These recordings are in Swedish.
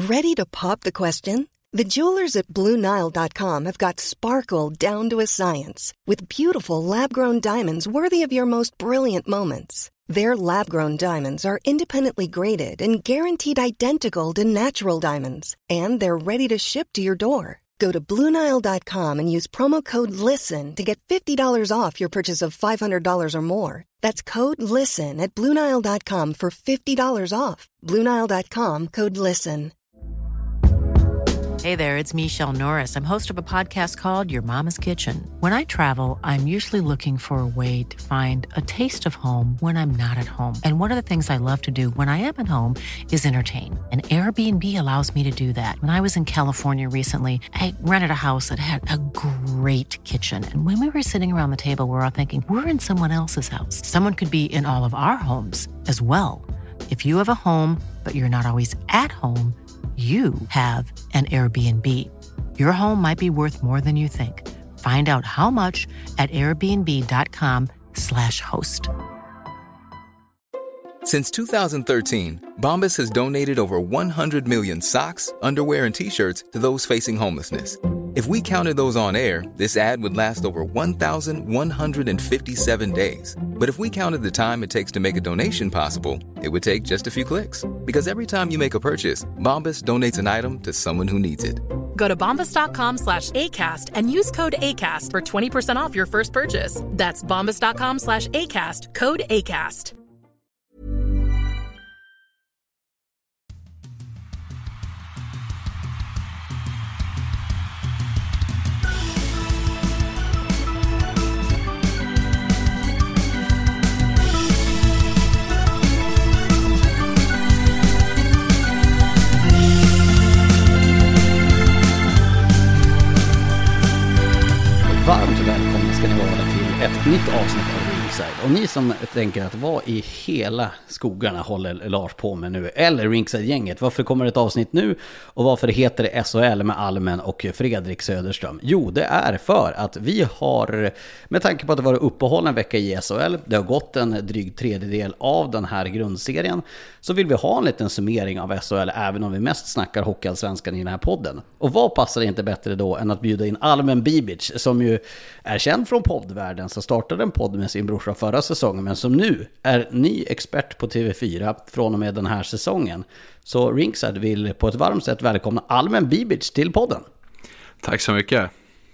Ready to pop the question? The jewelers at BlueNile.com have got sparkle down to a science with beautiful lab-grown diamonds worthy of your most brilliant moments. Their lab-grown diamonds are independently graded and guaranteed identical to natural diamonds, and they're ready to ship to your door. Go to BlueNile.com and use promo code LISTEN to get $50 off your purchase of $500 or more. That's code LISTEN at BlueNile.com for $50 off. BlueNile.com, code LISTEN. Hey there, it's Michelle Norris. I'm host of a podcast called Your Mama's Kitchen. When I travel, I'm usually looking for a way to find a taste of home when I'm not at home. And one of the things I love to do when I am at home is entertain. And Airbnb allows me to do that. When I was in California recently, I rented a house that had a great kitchen. And when we were sitting around the table, we were all thinking, we're in someone else's house. Someone could be in all of our homes as well. If you have a home, but you're not always at home, you have an Airbnb. Your home might be worth more than you think. Find out how much at airbnb.com/host. Since 2013, Bombas has donated over 100 million socks, underwear, and T-shirts to those facing homelessness. If we counted those on air, this ad would last over 1,157 days. But if we counted the time it takes to make a donation possible, it would take just a few clicks. Because every time you make a purchase, Bombas donates an item to someone who needs it. Go to bombas.com/ACAST and use code ACAST for 20% off your first purchase. That's bombas.com/ACAST, code ACAST. Varmt välkomna ska ni vara till ett nytt avsnitt av Ringside. Och ni som tänker att vad i hela skogarna håller Lars på med nu, eller Ringside-gänget, varför kommer ett avsnitt nu och varför heter det SHL med Almen och Fredrik Söderström? Jo, det är för att vi har, med tanke på att det var uppehåll en vecka i SHL, det har gått en dryg tredjedel av den här grundserien, så vill vi ha en liten summering av SHL även om vi mest snackar hockeyallsvenskan i den här podden. Och vad passar inte bättre då än att bjuda in Almen Bibic, som ju är känd från poddvärlden, som startade en podd med sin brorsa förra säsongen, men som nu är ny expert på TV4 från och med den här säsongen. Så Ringside vill på ett varmt sätt välkomna Almen Bibic till podden. Tack så mycket.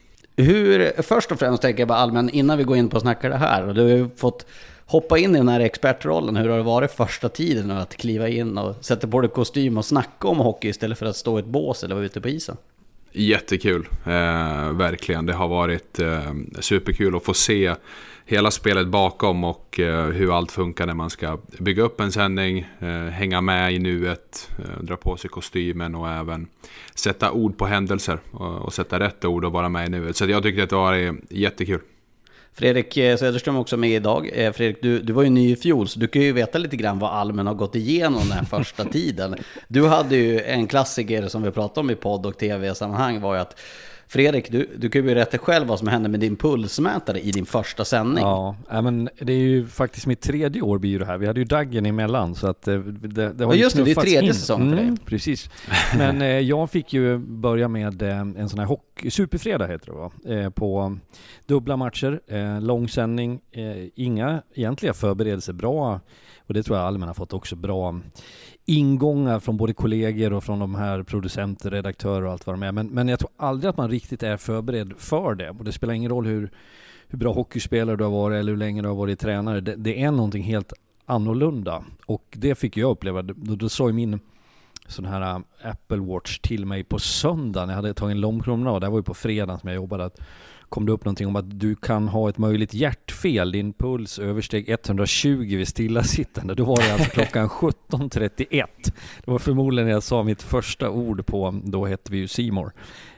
Först och främst tänker jag bara Almen, innan vi går in på att snacka det här, och du har ju fått hoppa in i den här expertrollen, hur har det varit första tiden att kliva in och sätta på dig kostym och snacka om hockey istället för att stå i ett bås eller vara ute på isen? Jättekul, verkligen. Det har varit superkul att få se hela spelet bakom och hur allt funkar när man ska bygga upp en sändning, hänga med i nuet, dra på sig kostymen och även sätta ord på händelser och sätta rätt ord och vara med i nuet. Så jag tyckte att det var jättekul. Fredrik Söderström också med idag. Fredrik, du var ju ny i fjol, så du kan ju veta lite grann vad Almen har gått igenom den här första tiden. Du hade ju en klassiker som vi pratade om i podd och tv-sammanhang, var ju att Fredrik, du kan ju berätta själv vad som hände med din pulsmätare i din första sändning. Ja, men det är ju faktiskt mitt tredje år blir det här. Vi hade ju Daggen emellan, så att det har just det är tredje säsong för dig. Precis. Men jag fick ju börja med en sån här superfredag heter det, va? På dubbla matcher, långsändning, inga egentliga förberedelser, bra, och det tror jag Almen har fått också bra ingångar från både kollegor och från de här producenter, redaktörer och allt vad de är. Men jag tror aldrig att man riktigt är förberedd för det. Och det spelar ingen roll hur bra hockeyspelare du har varit eller hur länge du har varit tränare. Det är någonting helt annorlunda. Och det fick jag uppleva. Då sa ju min sån här Apple Watch till mig på söndagen. Jag hade tagit en lång promenad. Det var ju på fredagen som jag jobbade. Kom det upp någonting om att du kan ha ett möjligt hjärtfel. Din puls översteg 120 vid stillasittande. Då var det alltså klockan 17.31. Det var förmodligen när jag sa mitt första ord på, då hette vi ju C More.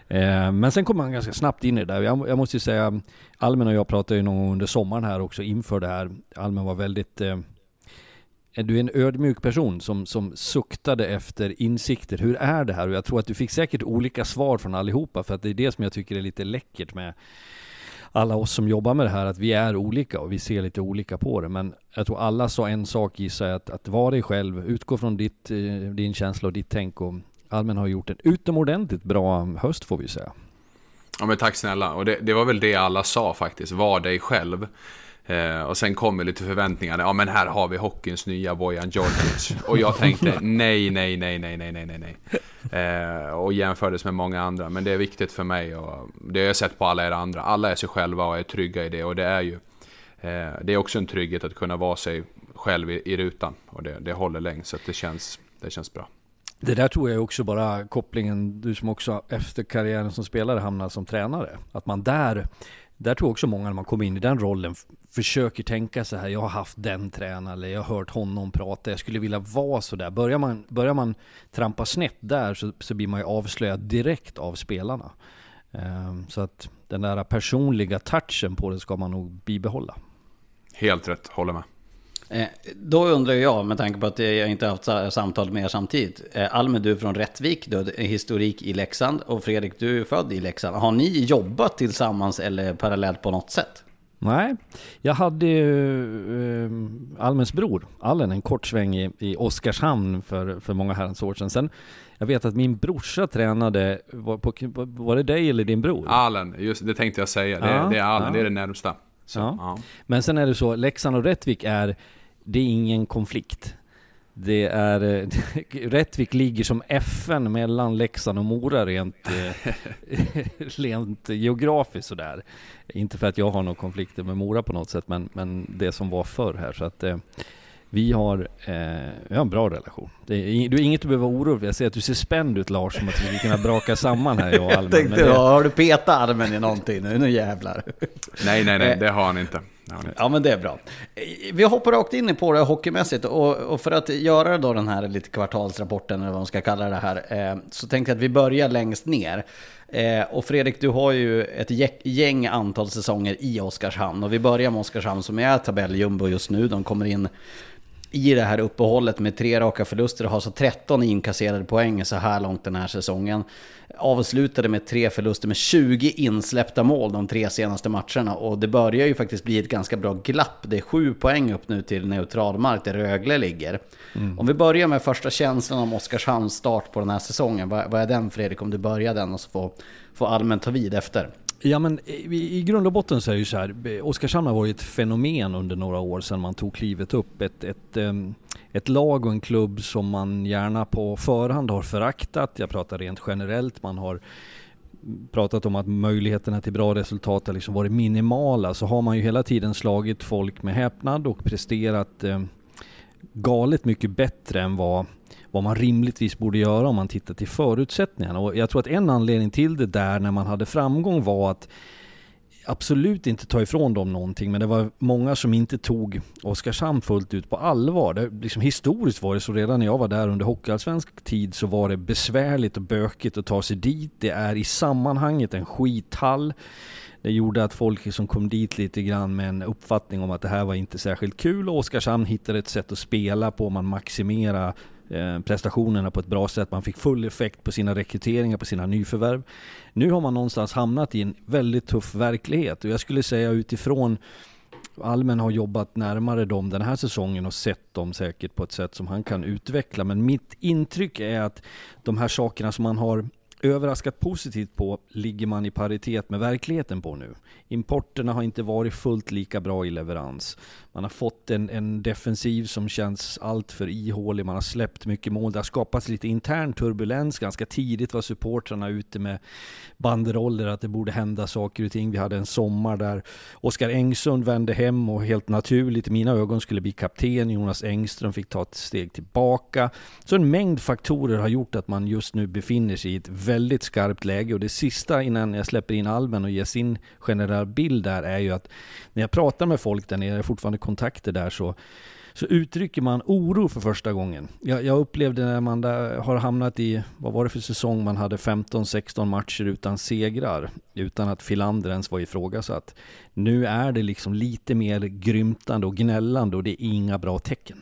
Men sen kom man ganska snabbt in i det där. Jag måste ju säga, Almen och jag pratade ju någon gång under sommaren här också inför det här. Almen var väldigt... Du är en ödmjuk person som suktade efter insikter. Hur är det här? Och jag tror att du fick säkert olika svar från allihopa, för att det är det som jag tycker är lite läckert med alla oss som jobbar med det här, att vi är olika och vi ser lite olika på det. Men jag tror alla sa en sak, gissar jag, att vara dig själv, utgå från din känsla och ditt tänk och Almen har gjort en utomordentligt bra höst, får vi säga. Ja, men tack snälla. Och det var väl det alla sa faktiskt. Var dig själv. Och sen kommer lite förväntningar. Ja, men här har vi hockeyns nya Bojan Djordjic. Och jag tänkte nej. Och jämfördes med många andra. Men det är viktigt för mig. Och det har jag sett på alla er andra. Alla är sig själva och är trygga i det. Och det är ju det är också en trygghet att kunna vara sig själv i rutan. Och det håller länge, så att det känns bra. Det där tror jag också bara kopplingen, du som också efter karriären som spelare hamnar som tränare. Att man där tror också många när man kommer in i den rollen försöker tänka så här, jag har haft den tränaren eller jag har hört honom prata, jag skulle vilja vara så där. Börjar man trampa snett där så blir man ju avslöjad direkt av spelarna. Så att den där personliga touchen på det ska man nog bibehålla. Helt rätt, håller med. Då undrar jag, med tanke på att jag inte haft samtal med er samtidigt. Almen, du är från Rättvik, du har historik i Leksand, och Fredrik, du är född i Leksand. Har ni jobbat tillsammans eller parallellt på något sätt? Nej, jag hade Almens bror, Allen, en kort sväng i Oskarshamn för många herrans år sedan. Sen, jag vet att min brorsa tränade, var det dig eller din bror? Allen, just det tänkte jag säga. Det är Allen, det är det närmsta. Så, ja. Men sen är det så, Leksand och Rättvik det är ingen konflikt. Det är Rättvik ligger som FN mellan Leksand och Mora rent geografiskt så där. Inte för att jag har någon konflikter med Mora på något sätt, men det som var förr här, så att vi har en bra relation. Du är inget att behöva oro för. Jag ser att du ser spänd ut, Lars, som att vi kan braka samman här, jag och Almen. Jag tänkte, har du petat armen i någonting nu jävlar? Nej, det har han inte. Ja, men det är bra. Vi hoppar rakt in på det hockeymässigt, och för att göra då den här lite kvartalsrapporten, eller vad man ska kalla det här, så tänkte jag att vi börjar längst ner. Och Fredrik, du har ju ett gäng antal säsonger i Oskarshamn, och vi börjar med Oskarshamn som är tabelljumbo just nu. De kommer in i det här uppehållet med 3 raka förluster och har så 13 inkasserade poäng så här långt den här säsongen. Avslutade med 3 förluster med 20 insläppta mål de 3 senaste matcherna, och det börjar ju faktiskt bli ett ganska bra glapp. Det är 7 poäng upp nu till neutralmark där Rögle ligger. Om vi börjar med första känslan om Oskarshamns start på den här säsongen, vad är den, Fredrik, om du börjar den och så får Almen ta vid efter? Ja, men i grund och botten så är det ju så här, Oskarshamn har varit ett fenomen under några år sedan man tog klivet upp. Ett lag och en klubb som man gärna på förhand har föraktat. Jag pratar rent generellt, man har pratat om att möjligheterna till bra resultat har liksom varit minimala. Så har man ju hela tiden slagit folk med häpnad och presterat galet mycket bättre än vad man rimligtvis borde göra om man tittar till förutsättningarna. Och jag tror att en anledning till det där när man hade framgång var att absolut inte ta ifrån dem någonting, men det var många som inte tog Oskarshamn fullt ut på allvar. Det, liksom, historiskt var det så, redan när jag var där under hockeyallsvensk tid så var det besvärligt och bökigt att ta sig dit. Det är i sammanhanget en skithall. Det gjorde att folk som kom dit lite grann med en uppfattning om att det här var inte särskilt kul, och Oskarshamn hittade ett sätt att spela på, man maximerade prestationerna på ett bra sätt, man fick full effekt på sina rekryteringar, på sina nyförvärv. Nu har man någonstans hamnat i en väldigt tuff verklighet, och jag skulle säga utifrån Almen har jobbat närmare dem den här säsongen och sett dem säkert på ett sätt som han kan utveckla, men mitt intryck är att de här sakerna som man har överraskat positivt på ligger man i paritet med verkligheten på nu. Importerna har inte varit fullt lika bra i leverans. Man har fått en defensiv som känns allt för ihålig. Man har släppt mycket mål. Det har skapats lite intern turbulens. Ganska tidigt var supportrarna ute med banderoller att det borde hända saker och ting. Vi hade en sommar där Oskar Engsund vände hem och helt naturligt i mina ögon skulle bli kapten. Jonas Engström fick ta ett steg tillbaka. Så en mängd faktorer har gjort att man just nu befinner sig i ett väldigt skarpt läge, och det sista innan jag släpper in Almen och ger sin generella bild där är ju att när jag pratar med folk där nere, fortfarande kontakter där, så uttrycker man oro för första gången. Jag upplevde när man där har hamnat i, vad var det för säsong, man hade 15-16 matcher utan segrar, utan att Filander ens var ifrågasatt. Nu är det liksom lite mer grymtande och gnällande, och det är inga bra tecken.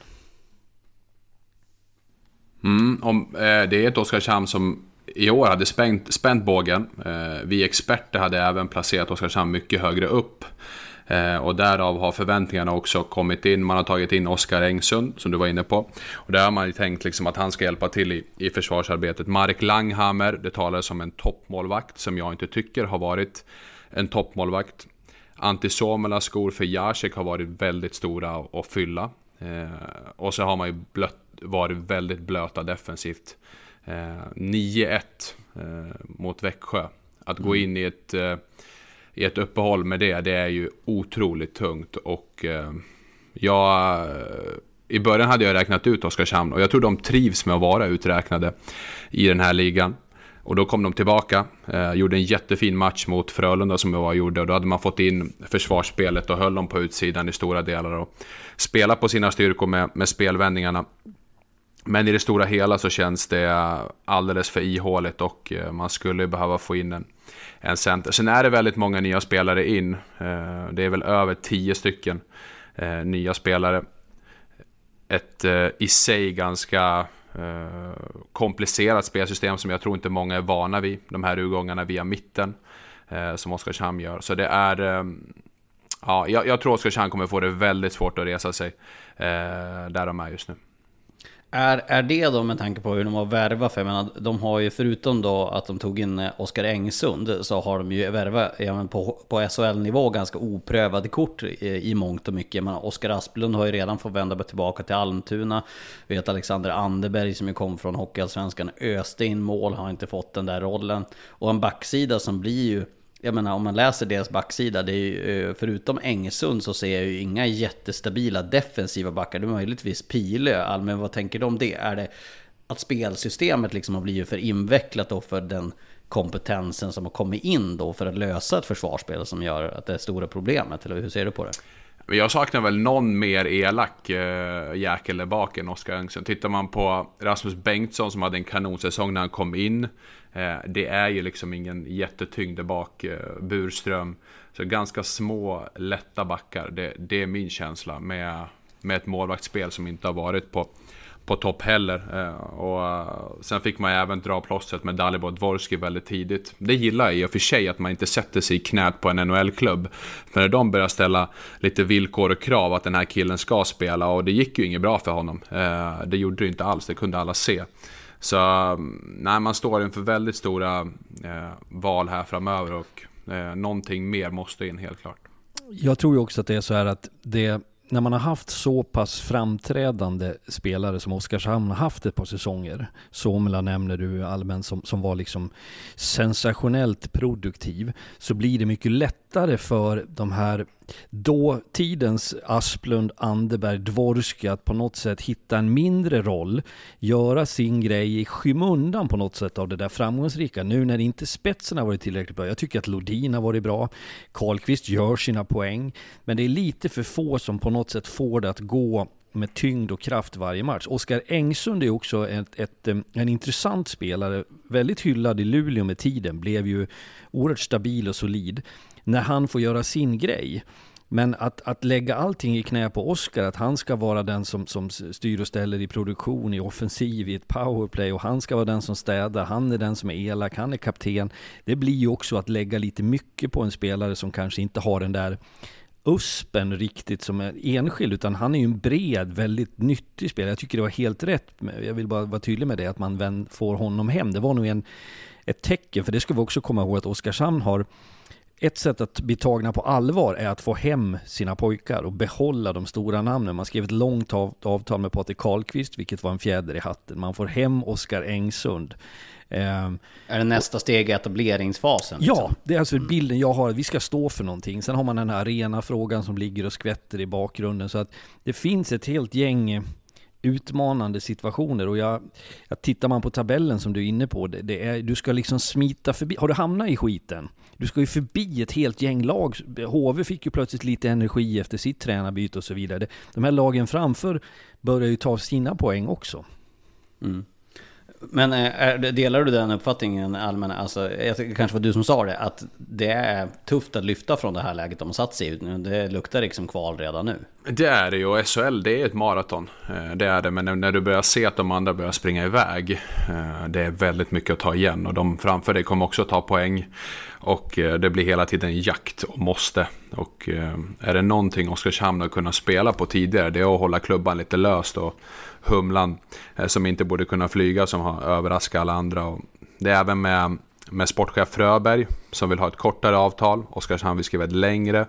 Det är ett Oskarshamn som i år hade spänt bågen. Vi experter hade även placerat Oskarshamn mycket högre upp. Och därav har förväntningarna också kommit in. Man har tagit in Oskar Engsund som du var inne på. Och där har man ju tänkt liksom att han ska hjälpa till i försvarsarbetet. Mark Langhammer, det talades om en toppmålvakt som jag inte tycker har varit en toppmålvakt. Antti Suomela skor för Jacek har varit väldigt stora att fylla. Och så har man ju varit väldigt blöta defensivt. 9-1 mot Växjö. Att gå in i ett uppehåll med det är ju otroligt tungt. Och i början hade jag räknat ut Oskarshamn och jag tror de trivs med att vara uträknade i den här ligan. Och då kom de tillbaka, gjorde en jättefin match mot Frölunda som jag gjorde. Och då hade man fått in försvarsspelet och höll dem på utsidan i stora delar. Och spela på sina styrkor med spelvändningarna. Men i det stora hela så känns det alldeles för ihåligt och man skulle behöva få in en center. Sen är det väldigt många nya spelare in. Det är väl över 10 stycken nya spelare. Ett i sig ganska komplicerat spelsystem som jag tror inte många är vana vid. De här urgångarna via mitten som Oskarshamn gör. Så det är... jag tror Oskarshamn kommer få det väldigt svårt att resa sig där de är just nu. Är det då med tanke på hur de har värvat? För jag menar, de har ju förutom då att de tog in Oskar Engsund så har de ju värvat på SHL-nivå ganska oprövade kort i mångt och mycket. Men Oskar Asplund har ju redan fått vända tillbaka till Almtuna. Vi vet Alexander Anderberg som ju kom från Hockeyallsvenskan öste in mål, har inte fått den där rollen. Och en backsida som blir ju, jag menar om man läser deras backsida, det är ju, förutom Engsund så ser jag ju inga jättestabila defensiva backar. Det är möjligtvis Pilö. Men vad tänker du om det? Är det att spelsystemet liksom har blivit för invecklat då för den kompetensen som har kommit in då för att lösa ett försvarsspel som gör att det är stora problemet? Eller hur ser du på det? Jag saknar väl någon mer elak jäkel där bak än Oskar Engsund. Tittar man på Rasmus Bengtsson som hade en kanonsäsong när han kom in. Det är ju liksom ingen jättetyngd där bak. Burström. Så ganska små, lätta backar. Det är min känsla med ett målvaktsspel som inte har varit på topp heller. Och sen fick man även dra plåstret med Dalibor Dvorski väldigt tidigt. Det gillar jag i och för sig att man inte sätter sig i knät på en NHL-klubb. För när de börjar ställa lite villkor och krav att den här killen ska spela, och det gick ju inget bra för honom. Det gjorde det inte alls, det kunde alla se. Så nej, man står inför väldigt stora val här framöver och någonting mer måste in helt klart. Jag tror ju också att det är så här att när man har haft så pass framträdande spelare som Oskarshamn har haft ett par säsonger, Suomela nämner du allmänt som var liksom sensationellt produktiv, så blir det mycket lättare för de här dåtidens Asplund, Anderberg, Dvorski att på något sätt hitta en mindre roll, göra sin grej i skymundan på något sätt av det där framgångsrika. Nu när inte spetsen har varit tillräckligt bra, jag tycker att Lodin har varit bra, Karlqvist gör sina poäng, men det är lite för få som på något sätt får det att gå med tyngd och kraft varje match. Oskar Engsund är också en intressant spelare, väldigt hyllad i Luleå med tiden, blev ju oerhört stabil och solid när han får göra sin grej. Men att lägga allting i knä på Oskar, att han ska vara den som styr och ställer i produktion, i offensiv, i ett powerplay, och han ska vara den som städar, han är den som är elak, han är kapten. Det blir ju också att lägga lite mycket på en spelare som kanske inte har den där uspen riktigt som är enskild, utan han är ju en bred, väldigt nyttig spelare. Jag tycker det var helt rätt, jag vill bara vara tydlig med det, att man får honom hem. Det var nog ett tecken, för det ska vi också komma ihåg att Oskarshamn har ett sätt att bli tagna på allvar är att få hem sina pojkar och behålla de stora namnen. Man skrev ett långt avtal med Patrik Karlqvist, vilket var en fjäder i hatten. Man får hem Oskar Engsund. Är det nästa steg i etableringsfasen? Liksom? Ja, det är alltså bilden jag har. Vi ska stå för någonting. Sen har man den här arena-frågan som ligger och skvätter i bakgrunden. Så att det finns ett helt gäng utmanande situationer, och jag tittar man på tabellen som du är inne på, du ska liksom smita förbi. Har du hamnat i skiten? Du ska ju förbi ett helt gäng lag. HV fick ju plötsligt lite energi efter sitt tränarbyte och så vidare. De här lagen framför börjar ju ta sina poäng också. Mm. Men delar du den uppfattningen allmänna, alltså, kanske var du som sa det, att det är tufft att lyfta från det här läget de har satt sig ut nu? Det luktar liksom kval redan nu. Det är det ju, och SHL det är ett maraton. Det är det, men när du börjar se att de andra börjar springa iväg, det är väldigt mycket att ta igen. Och de framför dig kommer också ta poäng. Och det blir hela tiden jakt och måste. Och är det någonting Oskarshamn har kunnat spela på tidigare, det är att hålla klubban lite löst. Och Humlan som inte borde kunna flyga, som har överraskat alla andra. Och det är även med sportchef Fröberg som vill ha ett kortare avtal. Oskarshamn vill skriva ett längre.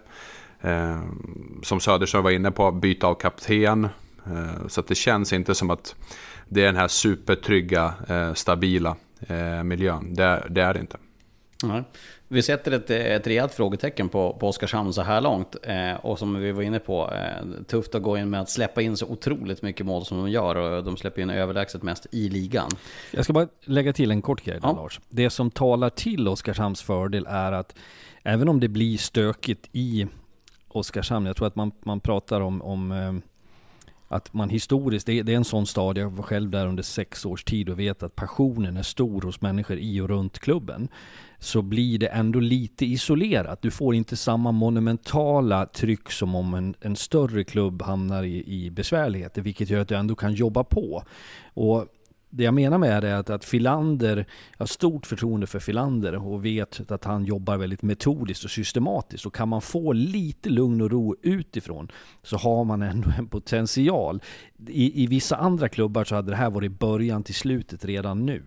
Som Söderström var inne på, byta av kapten. Så att det känns inte som att det är den här supertrygga, stabila miljön. Det är det inte. Nej. Vi sätter ett rejält frågetecken på Oskarshamn så här långt. Och som vi var inne på, tufft att gå in med att släppa in så otroligt mycket mål som de gör. Och de släpper in överlägset mest i ligan. Jag ska bara lägga till en kort grej där, Lars. Det som talar till Oskarshamns fördel är att även om det blir stökigt i Oskarshamn, jag tror att man pratar om att man historiskt, det är en sån stad, jag var själv där under 6 års tid och vet att passionen är stor hos människor i och runt klubben, så blir det ändå lite isolerat. Du får inte samma monumentala tryck som om en större klubb hamnar i besvärligheter, vilket gör att du ändå kan jobba på. Och det jag menar med det är att Filander, jag har stort förtroende för Filander och vet att han jobbar väldigt metodiskt och systematiskt. Och kan man få lite lugn och ro utifrån så har man ändå en potential. I vissa andra klubbar så hade det här varit början till slutet redan nu.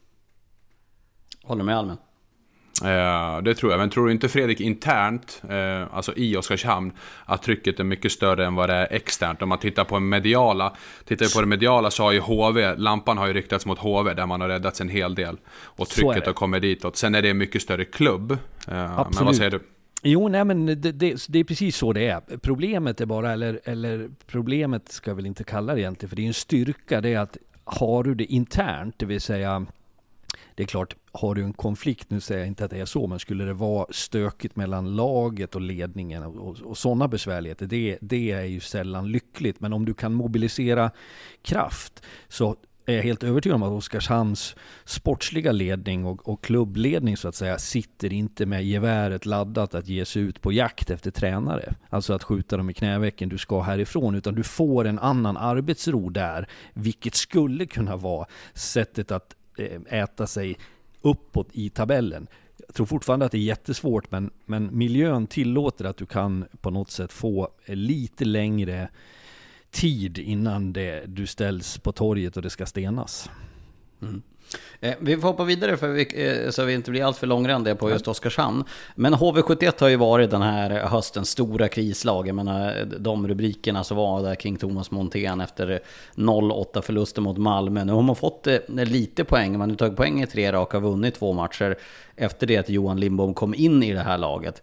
Håller med Almen. Det tror jag, men tror du inte Fredrik internt, alltså i Oskarshamn, att trycket är mycket större än vad det är externt? Om man tittar på det mediala så har ju lampan har ju riktats mot HV där man har räddats en hel del och trycket har kommit ditåt. Sen är det en mycket större klubb. Men vad säger du? Jo, nej, men det är precis så det är. Problemet är bara, eller problemet ska jag väl inte kalla det egentligen, för det är en styrka, det är att har du det internt, det vill säga, det är klart, har du en konflikt, nu säger jag inte att det är så, men skulle det vara stökigt mellan laget och ledningen och sådana besvärligheter, det är ju sällan lyckligt. Men om du kan mobilisera kraft så är jag helt övertygad om att Oskarshamns sportsliga ledning och klubbledning så att säga sitter inte med geväret laddat att ge sig ut på jakt efter tränare. Alltså att skjuta dem i knävecken, du ska härifrån, utan du får en annan arbetsro där, vilket skulle kunna vara sättet att äta sig uppåt i tabellen. Jag tror fortfarande att det är jättesvårt, men miljön tillåter att du kan på något sätt få lite längre tid innan du ställs på torget och det ska stenas. Mm. Vi får hoppa vidare så vi inte blir allt för långrandiga på just Oskarshamn. Men HV71 har ju varit den här höstens stora krislag. Jag menar, de rubrikerna så var där kring Thomas Montén efter 0-8 förluster mot Malmö. Nu har man fått lite poäng. Man har tagit poäng i 3 raka och vunnit 2 matcher efter det att Johan Lindbom kom in i det här laget.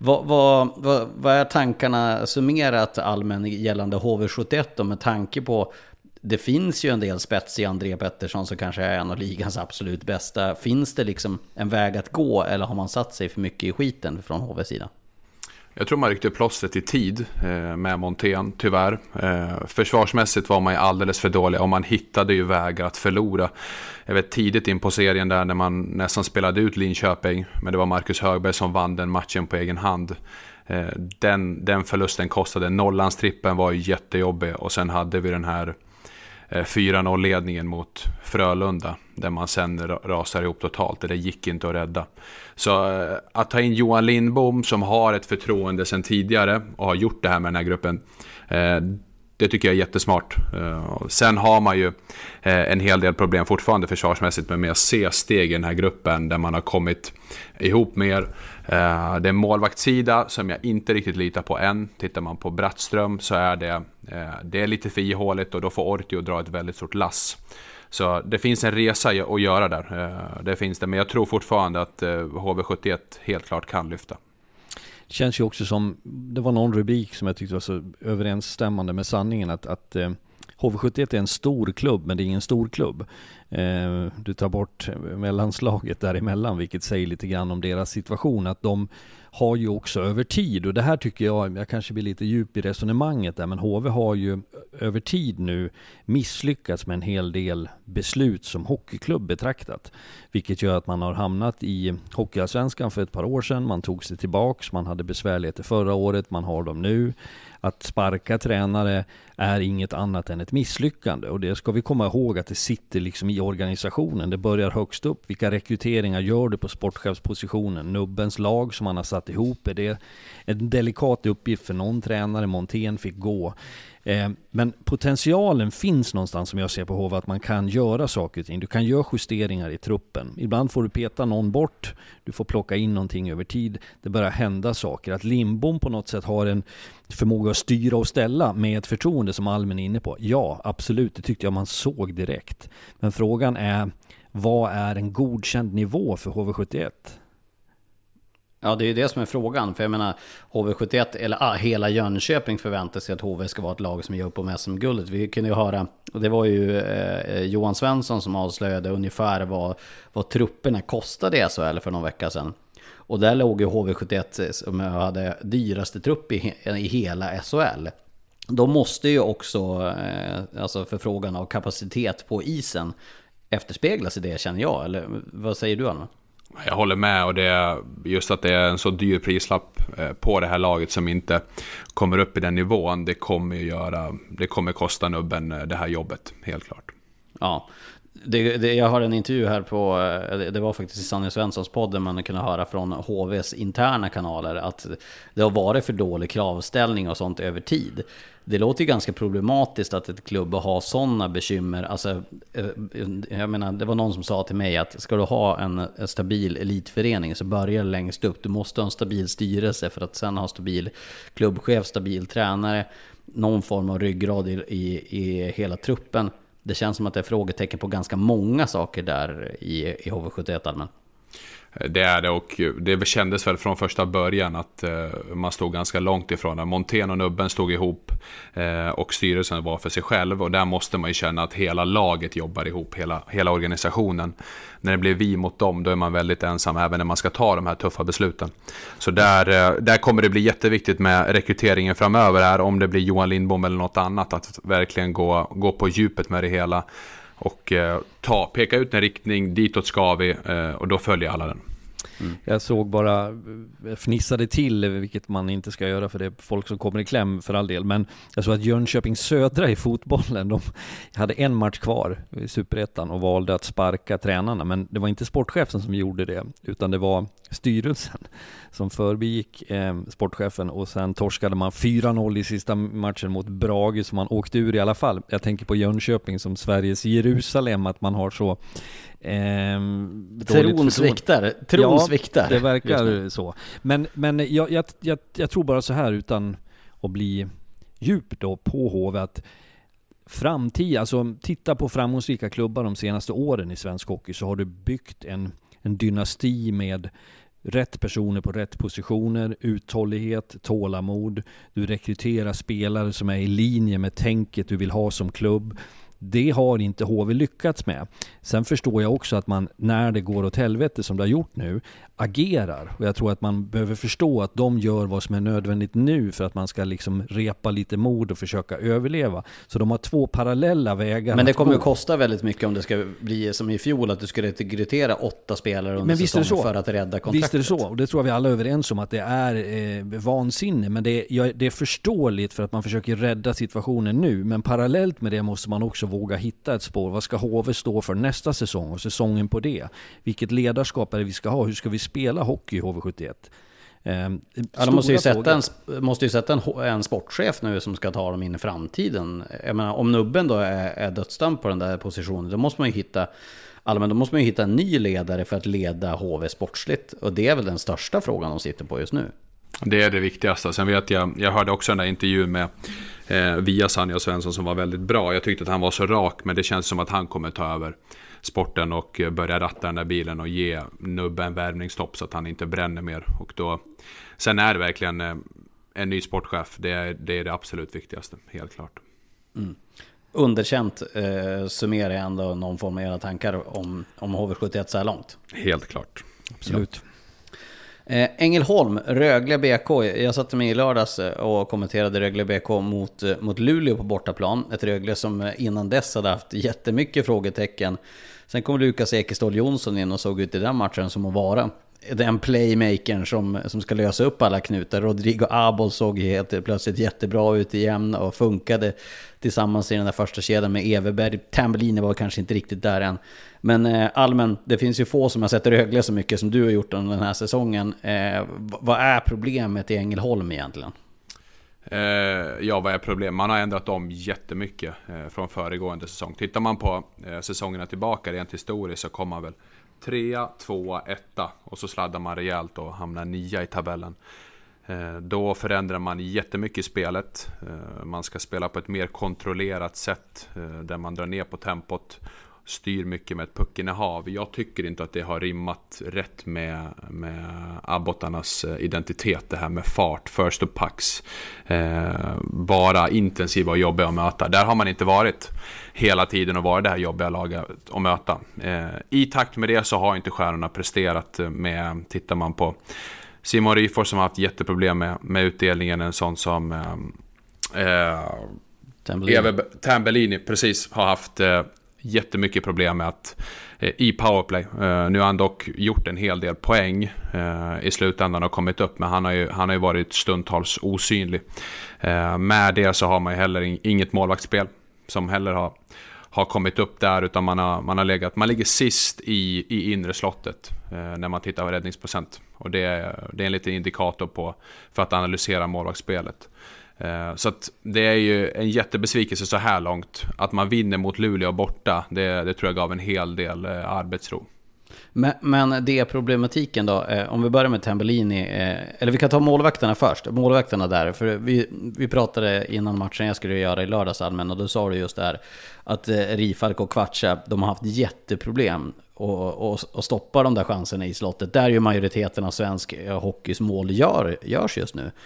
Vad är tankarna summerat allmän gällande HV71 då, med tanke på det finns ju en del spets i André Pettersson som kanske är en av ligans absolut bästa. Finns det liksom en väg att gå, eller har man satt sig för mycket i skiten från HVs sida? Jag tror man ryckte plåstret i tid med Montén, tyvärr. Försvarsmässigt var man ju alldeles för dålig och man hittade ju vägar att förlora. Jag vet tidigt in på serien där när man nästan spelade ut Linköping, men det var Marcus Högberg som vann den matchen på egen hand. Den förlusten kostade. Nollandstrippen var ju jättejobbig och sen hade vi den här 4-0-ledningen mot Frölunda där man sen rasar ihop totalt. Det gick inte att rädda. Så att ta in Johan Lindbom som har ett förtroende sedan tidigare och har gjort det här med den här gruppen, det tycker jag är jättesmart. Sen har man ju en hel del problem fortfarande försvarsmässigt med att se steg i den här gruppen där man har kommit ihop mer. Det är målvaktssida som jag inte riktigt litar på än. Tittar man på Brattström så är det är lite för ihåligt och då får Ortio dra ett väldigt stort lass. Så det finns en resa att göra där. Det finns det, men jag tror fortfarande att HV71 helt klart kan lyfta. Det känns ju också som, det var någon rubrik som jag tyckte var så överensstämmande med sanningen att HV71 är en stor klubb, men det är ingen stor klubb. Du tar bort mellanslaget däremellan, vilket säger lite grann om deras situation, att de har ju också över tid, och det här tycker jag kanske blir lite djup i resonemanget där, men HV har ju över tid nu misslyckats med en hel del beslut som hockeyklubb betraktat, vilket gör att man har hamnat i Hockeyallsvenskan för ett par år sedan, man tog sig tillbaks, man hade besvärligheter förra året, man har dem nu. Att sparka tränare är inget annat än ett misslyckande, och det ska vi komma ihåg, att det sitter liksom i organisationen. Det börjar högst upp. Vilka rekryteringar gör du på sportchefspositionen? Nubbens lag som man har satt ihop, är det en delikat uppgift för någon tränare? Montén fick gå. Men potentialen finns någonstans, som jag ser på HV, att man kan göra saker och ting. Du kan göra justeringar i truppen. Ibland får du peta någon bort. Du får plocka in någonting över tid. Det börjar hända saker. Att Lindbom på något sätt har en förmåga att styra och ställa med ett förtroende som Almen är inne på. Ja, absolut. Det tyckte jag man såg direkt. Men frågan är, vad är en godkänd nivå för HV71? Ja, det är ju det som är frågan. För jag menar, HV71 eller hela Jönköping förväntar sig att HV ska vara ett lag som ger upp om SM-guldet. Vi kunde ju höra, och det var ju Johan Svensson som avslöjade ungefär vad trupperna kostade i SHL för någon vecka sedan. Och där låg ju HV71 som hade dyraste trupp i hela SHL. Då måste ju också alltså förfrågan av kapacitet på isen efterspeglas i det, känner jag. Eller vad säger du, Anna? Jag håller med, och det är just att det är en så dyr prislapp på det här laget som inte kommer upp i den nivån. Det kommer kosta Nubben det här jobbet, helt klart. Ja, jag har en intervju här på, det var faktiskt i Sanne Svenssons podd, där man kunde höra från HVs interna kanaler att det har varit för dålig kravställning och sånt över tid. Det låter ju ganska problematiskt att ett klubb har sådana bekymmer. Alltså, jag menar, det var någon som sa till mig att ska du ha en stabil elitförening så börjar det längst upp. Du måste ha en stabil styrelse för att sen ha stabil klubbchef, stabil tränare, någon form av ryggrad i hela truppen. Det känns som att det är frågetecken på ganska många saker där i HV71 allmän. Det är det, och det kändes väl från första början att man stod ganska långt ifrån det. Montén och Nubben stod ihop och styrelsen var för sig själv, och där måste man ju känna att hela laget jobbar ihop, hela organisationen. När det blir vi mot dem, då är man väldigt ensam även när man ska ta de här tuffa besluten. Så där kommer det bli jätteviktigt med rekryteringen framöver här, om det blir Johan Lindbom eller något annat, att verkligen gå på djupet med det hela. Och peka ut en riktning, ditåt ska vi, och då följer alla den. Jag såg bara, fnissade till, vilket man inte ska göra för det är folk som kommer i kläm för all del, men jag såg att Jönköping Södra i fotbollen, de hade en match kvar i Superettan och valde att sparka tränarna, men det var inte sportchefen som gjorde det, utan det var styrelsen som förbigick sportchefen, och sen torskade man 4-0 i sista matchen mot Brage, som man åkte ur i alla fall. Jag tänker på Jönköping som Sveriges Jerusalem, att man har så Tron sviktar. Ja, det verkar så. Men jag tror bara så här, utan att bli djup då på HV, att framtid, alltså titta på framgångsrika klubbar de senaste åren i svensk hockey, så har du byggt en dynasti med rätt personer på rätt positioner, uthållighet, tålamod. Du rekryterar spelare som är i linje med tänket du vill ha som klubb. Det har inte HV lyckats med. Sen förstår jag också att man, när det går åt helvete som det har gjort nu, agerar. Och jag tror att man behöver förstå att de gör vad som är nödvändigt nu för att man ska liksom repa lite mod och försöka överleva. Så de har två parallella vägar. Men det kommer att kosta väldigt mycket om det ska bli som i fjol, att du ska rekrytera 8 spelare under säsongen för att rädda kontraktet. Visst är det så, och det tror jag vi alla är överens om, att det är vansinne. Men det är förståeligt för att man försöker rädda situationen nu. Men parallellt med det måste man också våga hitta ett spår. Vad ska HV stå för nästa säsong och säsongen på det? Vilket ledarskap är det vi ska ha? Hur ska vi spela hockey i HV71? De måste ju sätta en sportchef nu som ska ta dem in i framtiden. Jag menar, om Nubben då är dödsdömd på den där positionen, då måste man ju hitta en ny ledare för att leda HV sportsligt. Och det är väl den största frågan de sitter på just nu. Det är det viktigaste. Sen vet jag hörde också den där intervjun med via Sanne Svensson som var väldigt bra. Jag tyckte att han var så rak, men det känns som att han kommer ta över sporten och börja ratta den där bilen och ge Nubben värvningsstopp så att han inte bränner mer. Och då, sen är det verkligen en ny sportchef. Det är det absolut viktigaste, helt klart. Mm. underkänt summerar jag ändå någon form av era tankar om HV71 så här långt. Helt klart. Absolut. Ängelholm, Rögle BK. Jag satte mig i lördags och kommenterade Rögle BK mot Luleå på bortaplan. Ett Rögle som innan dess hade haft jättemycket frågetecken. Sen kom Lukas Ekeståhl Jonsson in och såg ut i den matchen som att vara den playmakern som ska lösa upp alla knutar. Rodrigo Abol såg helt plötsligt jättebra ut igen och funkade tillsammans i den där första kedjan med Everberg. Tambellini var kanske inte riktigt där än. Men allmänt, det finns ju få som har sett Rögle så mycket som du har gjort under den här säsongen. Vad är problemet i Ängelholm egentligen? Vad är problemet? Man har ändrat om jättemycket från föregående säsong. Tittar man på säsongerna tillbaka rent historiskt så kommer man väl 3, 2, 1 och så sladdar man rejält och hamnar 9 i tabellen. Då förändrar man jättemycket i spelet. Man ska spela på ett mer kontrollerat sätt där man drar ner på tempot, styr mycket med ett puckinnehav. Jag tycker inte att det har rimmat rätt med Abbotarnas identitet, det här med fart, first up pucks, bara intensiva och jobbiga att möta. Där har man inte varit hela tiden och varit det här jobbiga laget att möta. I takt med det så har inte stjärnorna presterat med, tittar man på Simon Ryfors som har haft jätteproblem med utdelningen, en sån som Tambellini precis har haft jättemycket problem med att i powerplay. Nu har han dock gjort en hel del poäng i slutändan och kommit upp, men han har ju varit stundtals osynlig. Med det så har man ju heller inget målvaktsspel som heller har kommit upp där, utan man ligger sist i inre slottet när man tittar på räddningsprocent, och det är en liten indikator för att analysera målvaktsspelet. Så att det är ju en jättebesvikelse så här långt. Att man vinner mot Luleå borta, det tror jag gav en hel del arbetsro. Men det är problematiken då, om vi börjar med Tambellini, eller vi kan ta målvakterna först. Målvakterna där, för vi pratade innan matchen jag skulle göra i lördags allmän, och då sa du just där att Rifalk och Kvartsa, de har haft jätteproblem och stoppa de där chanserna i slottet. Där är ju majoriteten av svensk hockeys mål görs just nu.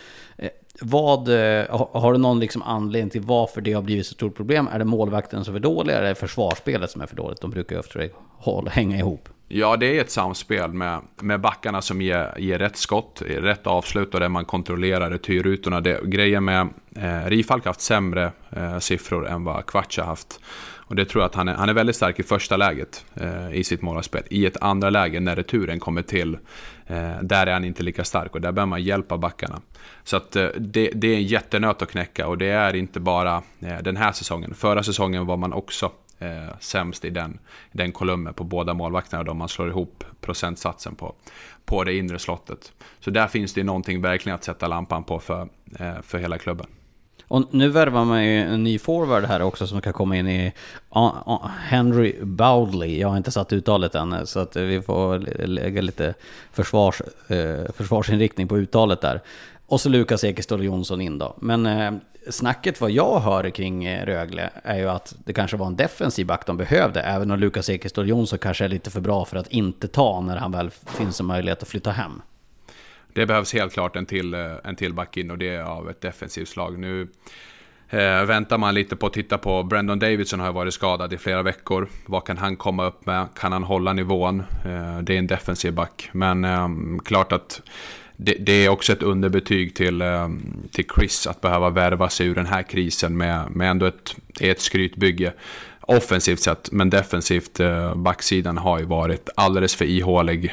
Har du någon liksom anledning till varför det har blivit så stort problem? Är det målvakten som är för dålig, eller är det försvarsspelet som är för dåligt? De brukar ju ofta hänga ihop. Ja, det är ett samspel med backarna som ger rätt skott, rätt avslut, och där man kontrollerar returrutorna. Grejen med Rifalk har haft sämre siffror än vad Kvartsa haft. Och det tror jag att han är väldigt stark i första läget i sitt målspel. I ett andra läge när returen kommer till, där är han inte lika stark, och där bör man hjälpa backarna. Så att det är en jättenöt att knäcka, och det är inte bara den här säsongen. Förra säsongen var man också sämst i den kolumnen på båda målvakterna, då man slår ihop procentsatsen på det inre slottet. Så där finns det någonting verkligen att sätta lampan på för hela klubben. Och nu värvar man ju en ny forward här också som kan komma in i Henry Bowdley. Jag har inte satt uttalet än, så att vi får lägga lite försvarsinriktning på uttalet där. Och så Lukas Ekeståhl Jonsson in då. Men snacket vad jag hör kring Rögle är ju att det kanske var en defensiv back de behövde, även om Lukas Ekeståhl Jonsson kanske är lite för bra för att inte ta när han väl finns en möjlighet att flytta hem. Det behövs helt klart en till back in, och det är av ett defensivt slag. Nu väntar man lite på att titta på Brandon Davidson, har ju varit skadad i flera veckor. Vad kan han komma upp med? Kan han hålla nivån? Det är en defensiv back. Men klart att det är också ett underbetyg till Chris att behöva värva sig ur den här krisen med ändå ett skrytbygge offensivt sett, men defensivt backsidan har ju varit alldeles för ihålig.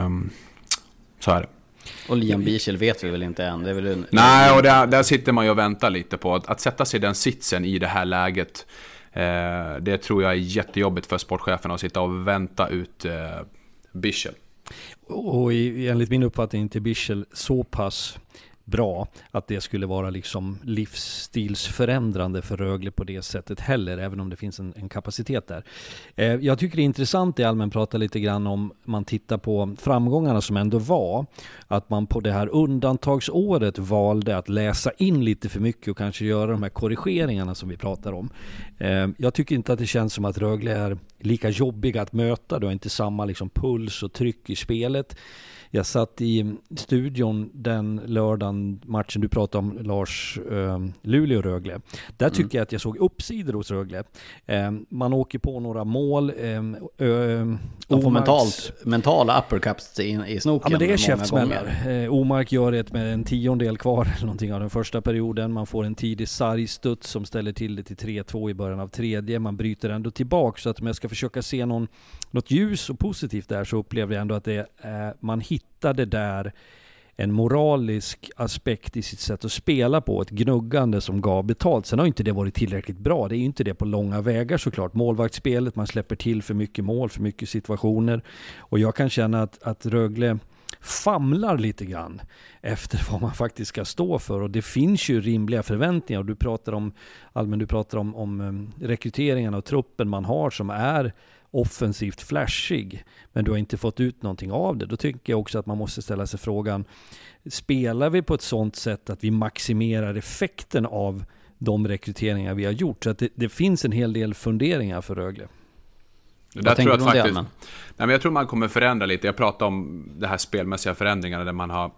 Så är det. Och Liam Bichel vet vi väl inte än. Det är väl Nej, och där sitter man ju och väntar lite på att sätta sig i den sitsen i det här läget. Det tror jag är jättejobbigt för sportchefen att sitta och vänta ut Bichel. Och enligt min uppfattning är inte Bichel så pass bra att det skulle vara liksom livsstilsförändrande för Rögle på det sättet heller, även om det finns en kapacitet där. Jag tycker det är intressant i allmän prata lite grann om man tittar på framgångarna som ändå var, att man på det här undantagsåret valde att läsa in lite för mycket och kanske göra de här korrigeringarna som vi pratar om. Jag tycker inte att det känns som att Rögle är lika jobbiga att möta, du har inte samma liksom puls och tryck i spelet. Jag satt i studion den lördagen den matchen du pratade om, Lars, Luleå-Rögle. Där tycker jag att jag såg uppsidor hos Rögle. Man åker på några mål. De får mentala uppercuts i snoken. Ja, men det är käftsmällar. Omark gör det med en 10:e kvar eller någonting av den första perioden. Man får en tidig sargstuds som ställer till det till 3-2 i början av tredje. Man bryter ändå tillbaka, så att om jag ska försöka se något ljus och positivt där, så upplever jag ändå att man hittade där en moralisk aspekt i sitt sätt att spela på, ett gnuggande som gav betalt. Sen har inte det varit tillräckligt bra. Det är ju inte det på långa vägar såklart. Målvaktsspelet, man släpper till för mycket mål, för mycket situationer. Och jag kan känna att Rögle famlar lite grann efter vad man faktiskt ska stå för. Och det finns ju rimliga förväntningar. Och du pratar om rekryteringarna och truppen man har som är offensivt flashig, men du har inte fått ut någonting av det. Då tycker jag också att man måste ställa sig frågan, spelar vi på ett sånt sätt att vi maximerar effekten av de rekryteringar vi har gjort? Så att det finns en hel del funderingar för Rögle. Jag tror man kommer förändra lite. Jag pratar om det här spelmässiga förändringarna där man har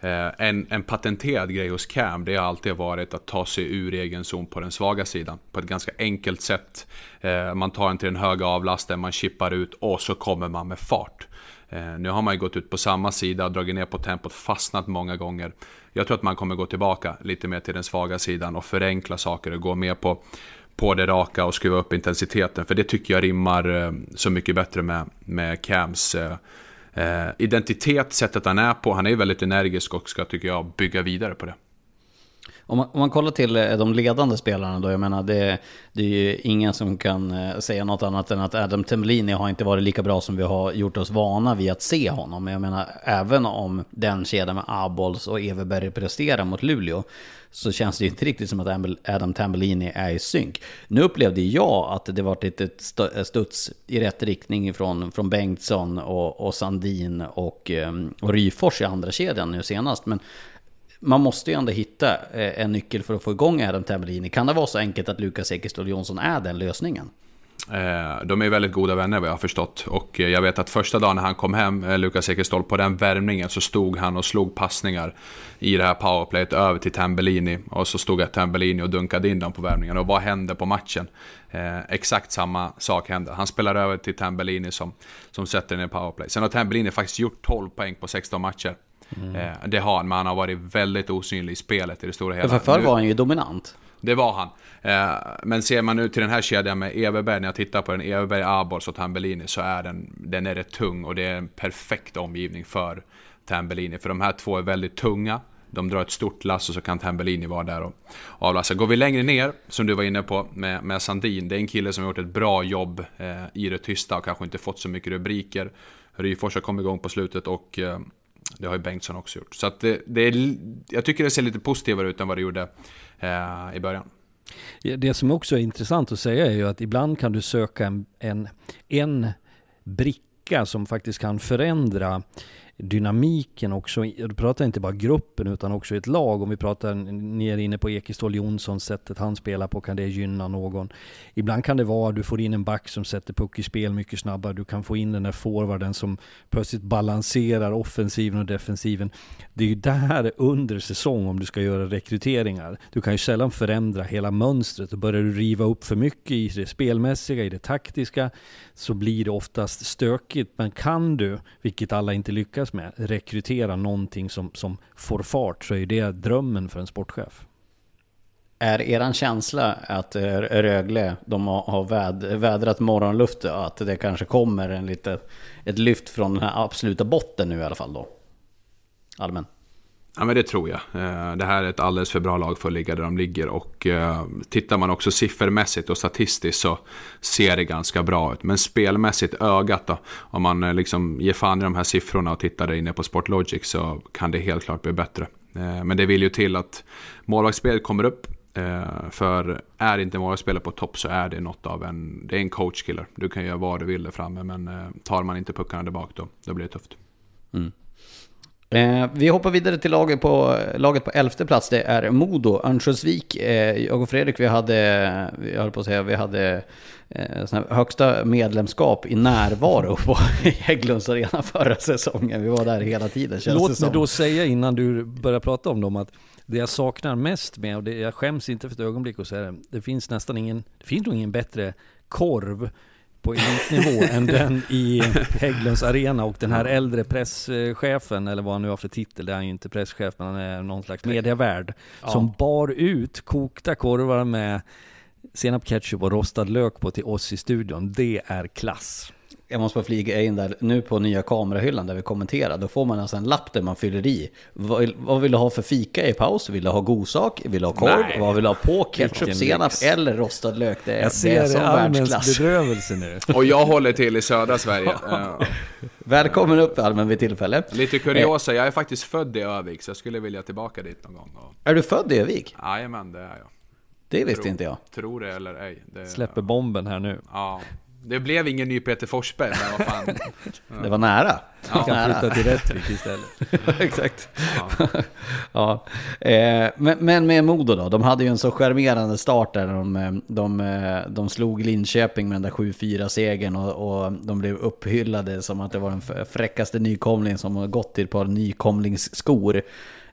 en patenterad grej hos Cam. Det har alltid varit att ta sig ur egen zon på den svaga sidan på ett ganska enkelt sätt. Man tar en till den höga avlasten, man chippar ut och så kommer man med fart. Nu har man ju gått ut på samma sida och dragit ner på tempot, fastnat många gånger. Jag tror att man kommer gå tillbaka lite mer till den svaga sidan och förenkla saker och gå mer på det raka och skruva upp intensiteten. För det tycker jag rimmar så mycket bättre med Cams identitet, sättet han är på. Han är ju väldigt energisk och ska, tycker jag, bygga vidare på det. Om man kollar till de ledande spelarna då, jag menar det är ju ingen som kan säga något annat än att Adam Tambellini har inte varit lika bra som vi har gjort oss vana vid att se honom. Men jag menar, även om den kedjan med Abols och Everberg presterar mot Luleå, så känns det ju inte riktigt som att Adam Tambellini är i synk. Nu upplevde jag att det var ett studs i rätt riktning från Bengtsson och Sandin och Ryfors i andra kedjan nu senast, men man måste ju ändå hitta en nyckel för att få igång Adam Tambellini. Kan det vara så enkelt att Lukas Ekeståhl Jonsson är den lösningen? De är väldigt goda vänner, vad jag har förstått. Och jag vet att första dagen när han kom hem, Lukas Ekeståhl, på den värmningen så stod han och slog passningar i det här powerplayet över till Tambellini. Och så stod Tambellini och dunkade in dem på värmningen. Och vad hände på matchen? Exakt samma sak hände. Han spelar över till Tambellini som sätter den i powerplay. Sen har Tambellini faktiskt gjort 12 poäng på 16 matcher. Det har han, men han har varit väldigt osynlig i spelet i det stora hela. För var han ju dominant. Det var han. Men ser man nu till den här kedjan med Everberg, när jag tittar på den, Everberg, Abols och Tambellini, så är den är rätt tung, och det är en perfekt omgivning för Tambellini. För de här två är väldigt tunga. De drar ett stort lass och så kan Tambellini vara där och avlassa. Går vi längre ner, som du var inne på med Sandin, det är en kille som har gjort ett bra jobb i det tysta och kanske inte fått så mycket rubriker. Ryfors har kommit igång på slutet och det har ju Bengtsson också gjort. Så att jag tycker det ser lite positivare ut än vad det gjorde i början. Det som också är intressant att säga är ju att ibland kan du söka en bricka som faktiskt kan förändra dynamiken också. Du pratar inte bara gruppen utan också ett lag. Om vi pratar ner inne på Ekeståhl Jonsson, sättet han spelar på, kan det gynna någon. Ibland kan det vara att du får in en back som sätter puck i spel mycket snabbare. Du kan få in den där forwarden som plötsligt balanserar offensiven och defensiven. Det är ju där under säsong, om du ska göra rekryteringar. Du kan ju sällan förändra hela mönstret, och börjar du riva upp för mycket i det spelmässiga, i det taktiska, så blir det oftast stökigt. Men kan du, vilket alla inte lyckas med, rekrytera någonting som får fart, så är det drömmen för en sportchef. Är eran känsla att Rögle, de har vädrat morgonluft, att det kanske kommer ett lyft från den här absoluta botten nu i alla fall då? Allmän. Ja, men det tror jag. Det här är ett alldeles för bra lag för att ligga där de ligger, och tittar man också siffermässigt och statistiskt så ser det ganska bra ut. Men spelmässigt, ögat då, om man liksom ger fan i de här siffrorna och tittar där inne på Sportlogic, så kan det helt klart bli bättre. Men det vill ju till att målvaktsspelet kommer upp, för är inte målvaktsspelet på topp så är det något av en coachkiller. Du kan göra vad du vill där framme, men tar man inte puckarna där bak då blir det tufft. Vi hoppar vidare till laget på 11:e plats. Det är Modo, Örnsköldsvik. Jag och Fredrik, vi hade sån här högsta medlemskap i närvaro på Hägglunds arena förra säsongen. Vi var där hela tiden. Låt mig då säga innan du börjar prata om dem att det jag saknar mest med, och det jag skäms inte för ett ögonblick och säga det finns nog ingen bättre korv på elitnivå än den i Hägglunds arena, och den här äldre presschefen, eller vad han nu har för titel, det är han ju inte presschef men han är någon slags mediavärd, som bar ut kokta korvar med senap, ketchup och rostad lök på till oss i studion. Det är klass. Jag måste bara flyga in där nu på nya kamerahyllan där vi kommenterar. Då får man alltså en lapp där man fyller i. Vad vill du ha för fika i paus? Vill du ha godsak? Vill du ha korv? Nej. Vad vill du ha på? Ketchup, senap eller rostad lök? Jag ser det allmäns bedrövelse nu. Och jag håller till i södra Sverige. Välkommen upp Almen vid tillfälle. Lite kuriosa, jag är faktiskt född i Övik, så jag skulle vilja tillbaka dit någon gång. Är du född i Övik? Jajamän, det är jag. Det visste inte jag. Tror det eller ej. Släpper bomben här nu. Ja. Det blev ingen ny Peter Forsberg, men vad fan. Det var nära. Ja. Kan flytta till Rättvik istället. Exakt. Ja. Men med Modo då, de hade ju en så charmerande start där. De slog Linköping med den där 7-4-segern och de blev upphyllade som att det var den fräckaste nykomling som har gått till ett par nykomlingsskor.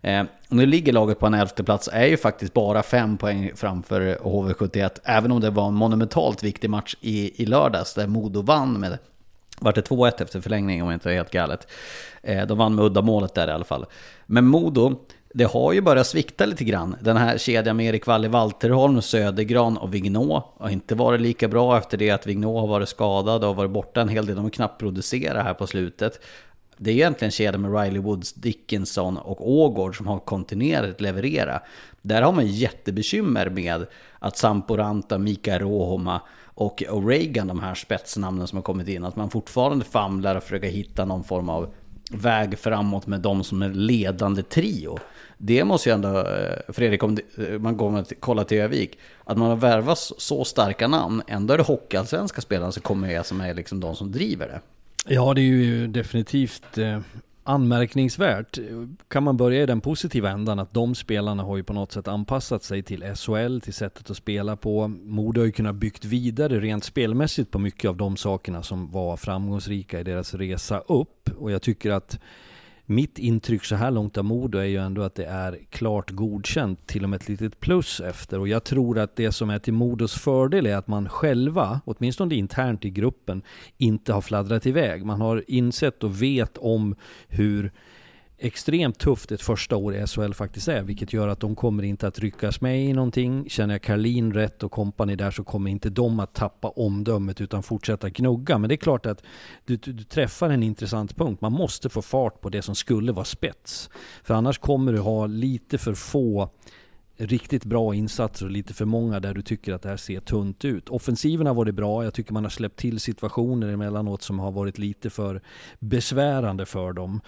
Nu ligger laget på en 11:e plats, är ju faktiskt bara 5 poäng framför HV71, även om det var en monumentalt viktig match i lördags där Modo vann med, var det 2-1 efter förlängning om jag inte är helt galet. De vann med uddamålet där i alla fall. Men Modo, det har ju börjat svikta lite grann. Den här kedjan med Erik Walle, Walterholm, Södergran och Vigneault har inte varit lika bra efter det att Vigneault har varit skadad och varit borta en hel del. De har knappt producerat här på slutet. Det är egentligen kedjan med Riley Woods, Dickinson och Ågård som har kontinuerligt leverera. Där har man jättebekymmer med att Sampo Ranta, Mika Rohoma och O'Regan, de här spetsnamnen som har kommit in, att man fortfarande famlar och försöker hitta någon form av väg framåt med dem som är ledande trio. Det måste ju ändå, Fredrik, om man går och kollar till Övik, att man har värvat så starka namn, ändå är det hockeyallsvenska spelare som är liksom de som driver det. Ja, det är ju definitivt anmärkningsvärt. Kan man börja i den positiva ändan att de spelarna har ju på något sätt anpassat sig till SHL, till sättet att spela på. Modo har ju kunnat byggt vidare rent spelmässigt på mycket av de sakerna som var framgångsrika i deras resa upp. Och jag tycker att mitt intryck så här långt av Modo är ju ändå att det är klart godkänt, till och med ett litet plus efter. Och jag tror att det som är till Modos fördel är att man själva, åtminstone internt i gruppen, inte har fladdrat iväg. Man har insett och vet om hur extremt tufft ett första år i SHL faktiskt är, vilket gör att de kommer inte att ryckas med i någonting. Känner jag Karlin rätt och kompani där, så kommer inte de att tappa omdömet utan fortsätta gnugga. Men det är klart att du träffar en intressant punkt. Man måste få fart på det som skulle vara spets. För annars kommer du ha lite för få riktigt bra insatser och lite för många där du tycker att det här ser tunt ut. Offensiven har varit bra. Jag tycker man har släppt till situationer emellanåt som har varit lite för besvärande för dem.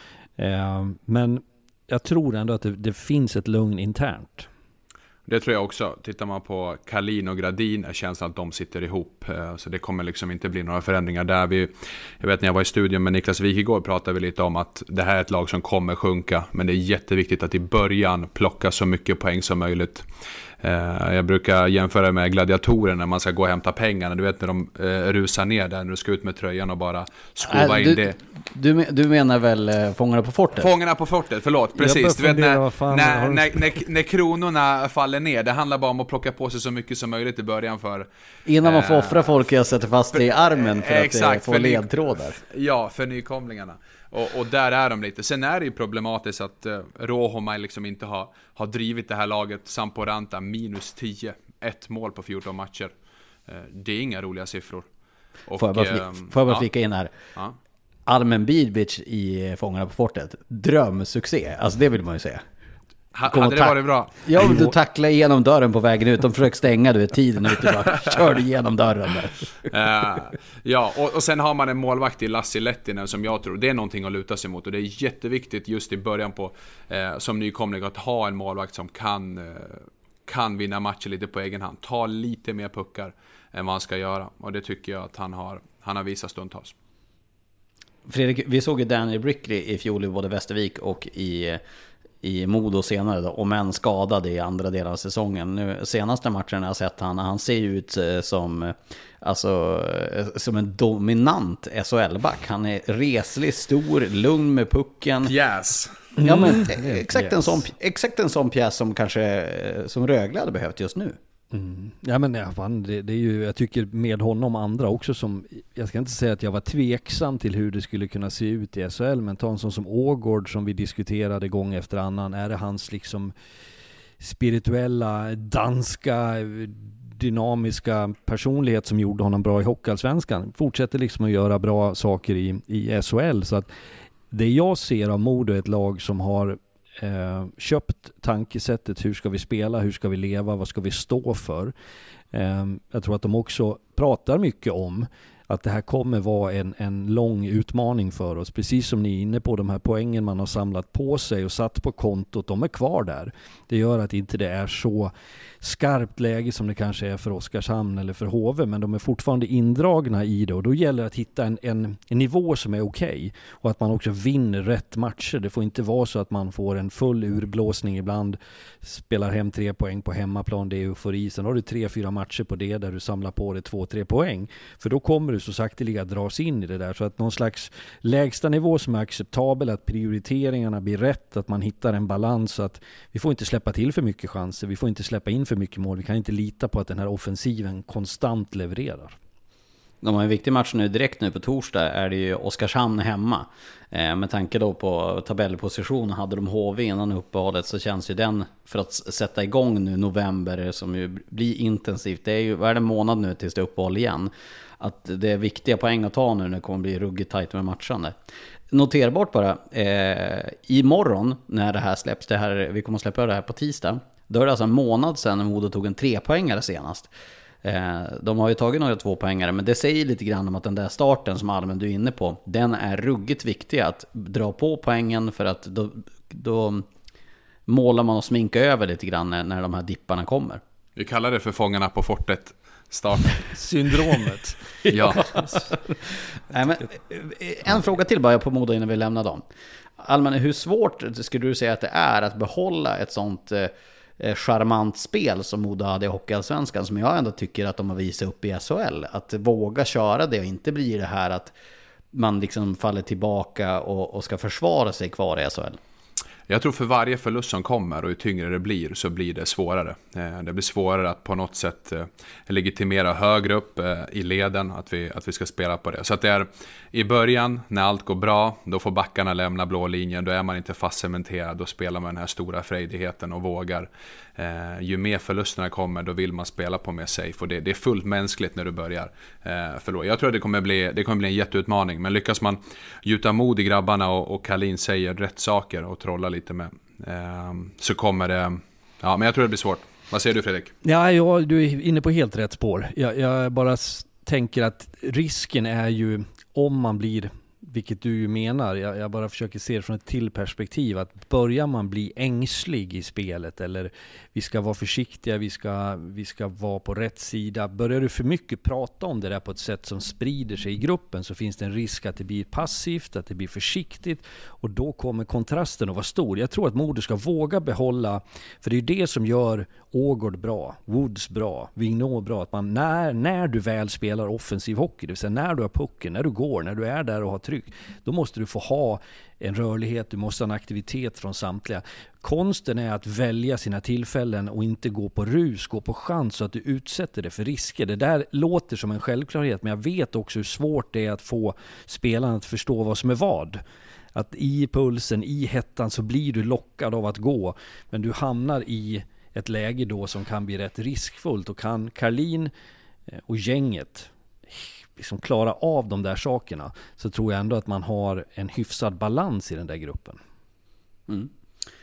Men jag tror ändå att det finns ett lugn internt. Det tror jag också. Tittar man på Karlin och Gradin är känslan att de sitter ihop. Så det kommer liksom inte bli några förändringar där. Jag vet när jag var i studion med Niklas Wik igår pratade vi lite om att det här är ett lag som kommer sjunka. Men det är jätteviktigt att i början plocka så mycket poäng som möjligt. Jag brukar jämföra med gladiatorer när man ska gå och hämta pengarna. Du vet när de rusar ner där, när du ska ut med tröjan och bara skova in det. Du menar väl Fångarna på fortet? Fångarna på fortet, förlåt. Precis. Du vet när kronorna faller ner. Det handlar bara om att plocka på sig så mycket som möjligt i början för... Innan man får offra folk och sätter fast det i armen för att få ledtrådar. Ja, för nykomlingarna. Och där är de lite. Sen är det ju problematiskt att Rohoma liksom inte har drivit det här laget. Sampo Ranta -10, 1 mål på 14 matcher. Det är inga roliga siffror. Och, får jag bara flika in här? Ja. Almen Bibic i Fångarna på fortet. Drömsuccé. Alltså det vill man ju säga. Hade det varit bra? Ja, men du tacklade igenom dörren på vägen ut. De försökte stänga tiden ut och bara körde igenom dörren där. Ja, och sen har man en målvakt i Lassi Lettinen som jag tror, det är någonting att luta sig mot. Och det är jätteviktigt just i början på som nykomling att ha en målvakt som kan vinna matcher lite på egen hand. Ta lite mer puckar än vad han ska göra. Och det tycker jag att han har visat stundtals. Fredrik, vi såg ju Danny Brickley i fjol i både Västervik och i Modo senare då, och men skadade i andra delar av säsongen. Nu senaste matchen jag har sett han ser ju ut som en dominant SHL-back. Han är reslig, stor, lugn med pucken. Yes. Ja, men exakt en sån pjäs som kanske som Rögle hade behövt just nu. Ja, men det är ju, jag tycker med honom andra också som, jag ska inte säga att jag var tveksam till hur det skulle kunna se ut i SHL, men ta en sån som Ågård som vi diskuterade gång efter annan. Är det hans liksom spirituella, danska, dynamiska personlighet som gjorde honom bra i Hockeyallsvenskan? Fortsätter liksom att göra bra saker i SHL. Så att det jag ser av Modo är ett lag som har köpt tankesättet, hur ska vi spela, hur ska vi leva, vad ska vi stå för. Jag tror att de också pratar mycket om att det här kommer vara en lång utmaning för oss. Precis som ni är inne på, de här poängen man har samlat på sig och satt på kontot, de är kvar där. Det gör att inte det är så skarpt läge som det kanske är för Oskarshamn eller för HV, men de är fortfarande indragna i det, och då gäller det att hitta en nivå som är okej, och att man också vinner rätt matcher. Det får inte vara så att man får en full urblåsning ibland, spelar hem 3 poäng på hemmaplan, det är eufori, sen har du 3-4 matcher på det där du samlar på dig 2-3 poäng, för då kommer du så sakteliga dras in i det där. Så att någon slags lägsta nivå som är acceptabel, att prioriteringarna blir rätt, att man hittar en balans, så att vi får inte släppa till för mycket chanser, vi får inte släppa in för mycket mål, vi kan inte lita på att den här offensiven konstant levererar. De har en viktig match nu direkt nu på torsdag, är det ju Oskarshamn hemma. Med tanke då på tabellposition, hade de HV innan uppehållet, så känns ju den, för att sätta igång nu november som ju blir intensivt, det är ju, vad är det, månad nu tills det är uppehåll igen, att det är viktiga poäng att ta nu när det kommer bli ruggigt tajt med matchande. Noterbart bara, imorgon när det här släpps, vi kommer att släppa det här på tisdag, då är det alltså en månad sedan när Modo tog en 3-poängare senast. De har ju tagit några 2-poängare, men det säger lite grann om att den där starten som Almen du är inne på, den är ruggigt viktig att dra på poängen, för att då målar man och sminkar över lite grann när de här dipparna kommer. Vi kallar det för fångarna på fortet start. Syndromet. Ja. Nej, men, en fråga till bara på Modo innan vi lämnar dem. Almen, hur svårt skulle du säga att det är att behålla ett sånt charmant spel som Modo hade i Hockeyallsvenskan, som jag ändå tycker att de har visat upp i SHL, att våga köra det och inte bli det här att man liksom faller tillbaka och ska försvara sig kvar i SHL? Jag tror för varje förlust som kommer och ju tyngre det blir, så blir det svårare. Det blir svårare att på något sätt legitimera högre upp i leden att vi ska spela på det. Så att det är i början, när allt går bra, då får backarna lämna blå linjen. Då är man inte fast cementerad, då spelar man den här stora frejdigheten och vågar. Ju mer förlusterna kommer, då vill man spela på mer safe. Och det är fullt mänskligt när du börjar förlora. Jag tror att det kommer bli en jätteutmaning. Men lyckas man gjuta mod i grabbarna och Kalin säger rätt saker och trolla lite med, så kommer det... Ja, men jag tror det blir svårt. Vad säger du, Fredrik? Ja, du är inne på helt rätt spår. Jag bara tänker att risken är ju, om man blir, vilket du ju menar, jag bara försöker se det från ett till perspektiv, att börjar man bli ängslig i spelet, eller vi ska vara försiktiga, vi ska vara på rätt sida, börjar du för mycket prata om det där på ett sätt som sprider sig i gruppen, så finns det en risk att det blir passivt, att det blir försiktigt, och då kommer kontrasten att vara stor. Jag tror att Modo ska våga behålla, för det är det som gör Ågård bra, Woods bra, Vigneault bra, att man när du väl spelar offensiv hockey, det vill säga när du har pucken, när du går, när du är där och har tryck, då måste du få ha en rörlighet, du måste ha en aktivitet från samtliga. Konsten är att välja sina tillfällen och inte gå på rus, gå på chans, så att du utsätter det för risker. Det där låter som en självklarhet, men jag vet också hur svårt det är att få spelarna att förstå vad som är vad. Att i pulsen, i hettan, så blir du lockad av att gå, men du hamnar i ett läge då som kan bli rätt riskfullt, och kan Karlin och gänget liksom klara av de där sakerna, så tror jag ändå att man har en hyfsad balans i den där gruppen.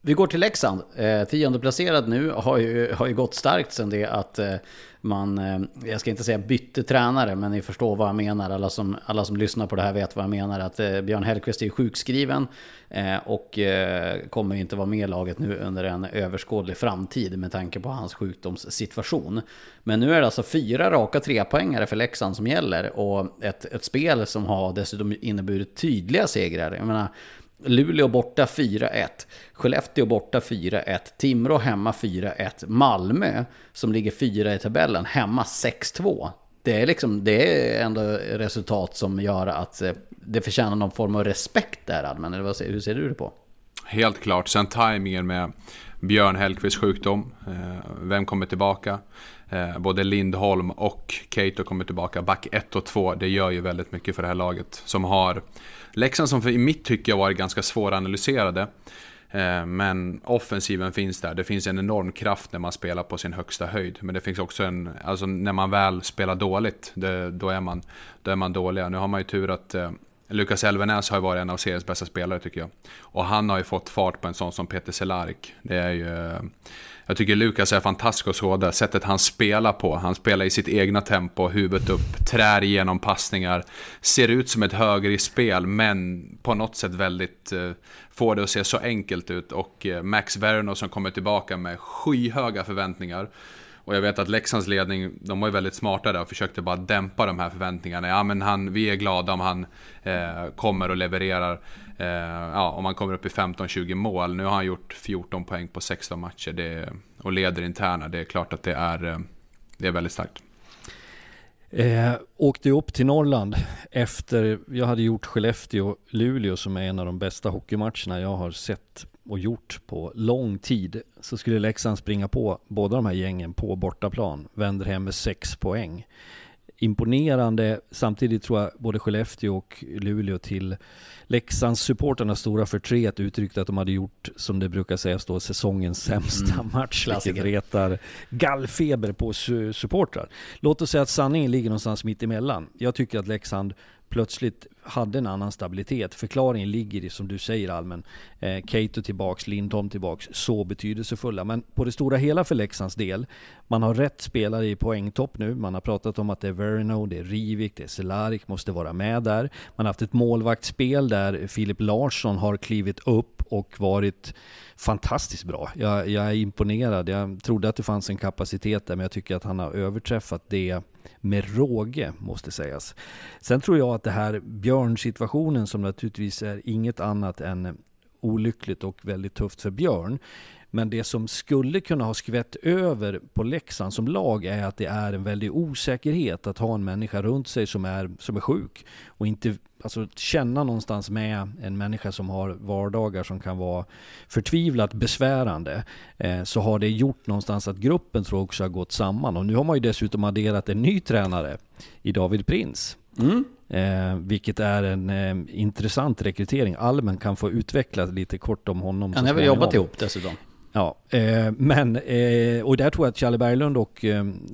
Vi går till Leksand. 10:e placerad nu, har ju gått starkt sen det att man, jag ska inte säga bytte tränare, men ni förstår vad jag menar. Alla som lyssnar på det här vet vad jag menar. Att Björn Hellkvist är sjukskriven och kommer inte vara med i laget nu under en överskådlig framtid med tanke på hans sjukdomssituation. Men nu är det alltså 4 raka 3-poängare för Leksand som gäller, och ett spel som har dessutom inneburit tydliga segrar. Jag menar, Luleå borta 4-1, Skellefteå borta 4-1, Timrå hemma 4-1, Malmö som ligger 4 i tabellen hemma 6-2. Det är ändå resultat som gör att det förtjänar någon form av respekt där, Almen. Eller hur ser du det på? Helt klart. Sen tajmingen med Björn Hellkvists sjukdom. Vem kommer tillbaka? Både Lindholm och Cato kommer tillbaka. Back 1 och 2. Det gör ju väldigt mycket för det här laget. Som har Leksand som i mitt tycke har varit ganska svåranalyserade. Men offensiven finns där. Det finns en enorm kraft när man spelar på sin högsta höjd. Men det finns också alltså när man väl spelar dåligt, då är man dåliga. Nu har man ju tur att Lukas Elvenäs har ju varit en av seriens bästa spelare, tycker jag. Och han har ju fått fart på en sån som Peter Cehlarik. Det är ju... Jag tycker Lukas är fantastisk att skåda. Sättet han spelar på. Han spelar i sitt egna tempo, huvudet upp, trär igenom passningar. Ser ut som ett högerspel, men på något sätt väldigt får det att se så enkelt ut. Och Max Verno som kommer tillbaka med skyhöga förväntningar. Och jag vet att Leksands ledning, de var ju väldigt smarta där och försökte bara dämpa de här förväntningarna. Ja, men vi är glada om han kommer och levererar. Om han kommer upp i 15-20 mål. Nu har han gjort 14 poäng på 16 matcher och leder interna. Det är klart att det är väldigt starkt. Åkte upp till Norrland efter jag hade gjort Skellefteå-Luleå, som är en av de bästa hockeymatcherna jag har sett och gjort på lång tid. Så skulle Leksand springa på båda de här gängen på bortaplan. Vänder hem med 6 poäng. Imponerande. Samtidigt tror jag både Skellefteå och Luleå till Leksands supporternas stora förtret uttryckte att de hade gjort, som det brukar sägas då, säsongens sämsta match. Vilket retar gallfeber på supportrar. Låt oss säga att sanningen ligger någonstans mitt emellan. Jag tycker att Leksand plötsligt hade en annan stabilitet. Förklaringen ligger i, som du säger, Almen. Cato tillbaks, Lindholm tillbaks, så betydelsefulla. Men på det stora hela för Leksands del, man har rätt spelare i poängtopp nu. Man har pratat om att det är Verno, det är Rivik, det är Cehlarik, måste vara med där. Man har haft ett målvaktsspel där Filip Larsson har klivit upp och varit fantastiskt bra. Jag är imponerad. Jag trodde att det fanns en kapacitet där, men jag tycker att han har överträffat det med råge, måste sägas. Sen tror jag att det här Björn-situationen, som naturligtvis är inget annat än olyckligt och väldigt tufft för Björn, men det som skulle kunna ha skvätt över på Leksand som lag är att det är en väldig osäkerhet att ha en människa runt sig som är sjuk och inte känna någonstans med en människa som har vardagar som kan vara förtvivlat besvärande, så har det gjort någonstans att gruppen tror jag också har gått samman. Och nu har man ju dessutom adderat en ny tränare i David Prins. Vilket är en intressant rekrytering. Almen kan få utveckla lite kort om honom. Han har väl jobbat ihop dessutom. Ja, och där tror jag att Challe Berglund och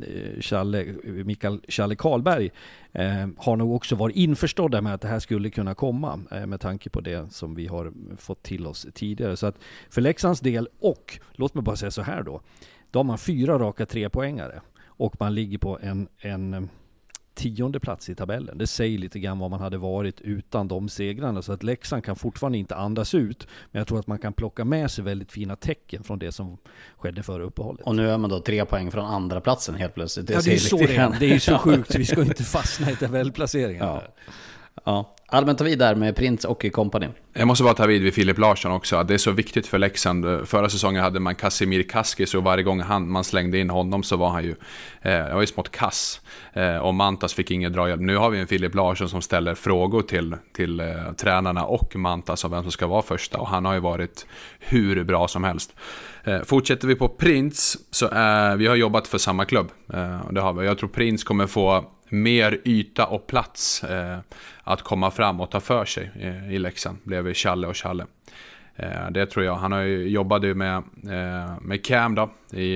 Mikael Challe Karlberg har nog också varit införstådda med att det här skulle kunna komma, med tanke på det som vi har fått till oss tidigare. Så att för Leksands del, och låt mig bara säga så här då har man 4 raka 3-poängare och man ligger på en 10:e plats i tabellen. Det säger lite grann vad man hade varit utan de segrarna, så att Leksand kan fortfarande inte andas ut, men jag tror att man kan plocka med sig väldigt fina tecken från det som skedde före uppehållet. Och nu är man då 3 poäng från andra platsen helt plötsligt. Det är så det är. Det är ju så sjukt, vi ska inte fastna i tabellplaceringen. Ja. Allmänt ta vid där med Prins och company. Jag måste bara ta vid Filip Larsson också. Det är så viktigt för Leksand. Förra säsongen hade man Kasimir Kaskis, och varje gång man slängde in honom så var han ju smått kass. Och Mantas fick ingen draghjälp. Nu har vi en Filip Larsson som ställer frågor till tränarna och Mantas om vem som ska vara första. Och han har ju varit hur bra som helst. Fortsätter vi på Prins, så vi har jobbat för samma klubb. Det har vi. Jag tror Prins kommer få mer yta och plats att komma fram och ta för sig i Leksand. Blev Challe och Challe. Det tror jag. Han har ju jobbat med Cam då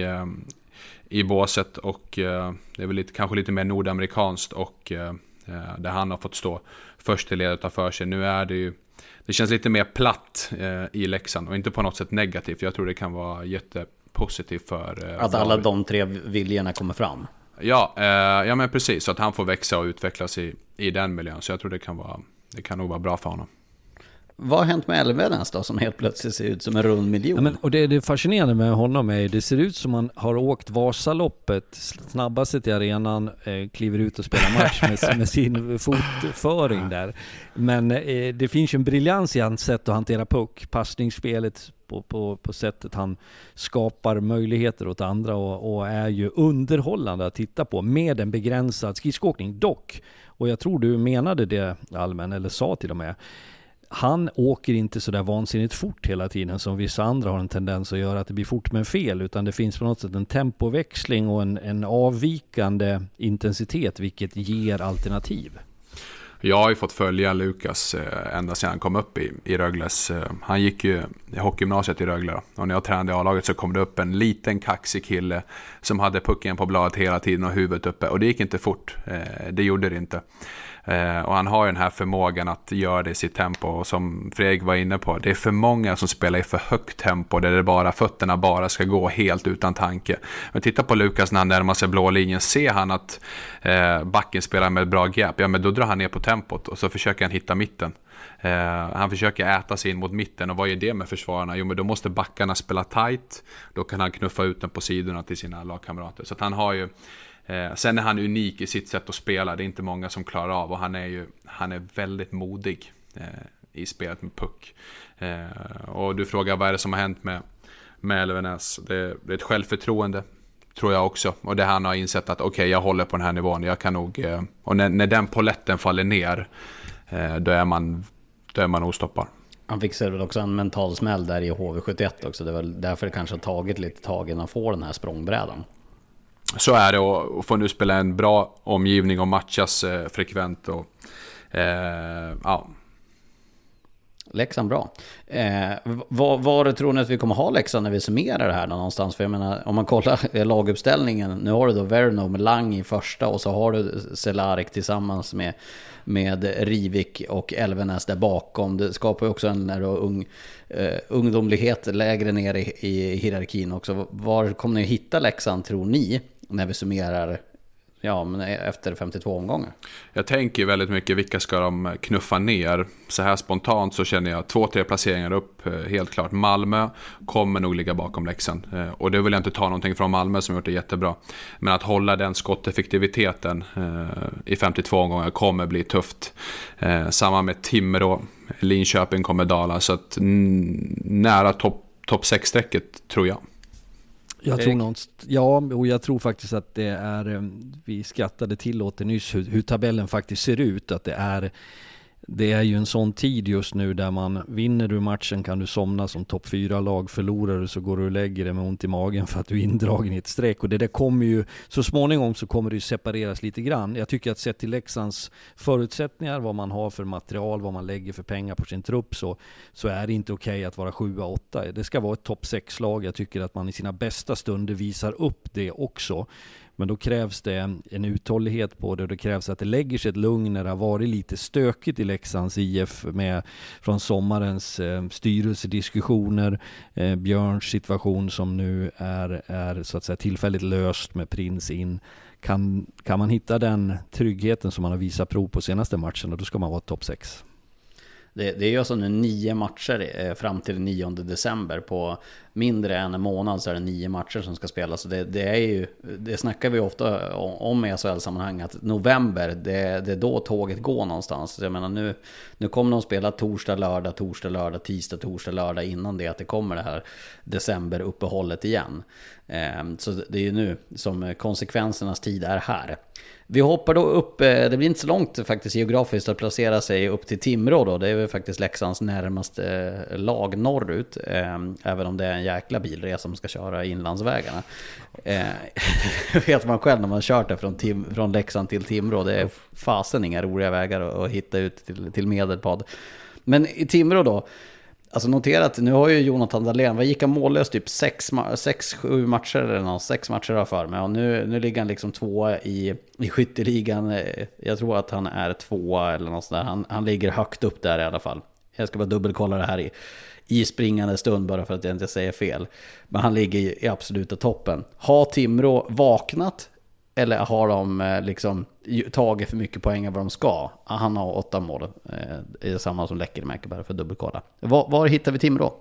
i båset, och det är väl kanske lite mer nordamerikanskt, och där han har fått stå först i ledet och ta för sig. Nu är det ju det känns lite mer platt i Leksand och inte på något sätt negativt. Jag tror det kan vara jättepositivt för att alla de 3 viljorna kommer fram. Ja, men precis, så att han får växa och utvecklas i den miljön. Så jag tror det kan nog vara bra för honom. Vad har hänt med Elvenäs då, som helt plötsligt ser ut som en rund miljon? Ja, men, och det fascinerande med honom är det ser ut som han har åkt Vasaloppet snabbast till arenan, kliver ut och spelar match med sin fotföring där. Men det finns ju en briljans i hans sätt att hantera puck, passningsspelet, på sättet han skapar möjligheter åt andra och är ju underhållande att titta på med en begränsad skridskoåkning dock. Och jag tror du menade det, Almen, eller sa till och med. Han åker inte så där vansinnigt fort hela tiden som vissa andra har en tendens att göra, att det blir fort men fel, utan det finns på något sätt en tempoväxling och en avvikande intensitet, vilket ger alternativ. Jag har ju fått följa Lukas ända sedan han kom upp i Rögles. Han gick ju i hockeygymnasiet i Rögle och när jag tränade i A-laget så kom det upp en liten kaxig kille som hade pucken på bladet hela tiden och huvudet uppe, och det gick inte fort. Det gjorde det inte. Och han har ju den här förmågan att göra det i sitt tempo, och som Fredrik var inne på, det är för många som spelar i för högt tempo där det bara fötterna bara ska gå helt utan tanke. Men titta på Lukas när han närmar sig blå linjen, ser han att backen spelar med ett bra gap, ja men då drar han ner på tempot och så försöker han hitta mitten. Han försöker äta sig in mot mitten, och vad är det med försvararna? Jo, men då måste backarna spela tight, då kan han knuffa ut den på sidorna till sina lagkamrater. Så att han har ju sen är han unik i sitt sätt att spela. Det är inte många som klarar av, och han är väldigt modig i spelet med puck. Och du frågar vad är det som har hänt med Elvenäs. Det är ett självförtroende, tror jag också. Och det han har insett att okej, jag håller på den här nivån. Jag kan nog, och när den poletten faller ner, då är man ostoppbar. Han fick sig väl också en mental smäll där i HV71 också. Det var därför det kanske har tagit lite tag innan han får den här språngbrädan. Så är det, och får nu spela en bra omgivning och matchas frekvent. Och, ja. Leksand bra. Var tror ni att vi kommer ha Leksand när vi summerar det här någonstans? För jag menar, om man kollar laguppställningen, nu har du då Verno med Lang i första, och så har du Cehlarik tillsammans med Rivik och Elvenäs där bakom. Det skapar ju också en ungdomlighet lägre ner i hierarkin också. Var kommer ni hitta Leksand, tror ni, när vi summerar men efter 52 omgångar? Jag tänker väldigt mycket, vilka ska de knuffa ner? Så här spontant så känner jag 2-3 placeringar upp, helt klart. Malmö kommer nog ligga bakom Leksand. Och det vill jag inte ta någonting från Malmö som gjort det jättebra. Men att hålla den skotteffektiviteten i 52 omgångar kommer bli tufft. Samma med Timrå, Linköping kommer dala. Så att nära topp 6-strecket, tror jag. Jag tror faktiskt att det är, vi skrattade till åt det nyss hur tabellen faktiskt ser ut, att det är ju en sån tid just nu där man vinner du matchen kan du somna som topp 4-lag, förlorar du så går du och lägger det med ont i magen för att du är indragen i ett streck, och det där kommer ju så småningom så kommer det ju separeras lite grann. Jag tycker att sett till Leksands förutsättningar, vad man har för material, vad man lägger för pengar på sin trupp, så är det inte okej att vara 7-8. Det ska vara ett topp 6-lag. Jag tycker att man i sina bästa stunder visar upp det också. Men då krävs det en uthållighet på det, och det krävs att det lägger sig ett lugn när det har varit lite stökigt i Leksands IF från sommarens styrelsediskussioner, Björns situation som nu är så att säga tillfälligt löst med Prins in. Kan man hitta den tryggheten som man har visat prov på senaste matchen, och då ska man vara topp 6. Det är ju alltså nu 9 matcher fram till 9 december. På mindre än en månad så är det 9 matcher som ska spelas. Så det snackar vi ofta om i SHL-sammanhang, att november, det är då tåget går någonstans. Så jag menar, nu kommer de spela torsdag, lördag, tisdag, torsdag, lördag innan det att det kommer det här decemberuppehållet igen. Så det är ju nu som konsekvensernas tid är här. Vi hoppar då upp, det blir inte så långt faktiskt geografiskt att placera sig upp till Timrå då. Det är väl faktiskt Leksands närmaste lag norrut, även om det är en jäkla bilresa som ska köra inlandsvägarna. Vet man själv när man kört det från Leksand till Timrå, det är fasen inga roliga vägar att hitta ut till Medelpad. Men i Timrå då, alltså notera att nu har ju Jonathan Dahlén, vad gick han mållöst typ 6-7 matcher eller något, 6 matcher har för mig, och nu ligger han liksom 2 i skytteligan. Jag tror att han är 2 eller något sådär. Han ligger högt upp där i alla fall. Jag ska bara dubbelkolla det här i springande stund bara för att jag inte säger fel. Men han ligger i absoluta toppen. Har Timrå vaknat eller har de liksom tagit för mycket poäng av vad de ska? Han har 8 mål. Det är samma som Lekkerimäki, bara för att dubbelkolla. Var hittar vi Timrå?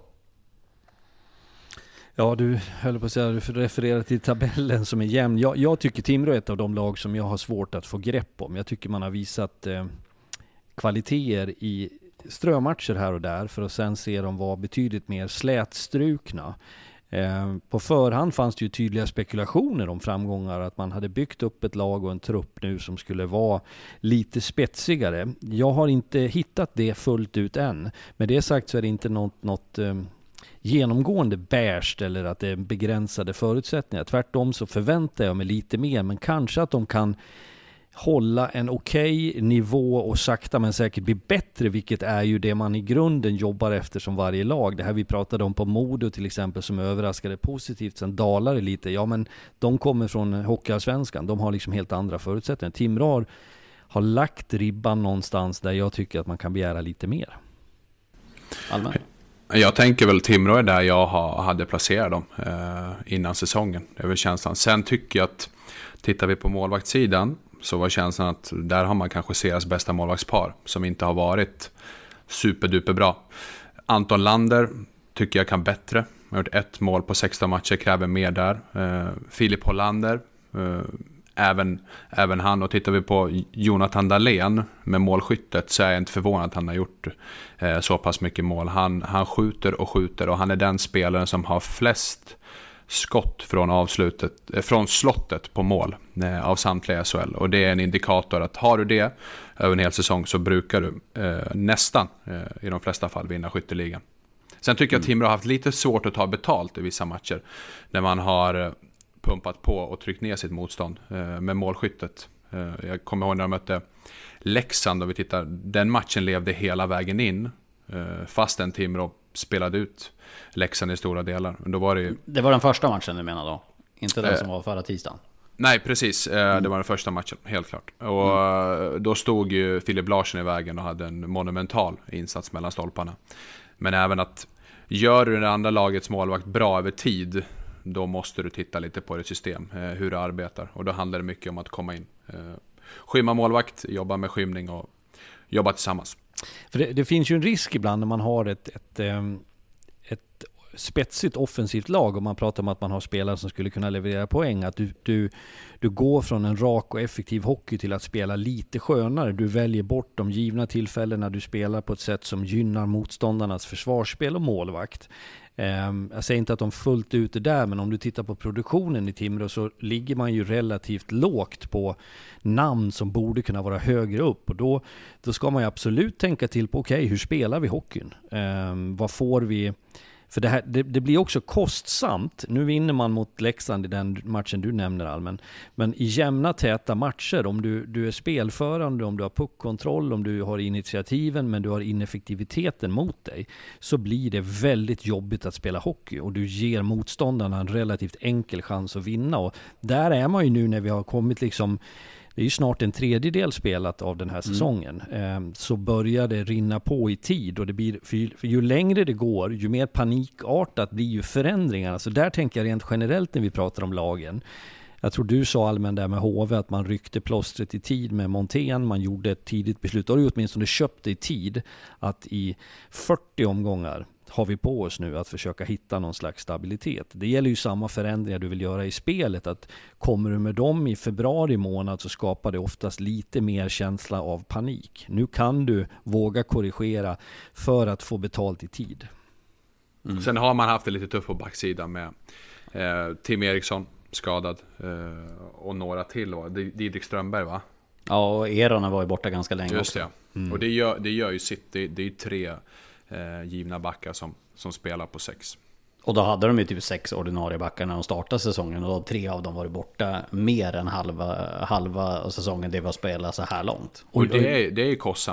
Ja, du höll på att säga, du refererar till tabellen som är jämn. Jag tycker Timrå är ett av de lag som jag har svårt att få grepp om. Jag tycker man har visat kvaliteter i strömatcher här och där för att sen se dem vara betydligt mer slätstrukna. På förhand fanns det ju tydliga spekulationer om framgångar, att man hade byggt upp ett lag och en trupp nu som skulle vara lite spetsigare. Jag har inte hittat det fullt ut än. Med det sagt så är det inte något genomgående bärst eller att det är begränsade förutsättningar. Tvärtom så förväntar jag mig lite mer, men kanske att de kan hålla en okej nivå och sakta men säkert bli bättre, vilket är ju det man i grunden jobbar efter som varje lag. Det här vi pratade om på Modo till exempel, som överraskade positivt, sen dalar det lite. Ja, men de kommer från Hockeyallsvenskan, de har liksom helt andra förutsättningar. Timrå har lagt ribban någonstans där jag tycker att man kan begära lite mer. Allmän. Jag tänker väl Timrå är där jag hade placerat dem innan säsongen. Det är väl känslan. Sen tycker jag att tittar vi på målvaktssidan så var känslan att där har man kanske Seras bästa målvaktspar som inte har varit superduper bra. Anton Lander tycker jag kan bättre. Han har gjort 1 mål på 16 matcher, kräver mer där. Filip Hollander, även han. Och tittar vi på Jonathan Dahlén med målskyttet så är jag inte förvånad att han har gjort så pass mycket mål. Han skjuter och han är den spelaren som har flest skott från slottet på mål av samtliga SHL. Och det är en indikator att har du det över en hel säsong så brukar du nästan i de flesta fall vinna skytteligan. Sen tycker jag att Timrå har haft lite svårt att ta betalt i vissa matcher när man har pumpat på och tryckt ner sitt motstånd med målskyttet. Jag kommer ihåg när de mötte Leksand, och vi tittar, den matchen levde hela vägen in fastän Timrå spelade ut Leksand i stora delar. Då var det var den första matchen du menar då? Inte den som var förra tisdagen? Nej, precis. Det var den första matchen, helt klart. Och då stod ju Filip Larsson i vägen och hade en monumental insats mellan stolparna. Men även att gör du det andra lagets målvakt bra över tid, då måste du titta lite på det system, hur det arbetar. Och då handlar det mycket om att komma in, skymma målvakt, jobba med skymning och jobba tillsammans. För det finns ju en risk ibland när man har ett spetsigt offensivt lag och man pratar om att man har spelare som skulle kunna leverera poäng, att du går från en rak och effektiv hockey till att spela lite skönare. Du väljer bort de givna tillfällena, du spelar på ett sätt som gynnar motståndarnas försvarsspel och målvakt. Jag säger inte att de fullt ut är där, men om du tittar på produktionen i Timrå så ligger man ju relativt lågt på namn som borde kunna vara högre upp, och då ska man ju absolut tänka till på okej, hur spelar vi hockeyn? Vad får vi? För det blir också kostsamt. Nu vinner man mot Leksand i den matchen du nämner, Almen. Men i jämna täta matcher, om du är spelförande, om du har puckkontroll, om du har initiativen men du har ineffektiviteten mot dig, så blir det väldigt jobbigt att spela hockey och du ger motståndarna en relativt enkel chans att vinna. Och där är man ju nu när vi har kommit liksom... Det är ju snart en tredjedel spelat av den här säsongen. Så börjar det rinna på i tid. Och det blir, för ju längre det går, ju mer panikartat blir ju förändringarna. Så där tänker jag rent generellt när vi pratar om lagen. Jag tror du sa, Allmän, där med HV, att man ryckte plåstret i tid med Montén. Man gjorde ett tidigt beslut. Då har du åtminstone köpt i tid att i 40 omgångar har vi på oss nu att försöka hitta någon slags stabilitet. Det gäller ju samma förändringar du vill göra i spelet. Att kommer du med dem i februari månad så skapar det oftast lite mer känsla av panik. Nu kan du våga korrigera för att få betalt i tid. Sen har man haft det lite tufft på backsidan med Tim Eriksson skadad och några till. Didrik Strömberg, va? Ja, och Erona var ju borta ganska länge. Just det. Och det gör ju sitt. Det är ju 3 givna backar som spelar på 6. Och då hade de ju typ 6 ordinarie backar när de startade säsongen, och då 3 av dem var borta mer än halva säsongen det var spelat så här långt. Och det är ju kostsamt.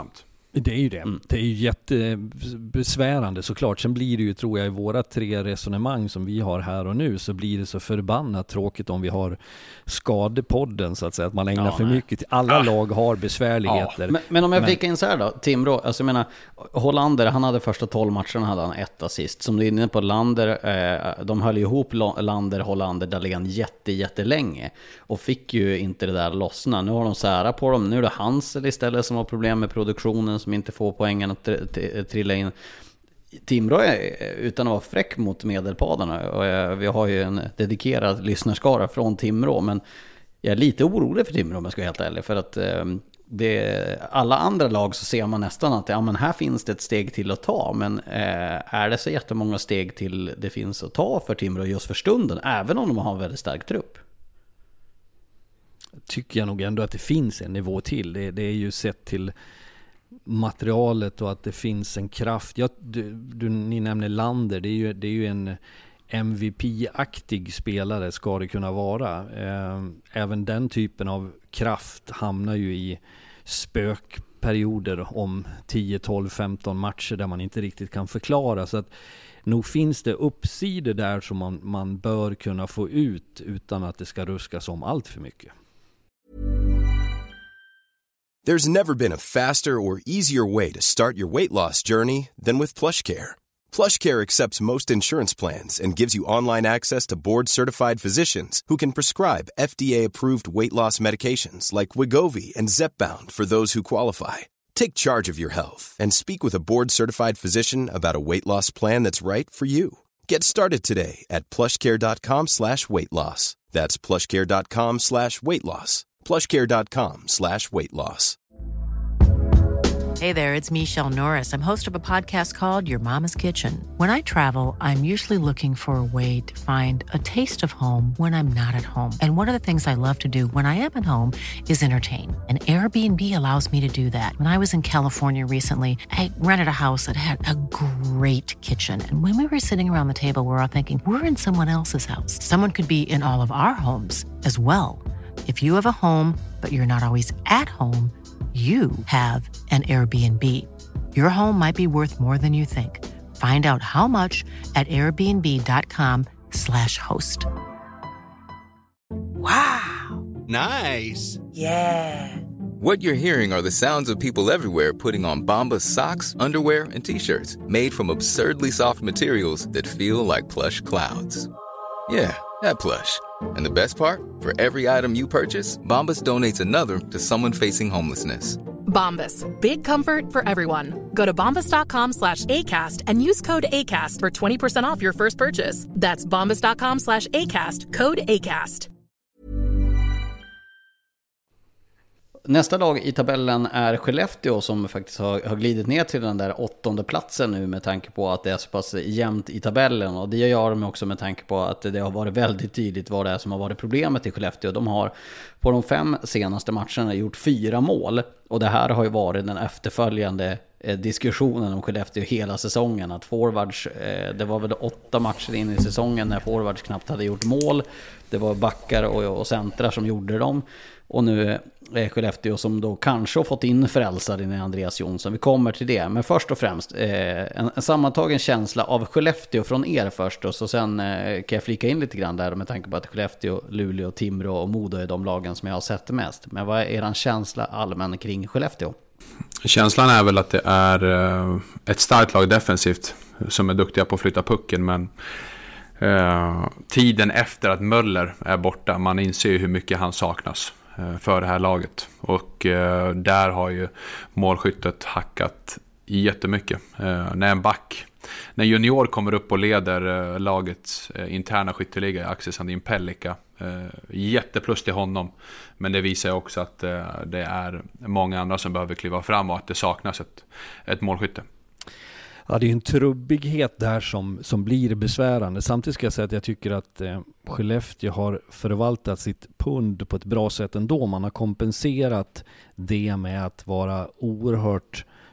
Det är ju det. Det är ju jättebesvärande såklart. Sen blir det ju, tror jag, i våra 3 resonemang som vi har här och nu, så blir det så förbannat tråkigt om vi har skadepodden, så att säga, att man ägnar för mycket till. Alla lag har besvärligheter. Ja. Men om jag fick in så här då, Timrå, alltså jag menar, Hollander, han hade första 12 matcherna hade han 1 assist. Som du är inne på, Lander, de höll ihop Lander, Hollander, Dahlén jättelänge och fick ju inte det där lossna. Nu har de sära på dem. Nu är det Hansel istället som har problem med produktionen, som inte får poängen att trilla in. Timrå är, utan att vara fräck mot medelpadarna, och vi har ju en dedikerad lyssnarskara från Timrå, men jag är lite orolig för Timrå om jag ska vara helt ärlig, för att alla andra lag så ser man nästan att men här finns det ett steg till att ta, men är det så jättemånga steg till det finns att ta för Timrå just för stunden, även om de har en väldigt stark trupp? Tycker jag nog ändå att det finns en nivå till. Det är ju sett till materialet och att det finns en kraft. Ni nämner Lander, det är ju en MVP-aktig spelare, ska det kunna vara. Även den typen av kraft hamnar ju i spökperioder om 10, 12, 15 matcher där man inte riktigt kan förklara. Så att nog finns det uppsidor där som man bör kunna få ut utan att det ska ruskas om allt för mycket. There's never been a faster or easier way to start your weight loss journey than with PlushCare. PlushCare accepts most insurance plans and gives you online access to board-certified physicians who can prescribe FDA-approved weight loss medications like Wegovy and Zepbound for those who qualify. Take charge of your health and speak with a board-certified physician about a weight loss plan that's right for you. Get started today at plushcare.com/weightloss. That's plushcare.com/weightloss. plushcare.com/weightloss. Hey there, it's Michelle Norris. I'm host of a podcast called Your Mama's Kitchen. When I travel, I'm usually looking for a way to find a taste of home when I'm not at home. And one of the things I love to do when I am at home is entertain. And Airbnb allows me to do that. When I was in California recently, I rented a house that had a great kitchen. And when we were sitting around the table, we were all thinking, we're in someone else's house. Someone could be in all of our homes as well. If you have a home, but you're not always at home, you have an Airbnb. Your home might be worth more than you think. Find out how much at airbnb.com/host. Wow. Nice. Yeah. What you're hearing are the sounds of people everywhere putting on Bombas socks, underwear, and T-shirts made from absurdly soft materials that feel like plush clouds. Yeah, that plush. And the best part? For every item you purchase, Bombas donates another to someone facing homelessness. Bombas. Big comfort for everyone. Go to bombas.com/ACAST and use code ACAST for 20% off your first purchase. That's bombas.com/ACAST. Code ACAST. Nästa lag i tabellen är Skellefteå, som faktiskt har glidit ner till den där 8:e platsen nu, med tanke på att det är så pass jämnt i tabellen. Och det gör de också med tanke på att det har varit väldigt tydligt vad det är som har varit problemet i Skellefteå. De har på de 5 senaste matcherna gjort 4 mål. Och det här har ju varit den efterföljande diskussionen om Skellefteå hela säsongen. Att forwards, det var väl 8 matcher in i säsongen när forwards knappt hade gjort mål. Det var backar och centrar som gjorde dem. Och nu är Skellefteå som då kanske har fått in frälsaren i Andreas Jonsson. Vi kommer till det. Men först och främst en sammantagen känsla av Skellefteå från er först. Och så sen kan jag flika in lite grann där med tanke på att Skellefteå, Luleå, Timrå och Modo är de lagen som jag har sett mest. Men vad är er känsla allmän kring Skellefteå? Känslan är väl att det är ett starkt lag defensivt som är duktiga på att flytta pucken, men tiden efter att Möller är borta, man inser ju hur mycket han saknas för det här laget. Och där har ju målskyttet hackat jättemycket. När junior kommer upp och leder lagets interna skytteliga, Axel Sandin Pellikka, jätteplus till honom. Men det visar också att det är många andra som behöver kliva fram och att det saknas ett målskytte. Ja, det är en trubbighet där som blir besvärande. Samtidigt ska jag säga att jag tycker att Skellefteå har förvaltat sitt pund på ett bra sätt ändå. Man har kompenserat det med att vara oerhört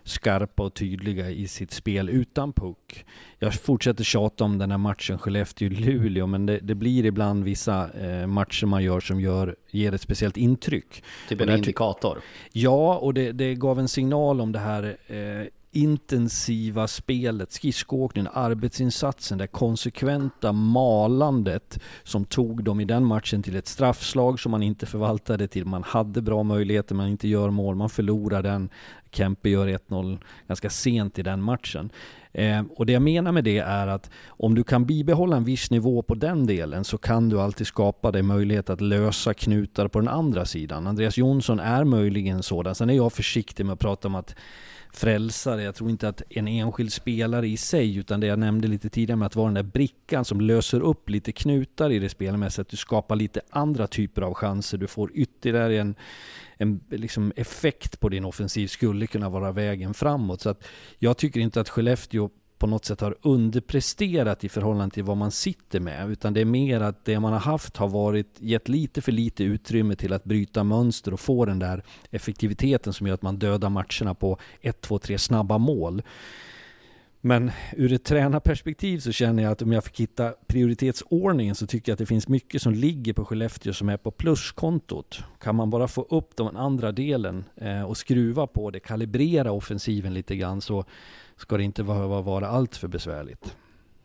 skarpa och tydliga i sitt spel utan puck. Jag fortsätter tjata om den här matchen Skellefteå-Luleå, men det blir ibland vissa matcher man gör som ger ett speciellt intryck. Typ en indikator. Ja, och det gav en signal om det här intensiva spelet, skridskoåkningen, arbetsinsatsen, det konsekventa malandet som tog dem i den matchen till ett straffslag som man inte förvaltade till. Man hade bra möjligheter, man inte gör mål, man förlorar den. Kempe gör 1-0 ganska sent i den matchen. Och det jag menar med det är att om du kan bibehålla en viss nivå på den delen så kan du alltid skapa dig möjlighet att lösa knutar på den andra sidan. Andreas Jonsson är möjligen sådan. Sen är jag försiktig med att prata om att frälsare. Jag tror inte att en enskild spelare i sig, utan det jag nämnde lite tidigare med att vara den där brickan som löser upp lite knutar i det spelmässigt. Att du skapar lite andra typer av chanser. Du får ytterligare en liksom effekt på din offensiv skulle kunna vara vägen framåt. Så att jag tycker inte att Skellefteå på något sätt har underpresterat i förhållande till vad man sitter med, utan det är mer att det man har haft har gett lite för lite utrymme till att bryta mönster och få den där effektiviteten som gör att man dödar matcherna på 1, 2, 3 snabba mål. Men ur ett tränarperspektiv så känner jag att om jag fick hitta prioritetsordningen så tycker jag att det finns mycket som ligger på Skellefteå som är på pluskontot. Kan man bara få upp den andra delen och skruva på det, kalibrera offensiven lite grann, så ska det inte vara allt för besvärligt.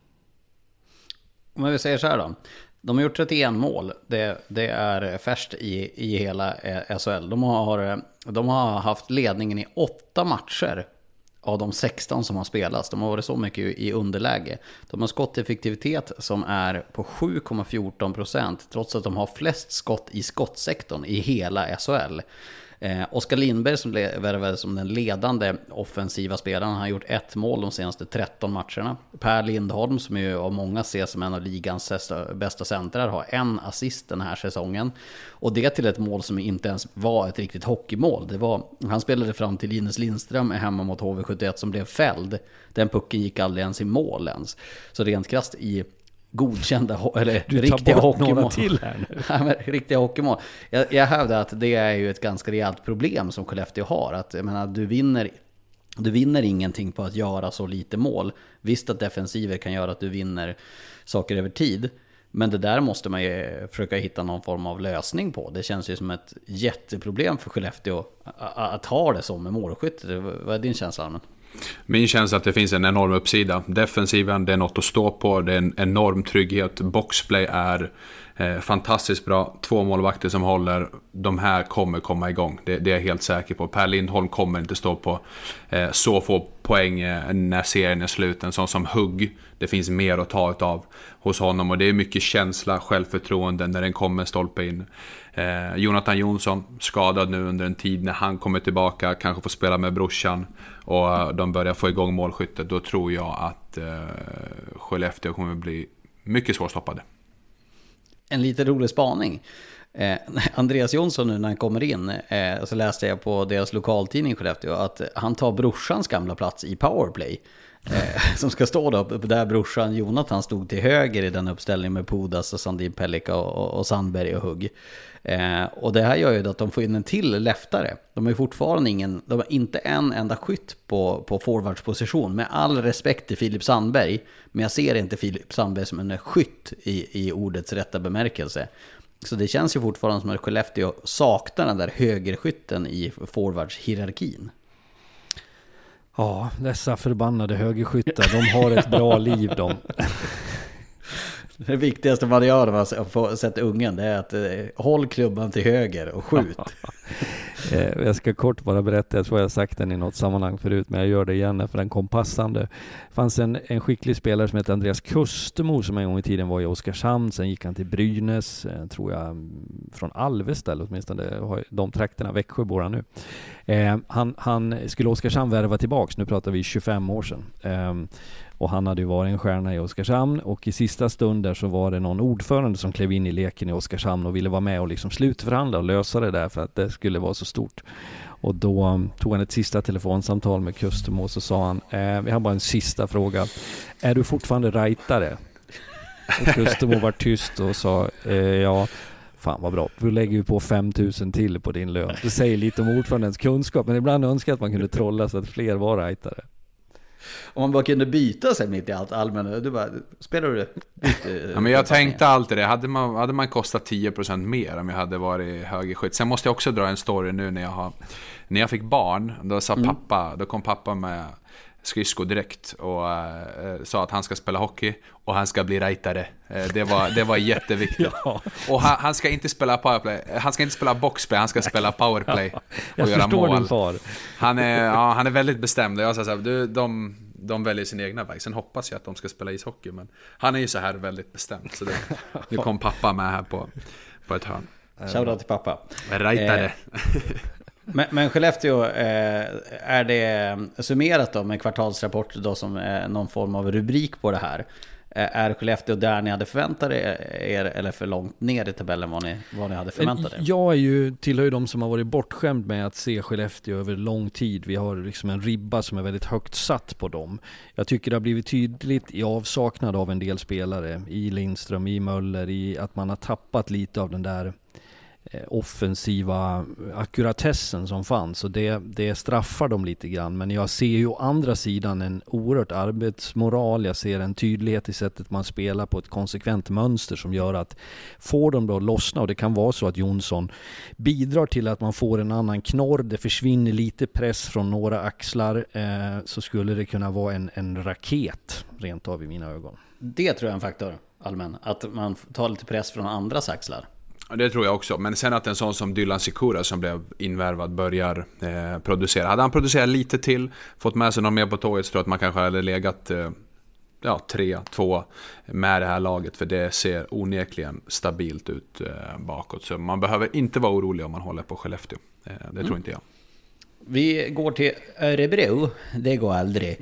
Om vi säger så här då. De har gjort 31 mål. Det är färst i hela SHL. De har haft ledningen i 8 matcher av de 16 som har spelats. De har varit så mycket i underläge. De har skotteffektivitet som är på 7,14% trots att de har flest skott i skottsektorn i hela SHL. Oskar Lindberg som värvades som den ledande offensiva spelaren har gjort 1 mål de senaste 13 matcherna. Per Lindholm som ju av många ses som en av ligans bästa centrar har 1 assist den här säsongen. Och det till ett mål som inte ens var ett riktigt hockeymål. Han spelade fram till Linus Lindström hemma mot HV71 som blev fälld. Den pucken gick aldrig ens i mål ens. Så rent krasst i godkända eller riktiga hockeymål till här nu. Ja, riktiga hockeymål. Jag hävdar att det är ju ett ganska rejält problem som Skellefteå har. Att, jag menar, du vinner ingenting på att göra så lite mål. Visst att defensiver kan göra att du vinner saker över tid. Men det där måste man ju försöka hitta någon form av lösning på. Det känns ju som ett jätteproblem för Skellefteå att ha det som med målskytte. Vad är din känsla, Armen? Min känsla är att det finns en enorm uppsida. Defensiven, det är något att stå på. Det är en enorm trygghet. Boxplay är fantastiskt bra. 2 målvakter som håller. De här kommer komma igång. Det är jag helt säker på. Per Lindholm kommer inte stå på så få poäng när serien är slut. En sån som Hugg. Det finns mer att ta av hos honom. Och det är mycket känsla, självförtroende när den kommer stolpa in. Jonathan Jonsson skadad nu under en tid. När han kommer tillbaka kanske får spela med brorsan och de börjar få igång målskyttet, då tror jag att Skellefteå kommer bli mycket svårstoppade. En lite rolig spaning. Andreas Jonsson nu när han kommer in, så läste jag på deras lokaltidning Skellefteå att han tar brorsans gamla plats i powerplay. Som ska stå där brorsan Jonathan stod till höger i den uppställningen med Pudas och Sandin Pellikka och Sandberg och Hugg. Och det här gör ju att de får in en till leftare. De är fortfarande de har inte en enda skytt på forwardsposition. Med all respekt till Filip Sandberg, men jag ser inte Filip Sandberg som en skytt i ordets rätta bemärkelse. Så det känns ju fortfarande som att Skellefteå saknar den där högerskytten i forwardshierarkin. Ja, dessa förbannade högerskyttar, de har ett bra liv de. Det viktigaste man gör när man får sätta ungen, det är att håll klubban till höger och skjut. Jag ska kort bara berätta, jag tror jag har sagt den i något sammanhang förut, men jag gör det igen för den kom passande. Det fanns en skicklig spelare som heter Andreas Kustemo som en gång i tiden var i Oskarshamn, sen gick han till Brynäs, tror jag från Alvesta eller åtminstone de trakterna, Växjö bor han nu. Han skulle Oskarshamn värva tillbaks, nu pratar vi 25 år sedan. Och han hade ju varit en stjärna i Oskarshamn, och i sista stund där så var det någon ordförande som klev in i leken i Oskarshamn och ville vara med och liksom slutförhandla och lösa det där för att det skulle vara så stort. Och då tog han ett sista telefonsamtal med Kustemo och så sa han, vi har bara en sista fråga. Är du fortfarande rightare? Och Kustemo var tyst och sa, ja. Fan vad bra. Du lägger ju på 5 000 till på din lön. Det säger lite om ordförandens kunskap, men ibland önskar att man kunde trolla så att fler var rightare. Om man bara kunde byta sig mitt i allt allmänna. Du bara, spelar du ja, men jag tänkte alltid det. Hade man kostat 10% mer om jag hade varit högerskytt. Sen måste jag också dra en story nu när jag fick barn. Då kom pappa med skridskor direkt och sa att han ska spela hockey och han ska bli rightare. Det var jätteviktigt. Ja. Och han ska inte spela powerplay. Han ska inte spela boxplay, han ska spela powerplay och göra mål. Din far. Han är väldigt bestämd. Jag sa så här, de väljer sin egna väg. Sen hoppas jag att de ska spela ishockey, men han är ju så här väldigt bestämd. Så nu kom pappa med här på ett hörn. Shoutout till pappa. Rightare. Men Skellefteå, är det summerat då med kvartalsrapport då som någon form av rubrik på det här? Är Skellefteå där ni hade förväntat er eller för långt ner i tabellen vad ni hade förväntat er? Jag tillhör ju de som har varit bortskämd med att se Skellefteå över lång tid. Vi har liksom en ribba som är väldigt högt satt på dem. Jag tycker det har blivit tydligt i avsaknad av en del spelare, i Lindström, i Möller, i att man har tappat lite av den där offensiva akkuratessen som fanns, och det straffar dem lite grann. Men jag ser ju å andra sidan en oerhört arbetsmoral, jag ser en tydlighet i sättet man spelar på, ett konsekvent mönster som gör att får de då lossna, och det kan vara så att Jonsson bidrar till att man får en annan knorr, det försvinner lite press från några axlar, så skulle det kunna vara en raket rent av i mina ögon. Det tror jag är en faktor, allmän, att man tar lite press från andras axlar. Det tror jag också, men sen att en sån som Dylan Sikura som blev invärvad börjar producera. Hade han producerat lite till, fått med sig någon mer på tåget, så tror jag att man kanske hade legat 3-2 med det här laget, för det ser onekligen stabilt ut bakåt. Så man behöver inte vara orolig om man håller på Skellefteå. Det tror inte jag. Vi går till Örebro. Det går aldrig.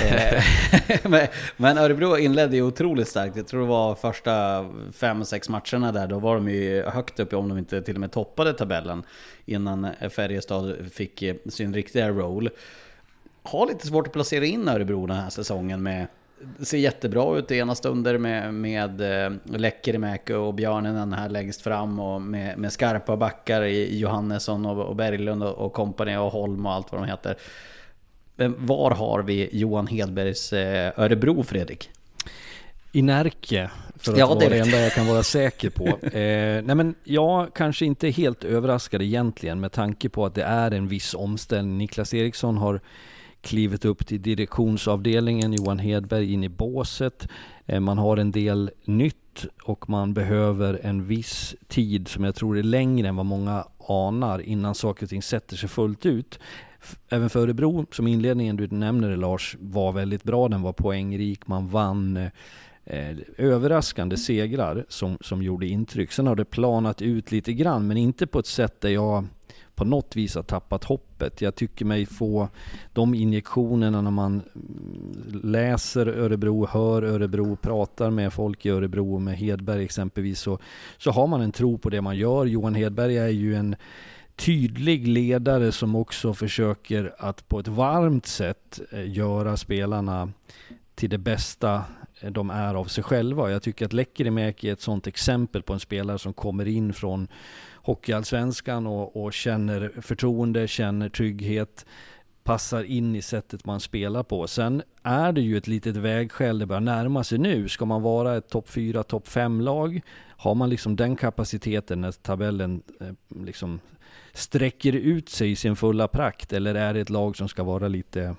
Men Örebro inledde ju otroligt starkt. Jag tror det var första 5-6 matcherna där. Då var de ju högt upp, om de inte till och med toppade tabellen, innan Färjestad fick sin riktiga roll. Har lite svårt att placera in Örebro den här säsongen med... Det ser jättebra ut i ena stunder med Lekkerimäki och Björnen här längst fram, och med skarpa backar i Johannesson och Berglund och kompani och Holm och allt vad de heter. Men var har vi Johan Hedbergs Örebro, Fredrik? I Närke, för att vara det enda jag kan vara säker på. Nej, men jag kanske inte är helt överraskad egentligen, med tanke på att det är en viss omställning. Niklas Eriksson har klivit upp till direktionsavdelningen, Johan Hedberg in i båset. Man har en del nytt och man behöver en viss tid, som jag tror är längre än vad många anar, innan saker och ting sätter sig fullt ut. Även för Örebro, som inledningen du nämner det, Lars, var väldigt bra. Den var poängrik, man vann överraskande segrar som gjorde intryck. Sen har det planat ut lite grann, men inte på ett sätt där jag på något vis har tappat hoppet. Jag tycker mig få de injektionerna när man läser Örebro, hör Örebro, pratar med folk i Örebro, med Hedberg exempelvis, så har man en tro på det man gör. Johan Hedberg är ju en tydlig ledare som också försöker att på ett varmt sätt göra spelarna till det bästa de är av sig själva. Jag tycker att Lekkerimäki är ett sånt exempel på en spelare som kommer in från Hockeyallsvenskan och känner förtroende, känner trygghet, passar in i sättet man spelar på. Sen är det ju ett litet vägskäl det börjar närma sig nu. Ska man vara ett topp 4, topp 5-lag? Har man liksom den kapaciteten när tabellen liksom sträcker ut sig i sin fulla prakt? Eller är det ett lag som ska vara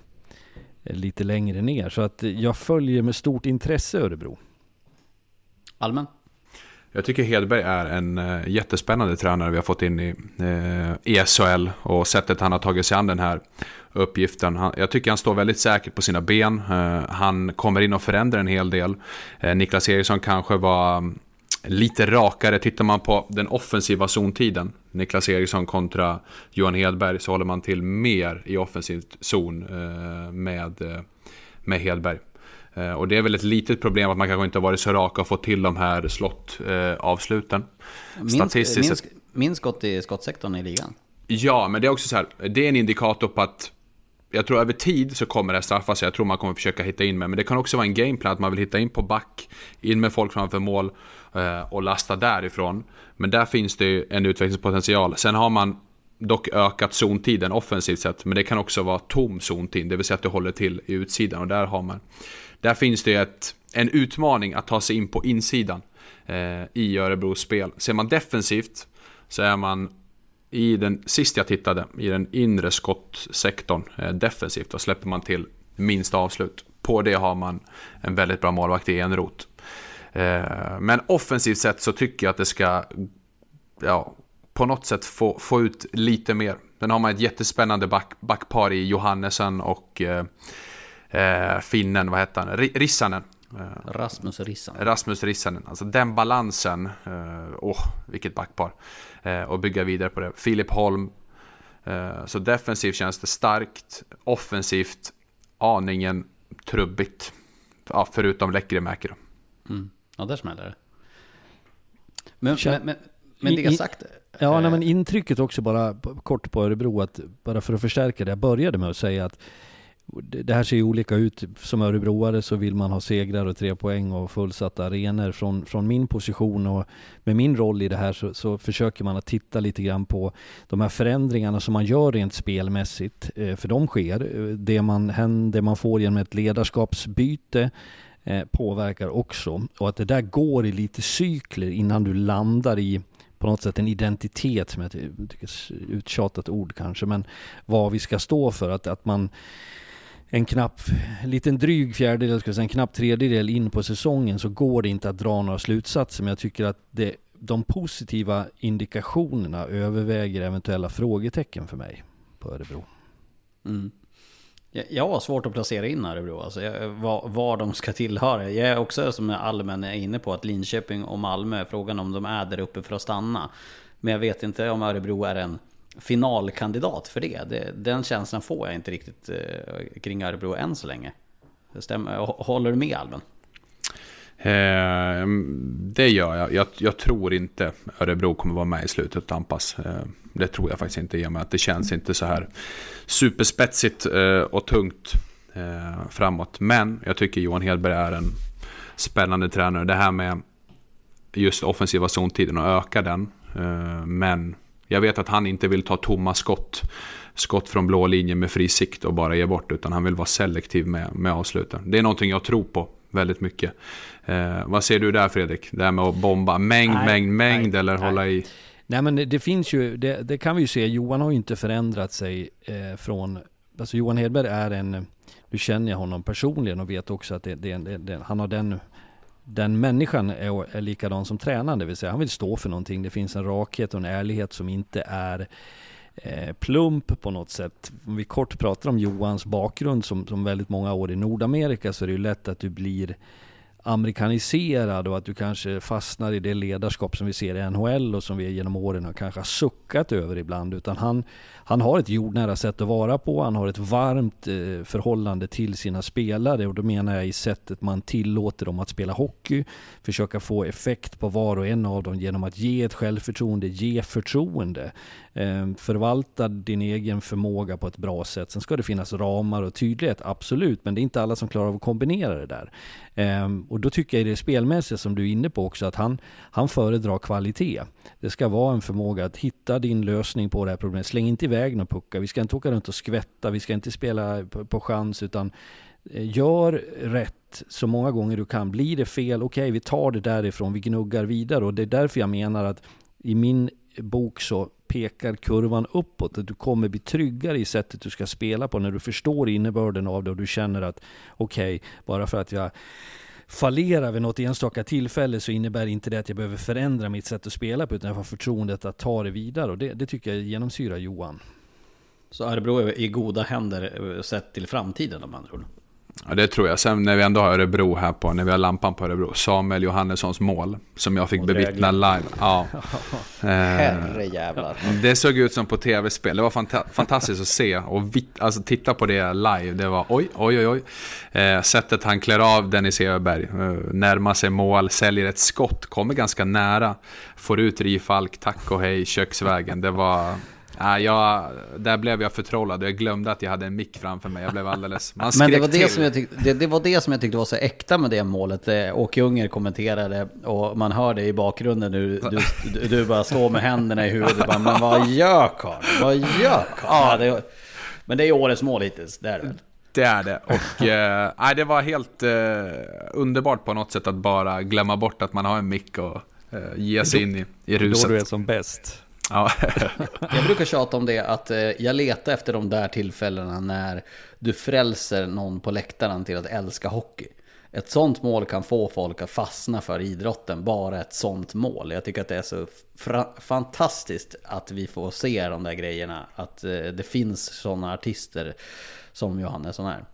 lite längre ner? Så att jag följer med stort intresse Örebro. Allmän? Jag tycker Hedberg är en jättespännande tränare vi har fått in i SHL, och sättet han har tagit sig an den här uppgiften. Jag tycker han står väldigt säkert på sina ben. Han kommer in och förändrar en hel del. Niklas Eriksson kanske var lite rakare. Tittar man på den offensiva zontiden, Niklas Eriksson kontra Johan Hedberg, så håller man till mer i offensiv zon med Hedberg. Och det är väl ett litet problem att man kanske inte har varit så rak och fått till de här avsluten. Minst skott i skottsektorn i ligan. Ja, men det är också så här, det är en indikator på att jag tror över tid så kommer det straffa sig. Jag tror man kommer försöka hitta in med. Men det kan också vara en gameplan att man vill hitta in på back, in med folk framför mål och lasta därifrån. Men där finns det en utvecklingspotential. Sen har man dock ökat zontiden offensivt sett. Men det kan också vara tom zontid. Det vill säga att du håller till i utsidan. Och där finns det en utmaning att ta sig in på insidan i Örebros spel. Ser man defensivt så är man i den sist jag tittade i den inre skottsektorn defensivt. Då släpper man till minst avslut. På det har man en väldigt bra målvakt i Enroth. Men offensivt sett så tycker jag att det ska på något sätt få ut lite mer. Sen har man ett jättespännande backpar i Johannesen och finnen, vad heter han? Rissanen. Rasmus Rissanen. Alltså den balansen. Vilket backpar. Och bygga vidare på det. Filip Holm. Så defensivt känns det starkt. Offensivt aningen trubbigt. Ja, förutom Läckerimäki då. Ja, där smäller det. Men det sagt. Ja, men intrycket också bara kort på Örebro, att bara för att förstärka det. Jag började med att säga att det här ser ju olika ut. Som örebroare så vill man ha segrar och 3 poäng och fullsatta arenor. Från min position och med min roll i det här så försöker man att titta lite grann på de här förändringarna som man gör rent spelmässigt. För de sker. Det man får genom ett ledarskapsbyte påverkar också. Och att det där går i lite cykler innan du landar i på något sätt en identitet, som jag tycker är uttjatat ord kanske, men vad vi ska stå för. Att man en liten dryg fjärdedel, en knapp tredjedel in på säsongen så går det inte att dra några slutsatser. Men jag tycker att de positiva indikationerna överväger eventuella frågetecken för mig på Örebro. Jag har svårt att placera in Örebro, alltså var de ska tillhöra. Jag är också, som allmän är inne på, att Linköping och Malmö, frågan om de är där uppe för att stanna. Men jag vet inte om Örebro är en finalkandidat för det. Den känslan får jag inte riktigt kring Örebro än så länge. Håller du med, Alben? Det gör jag. Jag tror inte Örebro kommer vara med i slutet och tampas. Det tror jag faktiskt inte, i och med att det känns inte så här superspetsigt och tungt framåt. Men jag tycker Johan Hedberg är en spännande tränare. Det här med just offensiva zontiden och öka den. Men jag vet att han inte vill ta tomma skott från blå linjen med fri sikt och bara ge bort, utan han vill vara selektiv med avsluten. Det är någonting jag tror på väldigt mycket. Vad ser du där, Fredrik? Det här med att bomba mängd eller hålla i? Nej, men det finns ju, det kan vi ju se. Johan har ju inte förändrat sig från, alltså Johan Hedberg är nu känner jag honom personligen och vet också att han har den människan är likadan som tränaren, det vill säga han vill stå för någonting. Det finns en rakhet och en ärlighet som inte är plump på något sätt. Om vi kort pratar om Johans bakgrund som väldigt många år i Nordamerika, så är det ju lätt att du blir amerikaniserad och att du kanske fastnar i det ledarskap som vi ser i NHL och som vi genom åren har kanske suckat över ibland. Utan han har ett jordnära sätt att vara på. Han har ett varmt förhållande till sina spelare, och då menar jag i sättet man tillåter dem att spela hockey, försöka få effekt på var och en av dem genom att ge ett självförtroende, ge förtroende, förvalta din egen förmåga på ett bra sätt. Sen ska det finnas ramar och tydlighet, absolut, men det är inte alla som klarar av att kombinera det där. Och då tycker jag i det spelmässiga som du är inne på också, att han föredrar kvalitet. Det ska vara en förmåga att hitta din lösning på det här problemet. Släng inte iväg någon pucka. Vi ska inte åka runt och skvätta. Vi ska inte spela på chans, utan gör rätt så många gånger du kan. Blir det fel, okej, vi tar det därifrån. Vi gnuggar vidare, och det är därför jag menar att i min bok så pekar kurvan uppåt. Att du kommer bli tryggare i sättet du ska spela på när du förstår innebörden av det, och du känner att okej, bara för att jag fallerar vid något enstaka tillfälle så innebär inte det att jag behöver förändra mitt sätt att spela på, utan jag har förtroendet att ta det vidare, och det tycker jag genomsyrar Johan. Så Örebro är i goda händer sett till framtiden, om andra ord? Ja, det tror jag. Sen när vi ändå har Örebro här på, när vi har lampan på Örebro, Samuel Johannessons mål som jag fick bevittna live. Ja. Herrejävlar. Det såg ut som på tv-spel. Det var fantastiskt att se och alltså titta på det live. Det var oj. Sättet han klär av Dennis Öberg, närmar sig mål, säljer ett skott, kommer ganska nära, får ut Rifalk, tack och hej, köksvägen. Det var Där blev jag förtrollad. Jag glömde att jag hade en mick framför mig. Jag blev alldeles... Man Men det var till. det var det som jag tyckte var så äkta med det målet. Åke Unger kommenterade och man hör det i bakgrunden nu. Du bara slår med händerna i huvudet. Bara, men vad gör Karl? Vad gör Karl? Ja, men det är årets mål hittills, det är det. Det är det. Och det var helt underbart på något sätt att bara glömma bort att man har en mick och ge sig in i ruset. Då du är som bäst. Ja. Jag brukar tjata om det, att jag letar efter de där tillfällena när du frälser någon på läktaren till att älska hockey. Ett sånt mål kan få folk att fastna för idrotten, bara ett sånt mål. Jag tycker att det är så fantastiskt att vi får se de där grejerna, att det finns sådana artister som Johannesson är.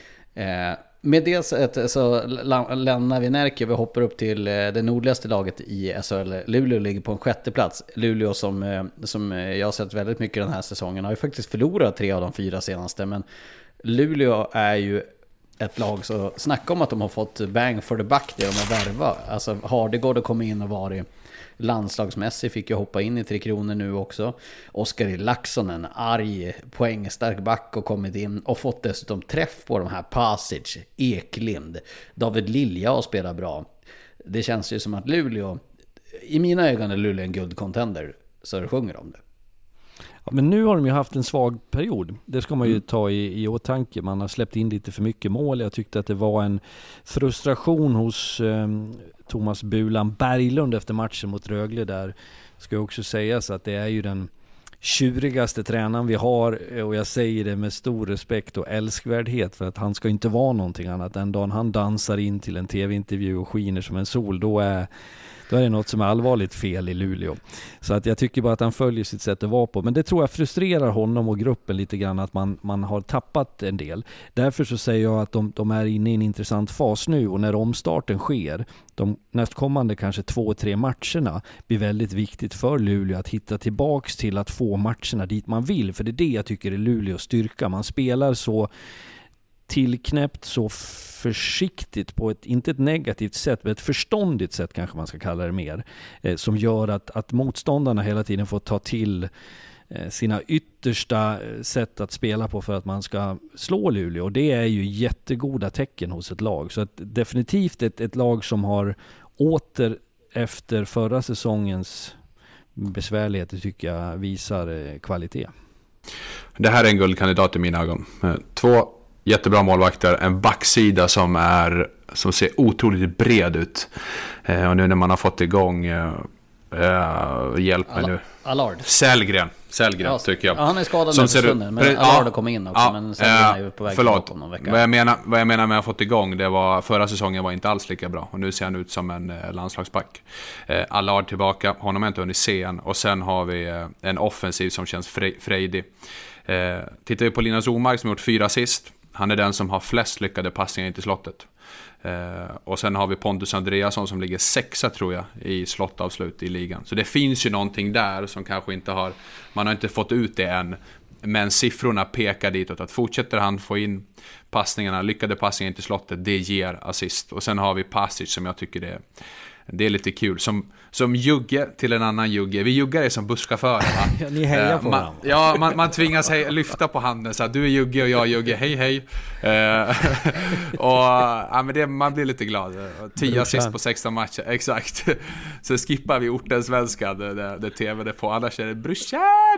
Med det så lämnar vi Närke. Vi hoppar upp till det nordligaste laget i SHL. Luleå ligger på en 6:e plats. Luleå som jag har sett väldigt mycket den här säsongen har ju faktiskt förlorat 3 av de 4 senaste. Men Luleå är ju ett lag, så snacka om att de har fått bang for the buck det de har värva. Alltså Hardegård har kommit in och varit landslagsmässig, fick ju hoppa in i 3 Kronor nu också. Oskar Laxonen, arg, poängstark back, och kommit in och fått dessutom träff på de här Pasic, Eklind, David Lilja och spelar bra. Det känns ju som att Luleå, i mina ögon är Luleå en guldcontender, så det sjunger om det. Ja, men nu har de ju haft en svag period. Det ska man ju ta i åtanke. Man har släppt in lite för mycket mål. Jag tyckte att det var en frustration hos Thomas Bulan Berglund efter matchen mot Rögle där. Ska också sägas att det är ju den tjurigaste tränaren vi har, och jag säger det med stor respekt och älskvärdhet, för att han ska inte vara någonting annat. Den dagen han dansar in till en tv-intervju och skiner som en sol, då är det något som är allvarligt fel i Luleå. Så att jag tycker bara att han följer sitt sätt att vara på. Men det tror jag frustrerar honom och gruppen lite grann, att man har tappat en del. Därför så säger jag att de är inne i en intressant fas nu, och när omstarten sker, de nästkommande kanske 2-3 matcherna, blir väldigt viktigt för Luleå att hitta tillbaks till att få matcherna dit man vill. För det är det jag tycker är Luleås styrka. Man spelar så tillknäppt, så försiktigt på inte ett negativt sätt, men ett förståndigt sätt kanske man ska kalla det mer, som gör att motståndarna hela tiden får ta till sina yttersta sätt att spela på för att man ska slå Luleå, och det är ju jättegoda tecken hos ett lag. Så att definitivt ett lag som har åter efter förra säsongens besvärligheter, tycker jag visar kvalitet. Det här är en guldkandidat i mina ögon. 2 jättebra målvakter, en backsida som ser otroligt bred ut. Och nu när man har fått igång hjälp mig nu. Allard. Sellgren tycker jag. Ja, han är skadad nu för stunden, men Allard kommer in också. Men Sellgren är ju på väg förlåt. om någon vecka. Vad jag menar med att ha fått igång, det var förra säsongen var inte alls lika bra. Och nu ser han ut som en landslagsback. Allard tillbaka, honom har inte hunnit se än. Och sen har vi en offensiv som känns frejdig. Tittar vi på Linus Omark som gjort 4 assist. Han är den som har flest lyckade passningar in till slottet. Och sen har vi Pontus Andreasson som ligger 6 tror jag i slottavslut i ligan. Så det finns ju någonting där som kanske man har inte fått ut det än. Men siffrorna pekar ditåt att fortsätter han få in passningarna, lyckade passningar in till slottet, det ger assist. Och sen har vi Pasic som jag tycker det är lite kul. Som jugge till en annan jugge. Vi juggar är som busschaufförer, va? Ja, ni hejar på varandra. Ja, man tvingas lyfta på handen så att du är jugge och jag är jugge. Hej. Men man blir lite glad. 10 assist på 16 matcher. Exakt. Så skippar vi orten svenska det tv det på. Annars är det brorsan.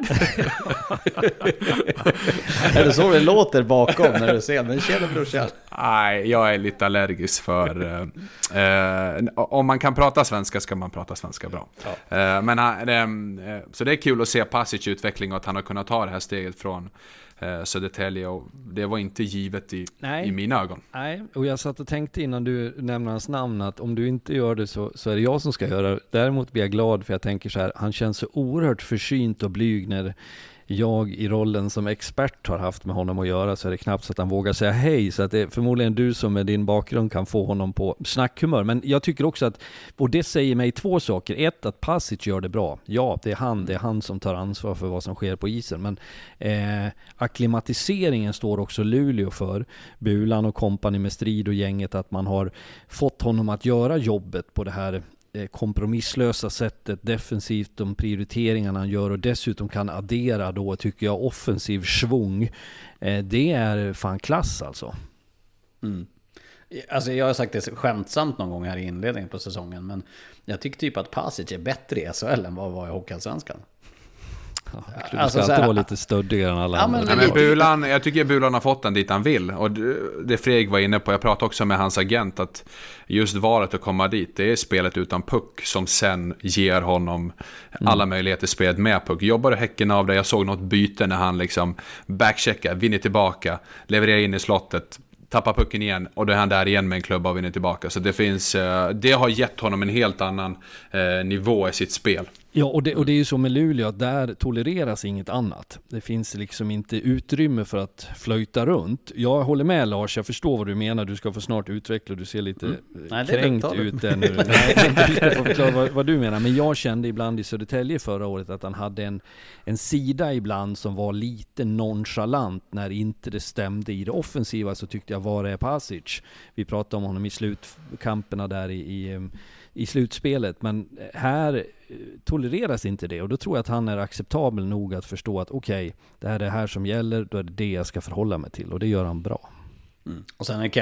Är det så det låter bakom när du ser? Men tjena brorsan. Nej, jag är lite allergisk för om man kan prata svenska ska man prata svenska bra. Ja. Så det är kul att se Pasic utveckling och att han har kunnat ta det här steget från Södertälje, och det var inte givet i mina ögon. Nej, och jag satt och tänkte innan du nämnde hans namn att om du inte gör det så är det jag som ska göra det. Däremot blir jag glad, för jag tänker så här, han känns så oerhört försynt och blyg när jag i rollen som expert har haft med honom att göra, så är det knappt så att han vågar säga hej. Så att det är förmodligen du som med din bakgrund kan få honom på snackhumör. Men jag tycker också att, och det säger mig 2 saker. 1, att Pasic gör det bra. Ja, det är han som tar ansvar för vad som sker på isen. Men akklimatiseringen står också Luleå för. Bulan och kompani med Strid och gänget, att man har fått honom att göra jobbet på det här kompromisslösa sättet defensivt, de prioriteringarna han gör och dessutom kan addera då, tycker jag, offensiv svung. Det är fan klass alltså. Alltså jag har sagt det skämtsamt någon gång här i inledningen på säsongen, men jag tycker typ att Pasic är bättre i SHL än vad var i Hockeyallsvenskan. Du ska alltid vara lite stöddigare än alla andra. Men Bulan, jag tycker Bulan har fått den dit han vill. Och det Fredrik var inne på, jag pratade också med hans agent, att just valet att komma dit, det är spelet utan puck som sen ger honom alla möjligheter spelet med puck. Jobbar Häcken av det, jag såg något byte när han liksom backcheckar, vinner tillbaka, levererar in i slottet, tappar pucken igen och då är han där igen med en klubba och vinner tillbaka. Så det har gett honom en helt annan nivå i sitt spel. Ja, och det är ju så med Luleå att där tolereras inget annat. Det finns liksom inte utrymme för att flöjta runt. Jag håller med Lars, jag förstår vad du menar. Du ska få snart utveckla, du ser lite kränkt ut där nu. Du ska få förklara vad du menar. Men jag kände ibland i Södertälje förra året att han hade en sida ibland som var lite nonchalant när inte det stämde i det offensiva. Så tyckte jag, var är Pasic? Vi pratade om honom i slutkamperna där i slutspelet, men här tolereras inte det, och då tror jag att han är acceptabel nog att förstå att okej, det här är det här som gäller, då är det jag ska förhålla mig till, och det gör han bra. Och sen är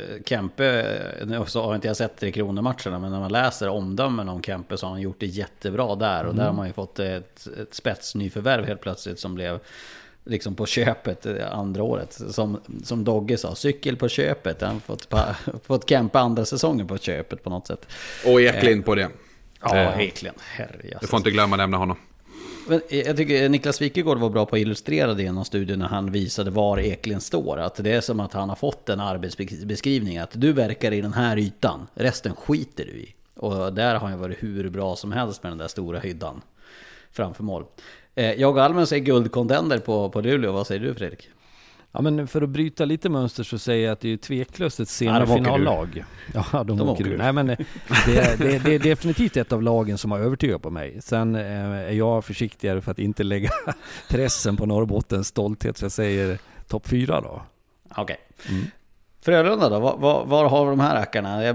Kempe, så har inte jag sett det i Kronematcherna, men när man läser omdömen om Kempe så har han gjort det jättebra där, och där har man ju fått ett spetsnyförvärv helt plötsligt som blev liksom på köpet andra året. Som Dogge sa, cykel på köpet. Han har fått campa andra säsongen på köpet på något sätt. Och Eklund på det. Ja, Eklund. Herre. Du får inte glömma att nämna honom. Men jag tycker Niklas Wikegård var bra på att illustrera det i någon studie när han visade var Eklund står. Att det är som att han har fått en arbetsbeskrivning. Att du verkar i den här ytan. Resten skiter du i. Och där har han varit hur bra som helst med den där stora hyddan framför mål. Jag och Almen säger guldkontender på Luleå. Vad säger du, Fredrik? Ja, men för att bryta lite mönster så säger jag att det är tveklöst ett semifinallag. Ja, de åker ur. Nej, men det är definitivt ett av lagen som har övertygat på mig. Sen är jag försiktigare för att inte lägga pressen på Norrbottens stolthet, så jag säger topp 4 då. Okej. Frölunda då? Var har de här rackarna?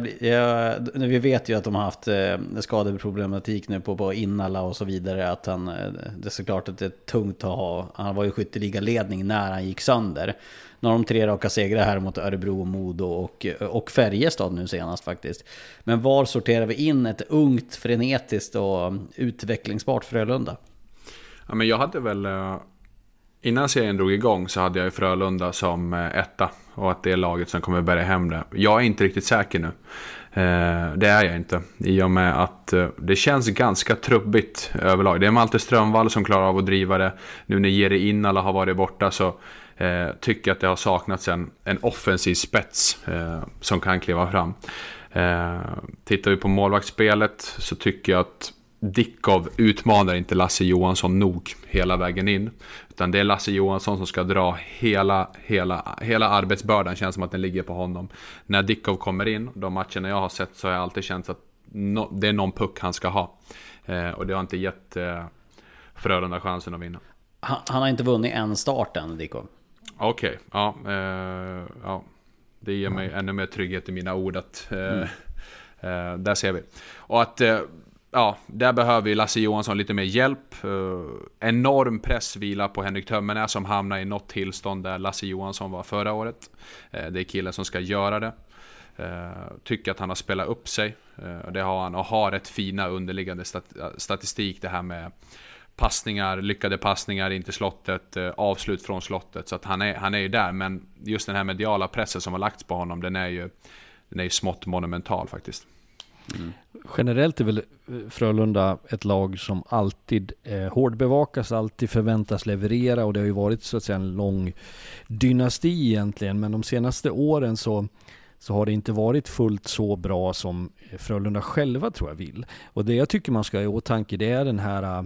Vi vet ju att de har haft skadeproblematik nu på Innala och så vidare. Att det är såklart att det är tungt att ha. Han var ju skytteligaledning när han gick sönder. Nu har de 3 raka segrar här mot Örebro, Modo och Färjestad nu senast faktiskt. Men var sorterar vi in ett ungt, frenetiskt och utvecklingsbart Frölunda? Ja, men jag hade väl... Innan serien drog igång så hade jag ju Frölunda som etta, och att det är laget som kommer bära hem det. Jag är inte riktigt säker nu. Det är jag inte. I och med att det känns ganska trubbigt överlag. Det är Malte Strömvall som klarar av att driva det. Nu när Jere Innala har varit borta så tycker jag att det har saknats en offensiv spets som kan kliva fram. Tittar vi på målvaktsspelet så tycker jag att Dickov utmanar inte Lasse Johansson nog hela vägen in, utan det är Lasse Johansson som ska dra hela arbetsbördan. Känns som att den ligger på honom. När Dickov kommer in, de matcherna jag har sett, så har jag alltid känt att det är någon puck han ska ha, och det har inte gett Frölunda chansen att vinna. Han har inte vunnit en start än, Dickov. Okej, ja, det ger mig ännu mer trygghet i mina ord att där ser vi. Och att där behöver ju Lasse Johansson lite mer hjälp. Enorm pressvila på Henrik Tömmernes som hamnar i något tillstånd där Lasse Johansson var förra året. Det är killen som ska göra det. Tycker att han har spelat upp sig. Det har han, och har ett fina underliggande statistik, det här med passningar, lyckade passningar in till slottet, avslut från slottet. Så att han är ju där, men just den här mediala pressen som har lagts på honom, den är ju smått monumental faktiskt. Generellt är väl Frölunda ett lag som alltid hårdbevakas, alltid förväntas leverera, och det har ju varit så att säga en lång dynasti egentligen, men de senaste åren så har det inte varit fullt så bra som Frölunda själva tror jag vill. Och det jag tycker man ska ha i åtanke, det är den här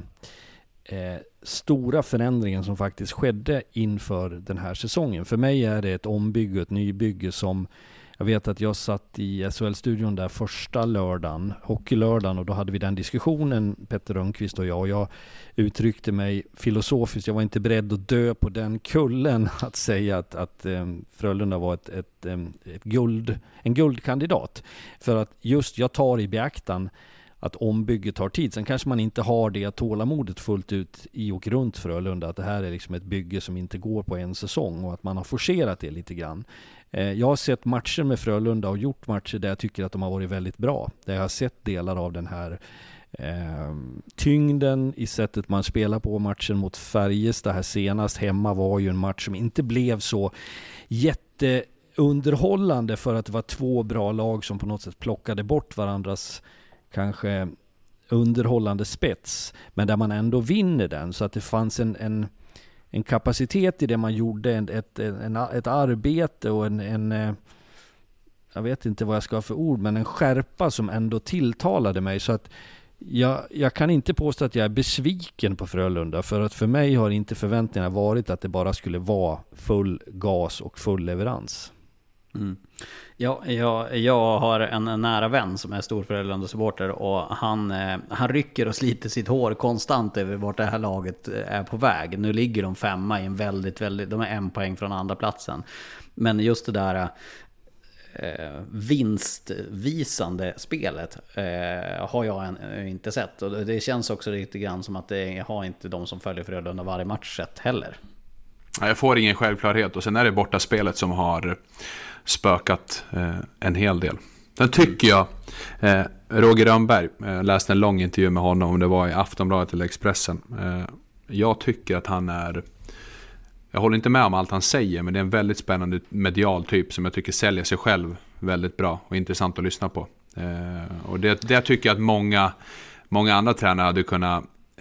stora förändringen som faktiskt skedde inför den här säsongen. För mig är det ett ombygge, ett nybygge som jag vet att jag satt i SHL-studion där första lördagen, hockeylördagen, och då hade vi den diskussionen, Petter Rönnqvist och jag uttryckte mig filosofiskt. Jag var inte beredd att dö på den kullen att säga att Frölunda var en guldkandidat. För att just jag tar i beaktan att ombygget tar tid. Sen kanske man inte har det tålamodet fullt ut i och runt Frölunda, att det här är liksom ett bygge som inte går på en säsong och att man har forcerat det lite grann. Jag har sett matcher med Frölunda och gjort matcher där jag tycker att de har varit väldigt bra. Där jag har sett delar av den här tyngden i sättet man spelar på. Matchen mot Färjestad här senast hemma var ju en match som inte blev så jätteunderhållande för att det var två bra lag som på något sätt plockade bort varandras kanske underhållande spets, men där man ändå vinner den, så att det fanns en kapacitet i det man gjorde, ett arbete och en jag vet inte vad jag ska ha för ord, men en skärpa som ändå tilltalade mig. Så att jag kan inte påstå att jag är besviken på Frölunda, för att för mig har inte förväntningarna varit att det bara skulle vara full gas och full leverans. Mm. Jag har en nära vän som är stor Frölunda-supporter, och han rycker och sliter sitt hår konstant över vart det här laget är på väg. Nu ligger de 5 i en väldigt, de är 1 poäng från andra platsen. Men just det där vinstvisande spelet har jag inte sett, och det känns också lite grann som att det har inte de som följer Frölunda varje match sett heller. Jag får ingen självklarhet, och sen är det borta spelet som har spökat en hel del. Sen tycker jag Roger Rönnberg, läste en lång intervju med honom, om det var i Aftonbladet eller Expressen. Jag tycker att han är, jag håller inte med om allt han säger, men det är en väldigt spännande medial typ som jag tycker säljer sig själv väldigt bra och intressant att lyssna på. Och det tycker jag att många andra tränare hade kunnat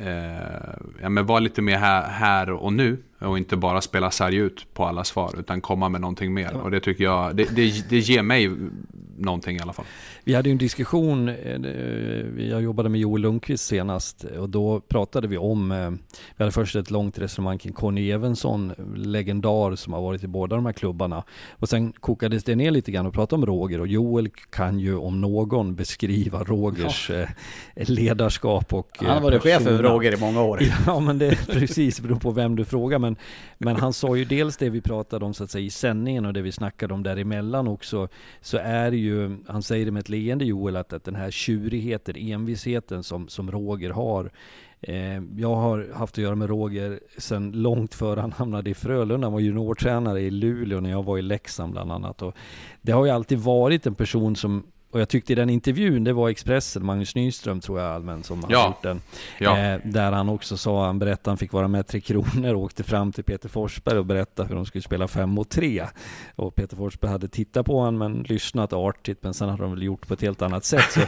men vara lite mer här och nu, och inte bara spela sarg ut på alla svar, utan komma med någonting mer. Och det tycker jag, det ger mig någonting i alla fall. Vi hade ju en diskussion, jag jobbade med Joel Lundqvist senast, och då pratade vi om, vi hade först ett långt resonemang kring Conny Evensson, legendar som har varit i båda de här klubbarna, och sen kokades det ner lite grann och pratade om Roger, och Joel kan ju om någon beskriva Rogers ledarskap och han har varit chef för Roger i många år. Ja, men det är precis, beror på vem du frågar, men han sa ju dels det vi pratade om så att säga i sändningen och det vi snackade om däremellan också, så är det ju, han säger det med ett leende Joel, att den här tjurigheten, envisheten som Roger har. Jag har haft att göra med Roger sedan långt före han hamnade i Frölunda. Han var juniortränare i Luleå när jag var i Leksand bland annat, och det har ju alltid varit en person som, och jag tyckte i den intervjun, det var Expressen, Magnus Nyström tror jag allmänt som har gjort den. Ja. Där han också sa, han berättade, han fick vara med 3 Kronor och åkte fram till Peter Forsberg och berättade hur de skulle spela 5-3. Och Peter Forsberg hade tittat på han, men lyssnat artigt, men sen hade de väl gjort på ett helt annat sätt. Så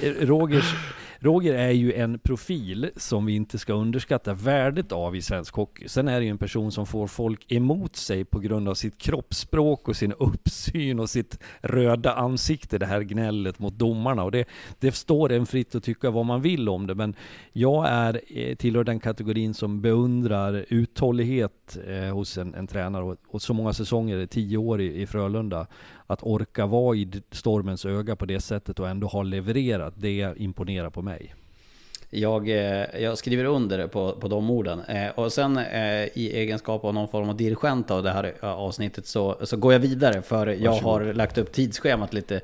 Roger är ju en profil som vi inte ska underskatta värdet av i svensk hockey. Sen är det ju en person som får folk emot sig på grund av sitt kroppsspråk och sin uppsyn och sitt röda ansikte, det här gnället mot domarna. Och det står en fritt att tycka vad man vill om det, men jag tillhör den kategorin som beundrar uthållighet hos en tränare, och så många säsonger, 10 år i Frölunda, att orka vara i stormens öga på det sättet och ändå ha levererat, det imponerar på mig. Jag skriver under på de orden. Och sen i egenskap av någon form av dirigent av det här avsnittet så går jag vidare, för jag har lagt upp tidsschemat lite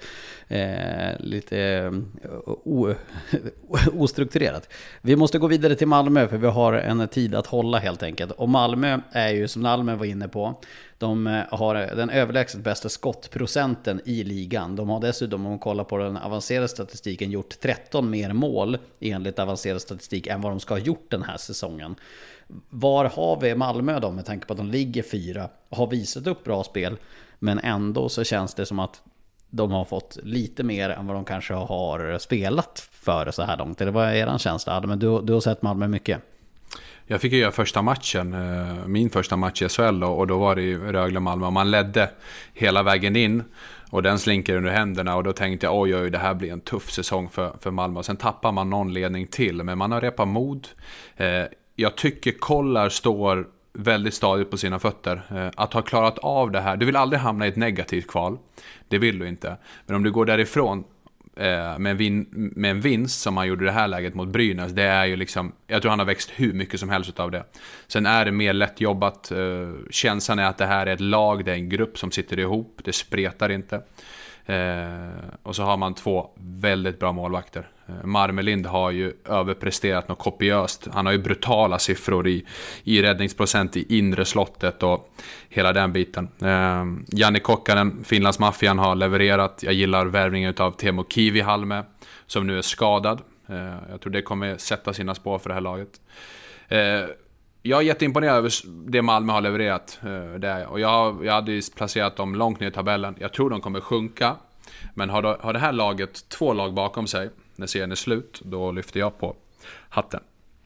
ostrukturerat. Vi måste gå vidare till Malmö, för vi har en tid att hålla helt enkelt. Och Malmö är ju, som Nalmen var inne på, de har den överlägset bästa skottprocenten i ligan. De har dessutom, om man kollar på den avancerade statistiken, gjort 13 mer mål enligt avancerad statistik än vad de ska ha gjort den här säsongen. Var har vi Malmö då, med tanke på att de ligger 4 och har visat upp bra spel, men ändå så känns det som att de har fått lite mer än vad de kanske har spelat för så här långt. Det var eran känsla, men du har sett Malmö mycket. Jag fick ju göra första matchen, min första match i SHL, och då var det ju Rögle-Malmö, och man ledde hela vägen in och den slinker under händerna, och då tänkte jag oj, det här blir en tuff säsong för Malmö. Och sen tappar man någon ledning till, men man har repat mod. Jag tycker Kollar står väldigt stadigt på sina fötter. Att ha klarat av det här, du vill aldrig hamna i ett negativt kval, det vill du inte, men om du går därifrån med en vinst som han gjorde det här läget mot Brynäs, det är ju liksom, jag tror han har växt hur mycket som helst av det. Sen är det mer lätt jobbat. Känslan är att det här är ett lag, det är en grupp som sitter ihop, det spretar inte. Och så har man 2 väldigt bra målvakter. Marmelind har ju överpresterat något kopiöst. Han har ju brutala siffror i räddningsprocent i inre slottet och hela den biten. Janne Kokkanen, Finlandsmaffian, har levererat. Jag gillar värvningen av Teemu Kivihalme som nu är skadad. Jag tror det kommer sätta sina spår för det här laget. Jag är jätteimponerad över det Malmö har levererat. Och jag hade ju placerat dem långt ner i tabellen. Jag tror de kommer sjunka. Men har det här laget 2 lag bakom sig när serien är slut, då lyfter jag på hatten.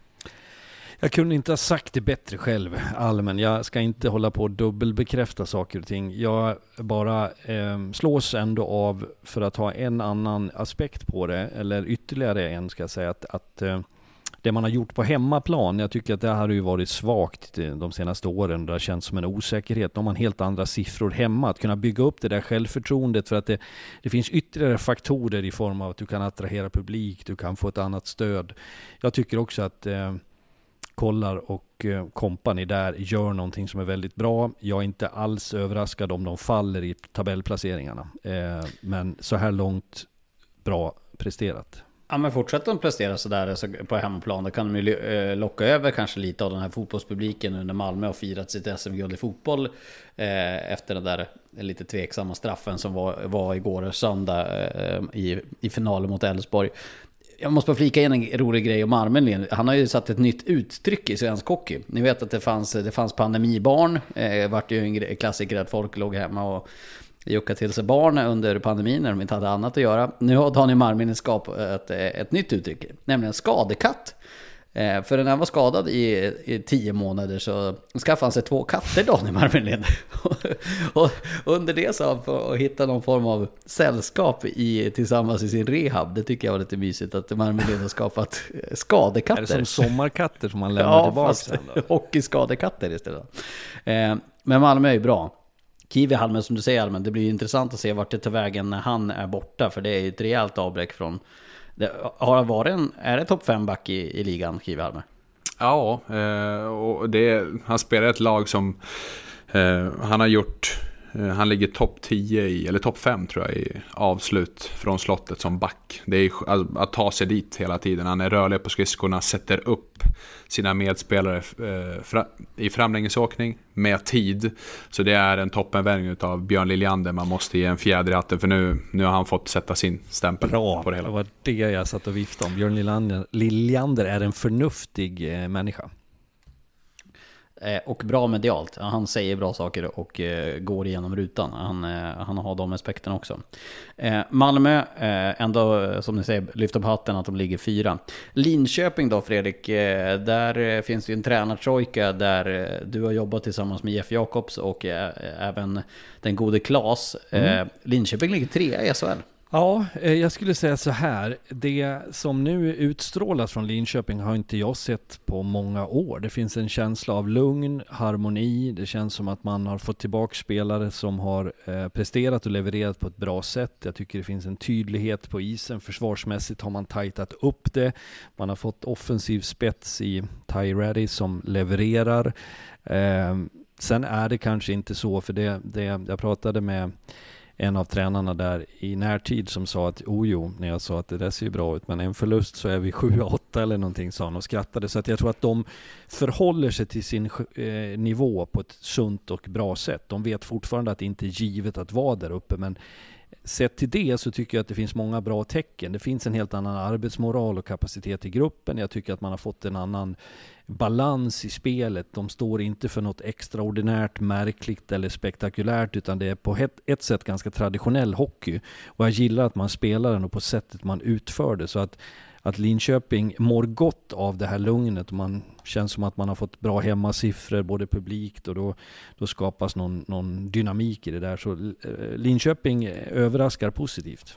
Jag kunde inte ha sagt det bättre själv, Almen. Jag ska inte hålla på och dubbelbekräfta saker och ting. Jag bara slås ändå av, för att ha en annan aspekt på det, eller ytterligare en ska jag säga, att det man har gjort på hemmaplan, jag tycker att det har ju varit svagt de senaste åren. Det har känts som en osäkerhet. De har helt andra siffror hemma. Att kunna bygga upp det där självförtroendet, för att det finns ytterligare faktorer i form av att du kan attrahera publik, du kan få ett annat stöd. Jag tycker också att Kollar och kompani där gör någonting som är väldigt bra. Jag är inte alls överraskad om de faller i tabellplaceringarna. Men så här långt bra presterat. Ja, men fortsätter de prestera sådär på hemmaplan, då kan de ju locka över kanske lite av den här fotbollspubliken nu när Malmö har firat sitt SM-guld i fotboll efter den där lite tveksamma straffen som var igår söndag i finalen mot Elfsborg. Jag måste bara flika in en rolig grej om Marmelind. Han har ju satt ett nytt uttryck i svensk hockey. Ni vet att det fanns pandemibarn. Det vart ju en klassiker att folk låg hemma och jucka till sig barn under pandemin när de inte hade annat att göra. Nu har Daniel Marmelind skapat ett nytt uttryck, nämligen skadekatt. För när han var skadad i 10 månader så skaffade han sig 2 katter, Daniel Marmelind. och under det så har han hittat någon form av sällskap tillsammans i sin rehab. Det tycker jag var lite mysigt att Marmelind har skapat skadekatter. Är det som sommarkatter som man lämnar tillbaka sen då? Hockeyskadekatter istället. Men Malmö är ju bra. Kivihalme, som du säger, Almen, det blir intressant att se vart det tar vägen när han är borta, för det är ett rejält avbräck från. Är det topp 5-back i ligan, Kivihalme? Ja, och han spelar ett lag som han har gjort. Han ligger topp 10 eller topp 5 tror jag i avslut från slottet som back. Det är att ta sig dit hela tiden. Han är rörlig på skridskorna, sätter upp sina medspelare i framlängningsåkning med tid. Så det är en toppenvärvning av Björn Liljander. Man måste ge en fjäder i hatten, för nu har han fått sätta sin stämpel på det hela. Det var det jag satt och viftade om. Björn Liljander är en förnuftig människa. Och bra medialt. Han säger bra saker och går igenom rutan. Han har de aspekterna också. Malmö, ändå som ni säger, lyfter på hatten att de ligger 4. Linköping då, Fredrik. Där finns ju en tränartrojka där du har jobbat tillsammans med Jeff Jakobs och även den gode Klas. Linköping ligger 3 i SHL. Ja, jag skulle säga så här. Det som nu utstrålas från Linköping har inte jag sett på många år. Det finns en känsla av lugn, harmoni. Det känns som att man har fått tillbaka spelare som har presterat och levererat på ett bra sätt. Jag tycker det finns en tydlighet på isen. Försvarsmässigt har man tajtat upp det. Man har fått offensiv spets i Ty Reddy som levererar. Sen är det kanske inte så, för det jag pratade med en av tränarna där i närtid som sa att när jag sa att det där ser ju bra ut, men en förlust så är vi 7-8 eller någonting, sa han och skrattade. Så att jag tror att de förhåller sig till sin nivå på ett sunt och bra sätt. De vet fortfarande att det inte är givet att vara där uppe, men sett till det så tycker jag att det finns många bra tecken. Det finns en helt annan arbetsmoral och kapacitet i gruppen. Jag tycker att man har fått en annan balans i spelet. De står inte för något extraordinärt, märkligt eller spektakulärt, utan det är på ett sätt ganska traditionell hockey. Och jag gillar att man spelar den och på sättet man utför det. Så att Linköping mår gott av det här lugnet, och man känns som att man har fått bra hemmasiffror, både publikt, och då skapas någon dynamik i det där. Så Linköping överraskar positivt.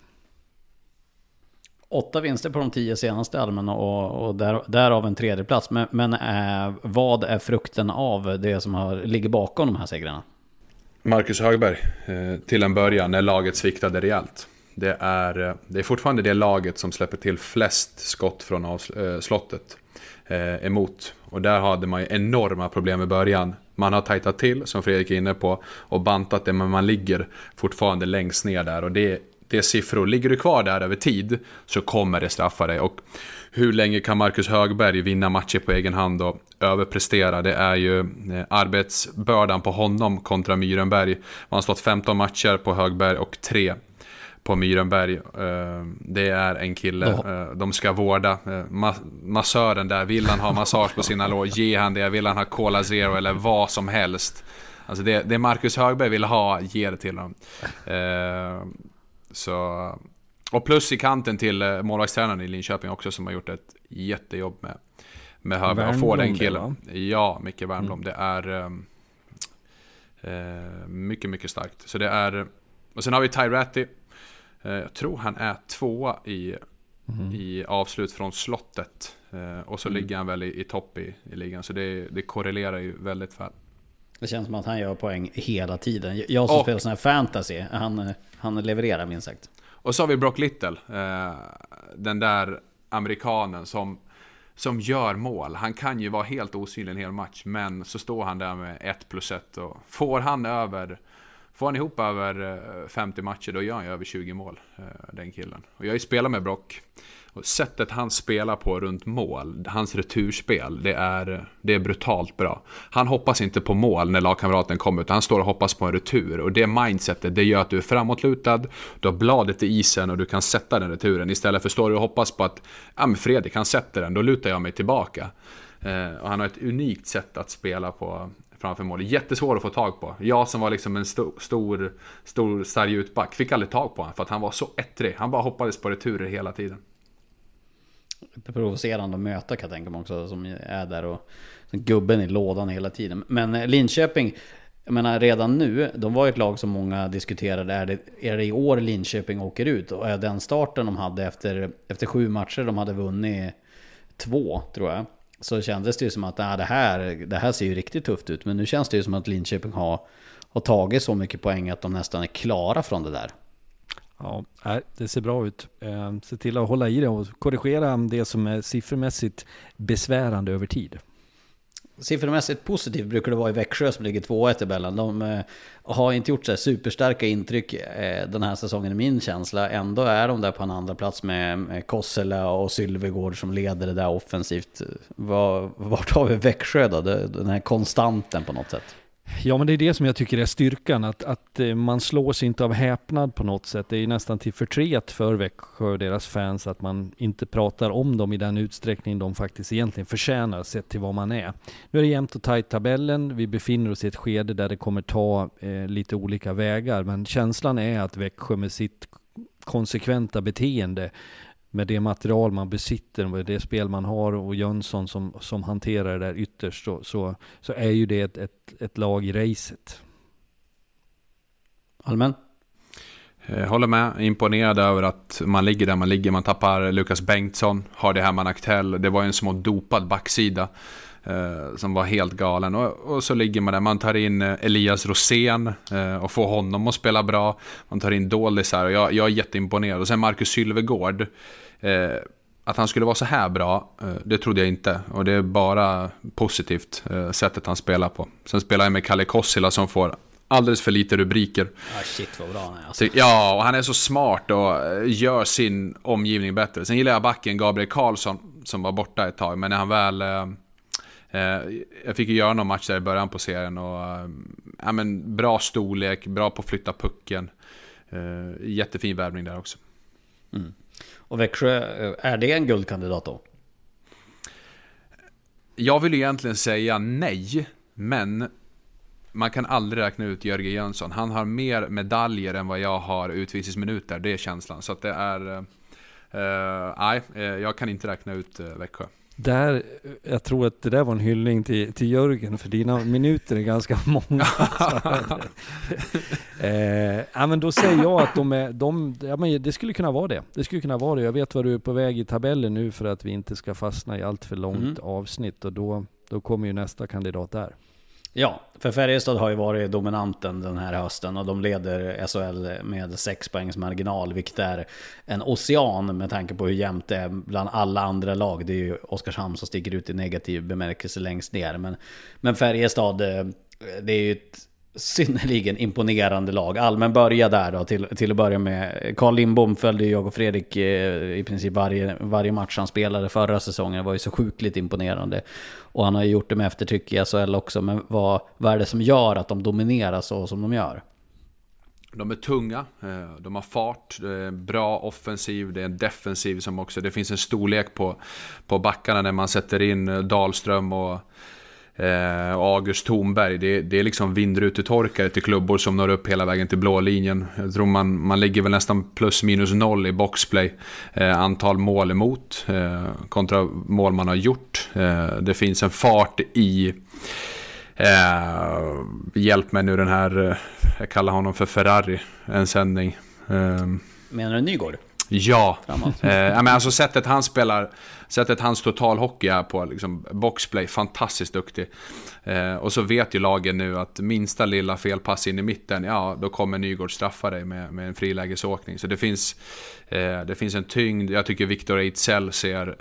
8 vinster på de 10 senaste, Almen, och därav en 3:e plats. Men vad är frukten av det som ligger bakom de här segrarna? Marcus Högberg, till en början när laget sviktade rejält. Det är fortfarande det laget som släpper till flest skott från slottet emot. Och där hade man ju enorma problem i början. Man har tajtat till, som Fredrik är inne på, och bantat det, men man ligger fortfarande längst ner där. Och det det är siffror. Ligger du kvar där över tid så kommer det straffa dig. Och hur länge kan Marcus Högberg vinna matcher på egen hand och överprestera? Det är ju arbetsbördan på honom kontra Myrenberg. Man har stått 15 matcher på Högberg och 3 på Myrenberg. Det är en kille de ska vårda. Massören där, vill han ha massage på sina lår, ge han det. Vill han ha Cola Zero eller vad som helst. Alltså det Marcus Högberg vill ha, ge det till honom. Så, och plus i kanten till målvaktstränaren i Linköping också, som har gjort ett jättejobb med Högberg. Och få den killen. Ja, Micke Wernbloom. Det är mycket, mycket starkt. Så det är... Och sen har vi Ty Ratty. Jag tror han är 2 i avslut från slottet. Och så ligger han väl i topp i ligan. Så det korrelerar ju väldigt väl. Det känns som att han gör poäng hela tiden. Jag som spelar sån här fantasy, han levererar minst sagt. Och så har vi Brock Little. Den där amerikanen som gör mål. Han kan ju vara helt osynlig en hel match. Men så står han där med 1+1. Och får han ihop över 50 matcher, då gör han ju över 20 mål, den killen. Och jag har ju spelat med Brock. Och sättet han spelar på runt mål, hans returspel, det är brutalt bra. Han hoppas inte på mål när lagkamraten kommer, utan han står och hoppas på en retur. Och det mindsetet, det gör att du är framåtlutad, du har bladet i isen och du kan sätta den returen. Istället för står du och hoppas på att men Fredrik kan sätta den, då lutar jag mig tillbaka. Och han har ett unikt sätt att spela på framför mål. Jättesvår att få tag på. Jag som var liksom en stor sarg utback fick aldrig tag på honom för att han var så ettrig. Han bara hoppades på returer hela tiden. Provocerande att möta, kan jag tänka mig också, som är där och gubben i lådan hela tiden. Men Linköping, jag menar redan nu, de var ett lag som många diskuterade, är det i år Linköping åker ut? Och är den starten de hade efter 7 matcher, de hade vunnit 2 tror jag, så kändes det ju som att det här ser ju riktigt tufft ut. Men nu känns det ju som att Linköping har tagit så mycket poäng att de nästan är klara från det där. Ja, det ser bra ut. Se till att hålla i det och korrigera det som är siffermässigt besvärande över tid. Siffermässigt positivt brukar det vara i Växjö som ligger 2-1 i tabellen. De har inte gjort så här superstarka intryck den här säsongen i min känsla. Ändå är de där på en andra plats med Kossela och Sylvegård som leder det där offensivt. Vart har vi Växjö då? Den här konstanten på något sätt. Ja, men det är det som jag tycker är styrkan, att man slås inte av häpnad på något sätt. Det är nästan till förtret för Växjö och deras fans att man inte pratar om dem i den utsträckning de faktiskt egentligen förtjänar sett till vad man är. Nu är det jämnt och tajt tabellen. Vi befinner oss i ett skede där det kommer ta lite olika vägar, men känslan är att Växjö med sitt konsekventa beteende, med det material man besitter, med det spel man har och Jönsson som hanterar det där ytterst, så är ju det ett lag i racet. Allmän? Jag håller med, imponerad över att man ligger där man ligger. Man tappar Lukas Bengtsson, har det här man Aktell. Det var en små dopad backsida som var helt galen. Och så ligger man där, man tar in Elias Rosén och får honom att spela bra. Man tar in Dålis här och jag är jätteimponerad. Och sen Marcus Sylvegård, att han skulle vara så här bra, det trodde jag inte. Och det är bara positivt sättet han spelar på. Sen spelar jag med Kalle Kossila som får alldeles för lite rubriker. Shit vad bra han är alltså. Ja, och han är så smart och gör sin omgivning bättre. Sen gillar jag backen Gabriel Karlsson som var borta ett tag. Men när han väl... jag fick ju göra någon match där i början på serien. Och, bra storlek, bra på att flytta pucken. Jättefin värvning där också. Mm. Och Växjö, är det en guldkandidat då? Jag vill egentligen säga nej, men man kan aldrig räkna ut Jörgen Jönsson. Han har mer medaljer än vad jag har utvisningsminuter, det är känslan. Så att det är... nej, jag kan inte räkna ut Växjö. Jag tror att det där var en hyllning till Jörgen, för dina minuter är ganska många. Men då säger jag att det skulle kunna vara det. Det skulle kunna vara det. Jag vet var du är på väg i tabellen nu för att vi inte ska fastna i allt för långt avsnitt. Och då kommer ju nästa kandidat där. Ja, för Färjestad har ju varit dominanten den här hösten och de leder SHL med 6 poängs marginal, vilket är en ocean med tanke på hur jämnt det är bland alla andra lag. Det är ju Oskarshamn som sticker ut i negativ bemärkelse längst ner. Men Färjestad, det är ju synnerligen imponerande lag. Allmän börja där då till att börja med. Carl Lindbom följde jag och Fredrik i princip varje match han spelade förra säsongen. Det var ju så sjukligt imponerande. Och han har ju gjort det med eftertryck i SHL också. Men vad är det som gör att de dominerar så som de gör? De är tunga, de har fart, det är bra offensiv, det är en defensiv som också, det finns en storlek på backarna när man sätter in Dahlström och August Thornberg. Det är liksom vindrutetorkare till klubbor som når upp hela vägen till blå linjen. Jag tror man ligger väl nästan plus minus noll i boxplay, antal mål emot kontra mål man har gjort. Det finns en fart i hjälp med nu den här, jag kallar honom för Ferrari, en sändning. Menar du Nygård? Ja, men alltså sättet hans totalhockey är på, liksom boxplay, fantastiskt duktig. Och så vet ju lagen nu att minsta lilla felpass in i mitten, ja, då kommer Nygård straffa dig med en frilägesåkning. Så det finns en tyngd. Jag tycker Viktor Ejdsell ser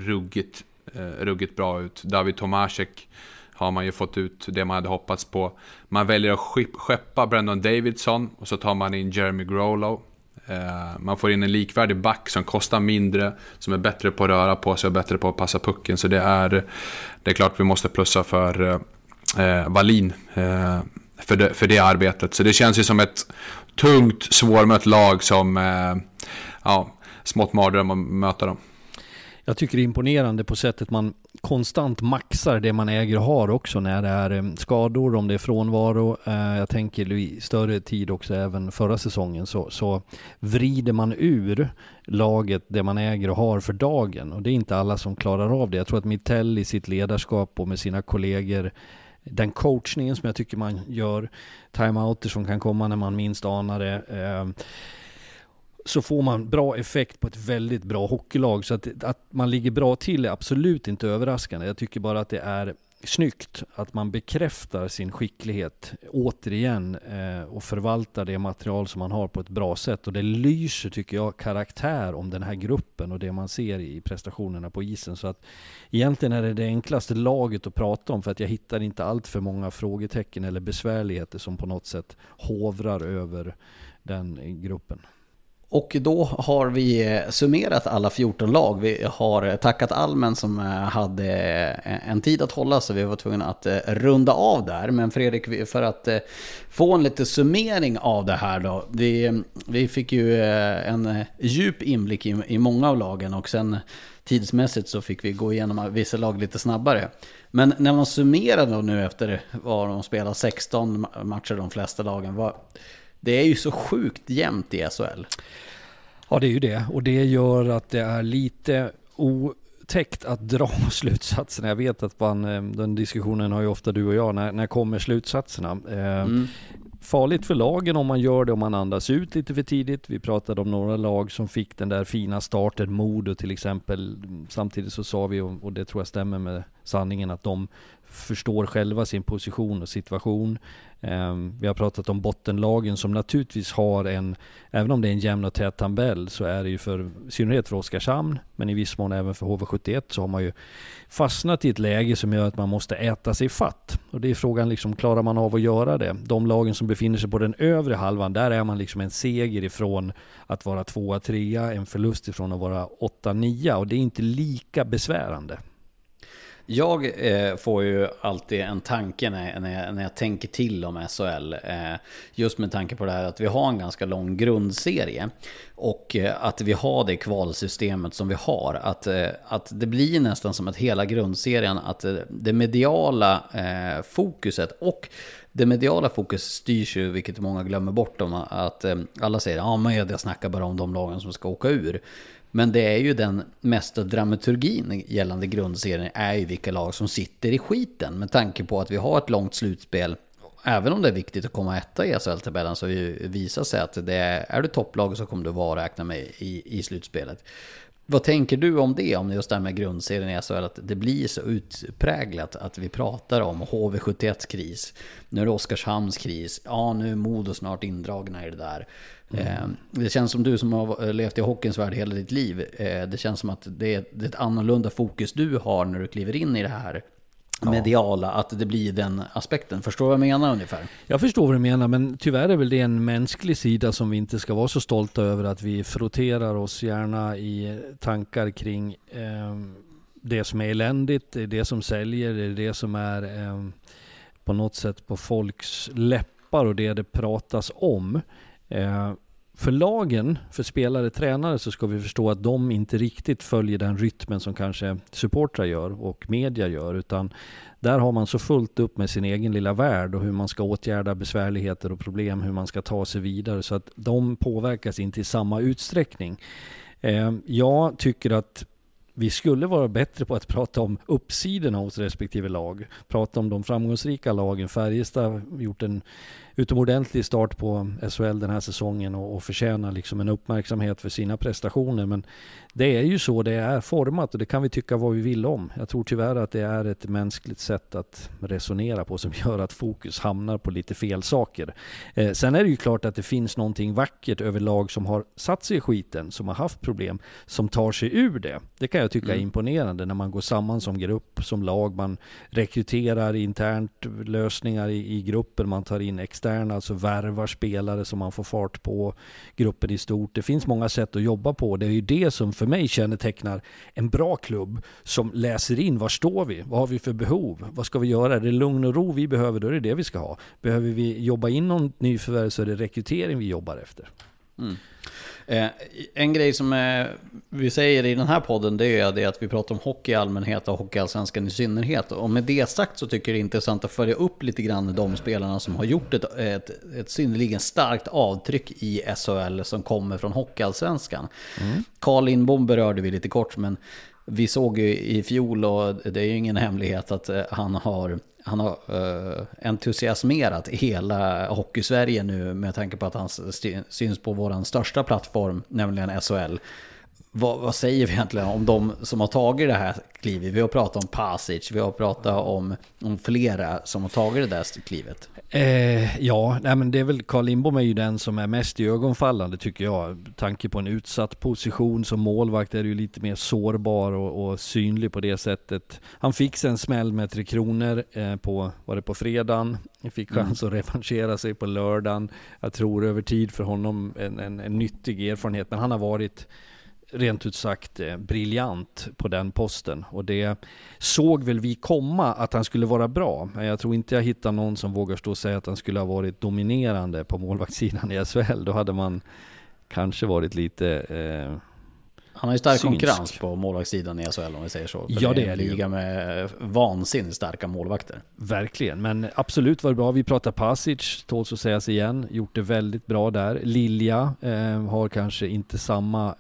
ruggigt bra ut. David Tomasek har man ju fått ut det man hade hoppats på. Man väljer att skeppa Brandon Davidson och så tar man in Jeremy Grolo. Man får in en likvärdig back som kostar mindre, som är bättre på att röra på sig och bättre på att passa pucken. Så det är klart vi måste plussa för Wallin för det arbetet. Så det känns ju som ett tungt, svårmött lag som smått mardröm att möta dem. Jag tycker det är imponerande på sättet man konstant maxar det man äger och har också när det är skador, om det är frånvaro. Jag tänker i större tid också, även förra säsongen så vrider man ur laget det man äger och har för dagen. Och det är inte alla som klarar av det. Jag tror att Mittell i sitt ledarskap och med sina kollegor, den coachningen som jag tycker man gör, timeouter som kan komma när man minst anar det, så får man bra effekt på ett väldigt bra hockeylag. Så att man ligger bra till är absolut inte överraskande. Jag tycker bara att det är snyggt att man bekräftar sin skicklighet återigen och förvaltar det material som man har på ett bra sätt. Och det lyser, tycker jag, karaktär om den här gruppen och det man ser i prestationerna på isen. Så att egentligen är det enklaste laget att prata om, för att jag hittar inte allt för många frågetecken eller besvärligheter som på något sätt hovrar över den gruppen. Och då har vi summerat alla 14 lag. Vi har tackat Almen som hade en tid att hålla, så vi var tvungna att runda av där. Men Fredrik, för att få en lite summering av det här då. Vi fick ju en djup inblick i många av lagen, och sen tidsmässigt så fick vi gå igenom vissa lag lite snabbare. Men när man summerar då nu efter vad de spelar 16 matcher de flesta lagen, det är ju så sjukt jämnt i SHL. Ja, det är ju det. Och det gör att det är lite otäckt att dra slutsatserna. Jag vet att den diskussionen har ju ofta du och jag. När kommer slutsatserna? Farligt för lagen om man gör det, om man andas ut lite för tidigt. Vi pratade om några lag som fick den där fina starten, Modo till exempel. Samtidigt så sa vi, och det tror jag stämmer med sanningen, att de förstår själva sin position och situation. Vi har pratat om bottenlagen som naturligtvis har även om det är en jämn och tät tabell, så är det ju i synnerhet för Oskarshamn, men i viss mån även för HV71, så har man ju fastnat i ett läge som gör att man måste äta sig fatt. Och det är frågan, liksom, klarar man av att göra det? De lagen som befinner sig på den övre halvan, där är man liksom en seger ifrån att vara 2-3, en förlust ifrån att vara 8-9, och det är inte lika besvärande. Jag får ju alltid en tanke när jag tänker till om SHL, just med tanke på det här att vi har en ganska lång grundserie och att vi har det kvalsystemet som vi har, att det blir nästan som att hela grundserien, att det mediala fokuset och det mediala fokus styrs ju, vilket många glömmer bort, om att alla säger men jag snackar bara om de lagen som ska åka ur. Men det är ju den mesta dramaturgin gällande grundserien, är ju vilka lag som sitter i skiten, med tanke på att vi har ett långt slutspel. Även om det är viktigt att komma etta i SHL-tabellen, så visar sig att är du topplag så kommer du vara räkna med i slutspelet. Vad tänker du om det, om just det här med grundserien i SHL, att det blir så utpräglat att vi pratar om HV71 kris, nu är det Oskarshamns kris, nu är Modo snart indragna i det där. Det känns som du som har levt i hockeyns värld hela ditt liv, det känns som att det är ett annorlunda fokus du har när du kliver in i det här mediala, att det blir den aspekten. Förstår du vad jag menar ungefär? Jag förstår vad du menar, men tyvärr är väl det en mänsklig sida som vi inte ska vara så stolta över, att vi frotterar oss gärna i tankar kring det som är eländigt, det som säljer, det som är på något sätt på folks läppar och det pratas om. För lagen, för spelare, tränare, så ska vi förstå att de inte riktigt följer den rytmen som kanske supportrar gör och media gör, utan där har man så fullt upp med sin egen lilla värld och hur man ska åtgärda besvärligheter och problem, hur man ska ta sig vidare, så att de påverkas inte i samma utsträckning. Jag tycker att vi skulle vara bättre på att prata om uppsidorna hos respektive lag. Prata om de framgångsrika lagen. Färjestad har gjort en utomordentlig start på SHL den här säsongen och förtjänar liksom en uppmärksamhet för sina prestationer. Men det är ju så det är format och det kan vi tycka vad vi vill om. Jag tror tyvärr att det är ett mänskligt sätt att resonera på som gör att fokus hamnar på lite fel saker. Sen är det ju klart att det finns någonting vackert över lag som har satt sig i skiten, som har haft problem, som tar sig ur det. Det kan jag tycka är imponerande när man går samman som grupp, som lag. Man rekryterar internt lösningar i gruppen, man tar in externa, alltså värvar spelare som man får fart på gruppen i stort. Det finns många sätt att jobba på. Det är ju det som för mig kännetecknar en bra klubb som läser in, var står vi? Vad har vi för behov? Vad ska vi göra? Är det lugn och ro vi behöver? Då är det vi ska ha. Behöver vi jobba in någon nyförvärv så är det rekrytering vi jobbar efter. En grej som vi säger i den här podden, det är det att vi pratar om hockey i allmänhet och hockeyallsvenskan i synnerhet. Och med det sagt så tycker jag det är intressant att följa upp lite grann de spelarna som har gjort ett synnerligen starkt avtryck i SHL som kommer från hockeyallsvenskan. Carl Lindbom berörde vi lite kort, men vi såg ju i fjol, och det är ju ingen hemlighet att han har entusiasmerat hela Hockey-Sverige nu med tanke på att han syns på våran största plattform, nämligen SHL. Vad säger vi egentligen om de som har tagit det här klivet? Vi har pratat om Pasic, vi har pratat om flera som har tagit det där klivet. Men det är väl, Carl Lindbom är ju den som är mest i ögonfallande tycker jag. Tanke på en utsatt position som målvakt är ju lite mer sårbar och synlig på det sättet. Han fick en smäll med 3 kronor på fredagen. Han fick chans att revanschera sig på lördagen. Jag tror över tid för honom en nyttig erfarenhet, men han har varit rent ut sagt briljant på den posten, och det såg väl vi komma att han skulle vara bra, men jag tror inte jag hittar någon som vågar stå och säga att han skulle ha varit dominerande på målvaktssidan i SHL. Då hade man kanske varit lite han har ju stark konkurrens på målvaktssidan i SHL om vi säger så. Ja, det är en liga med vansinnigt starka målvakter. Verkligen, men absolut var det bra. Vi pratar Pasic, tåls att sägas igen, gjort det väldigt bra där. Lilja har kanske inte samma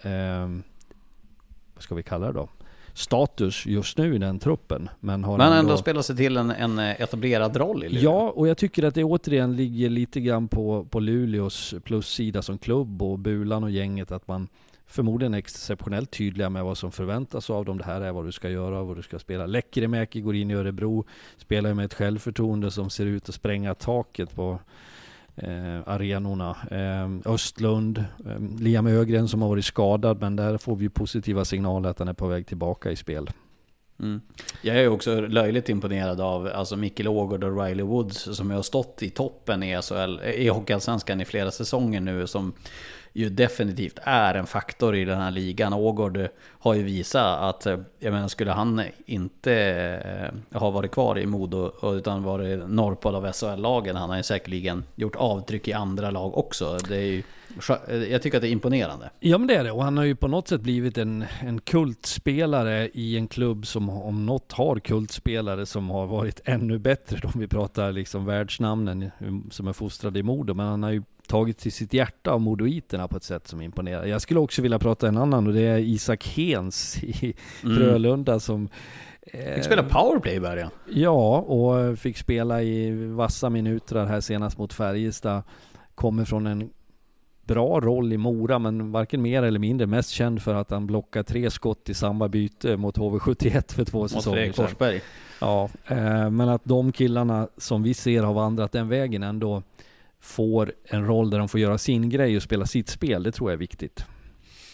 vad ska vi kalla det då? Status just nu i den truppen, men ändå spelar sig till en etablerad roll i Luleå. Ja, och jag tycker att det återigen ligger lite grann på Luleås plussida som klubb och Bulan och gänget, att man förmodligen exceptionellt tydliga med vad som förväntas av dem. Det här är vad du ska göra, vad du ska spela. Läckeremäki går in i Örebro, spelar med ett självförtroende som ser ut att spränga taket på arenorna. Östlund, Liam Ögren som har varit skadad, men där får vi positiva signaler att han är på väg tillbaka i spel. Jag är också löjligt imponerad av Mikkel Ågård och Riley Woods som har stått i toppen i SHL, i Hockeyallsvenskan i flera säsonger nu, som ju definitivt är en faktor i den här ligan. Ågård har ju visat att, jag menar, skulle han inte ha varit kvar i Modo utan varit norrpol av SHL-lagen, han har ju säkerligen gjort avtryck i andra lag också. Det är ju, jag tycker att det är imponerande. Ja, men det är det, och han har ju på något sätt blivit en kultspelare i en klubb som om något har kultspelare som har varit ännu bättre, om vi pratar liksom världsnamnen som är fostrade i Modo, men han har ju tagit till sitt hjärta av modoiterna på ett sätt som imponerar. Jag skulle också vilja prata en annan, och det är Isak Hens i Frölunda som fick spela powerplay i början. Ja, och fick spela i vassa minuter här senast mot Färjestad. Kommer från en bra roll i Mora, men varken mer eller mindre, mest känd för att han blockar 3 skott i samma byte mot HV71 för 2 säsonger sedan. Forsberg. Ja, men att de killarna som vi ser har vandrat den vägen ändå får en roll där de får göra sin grej och spela sitt spel, det tror jag är viktigt.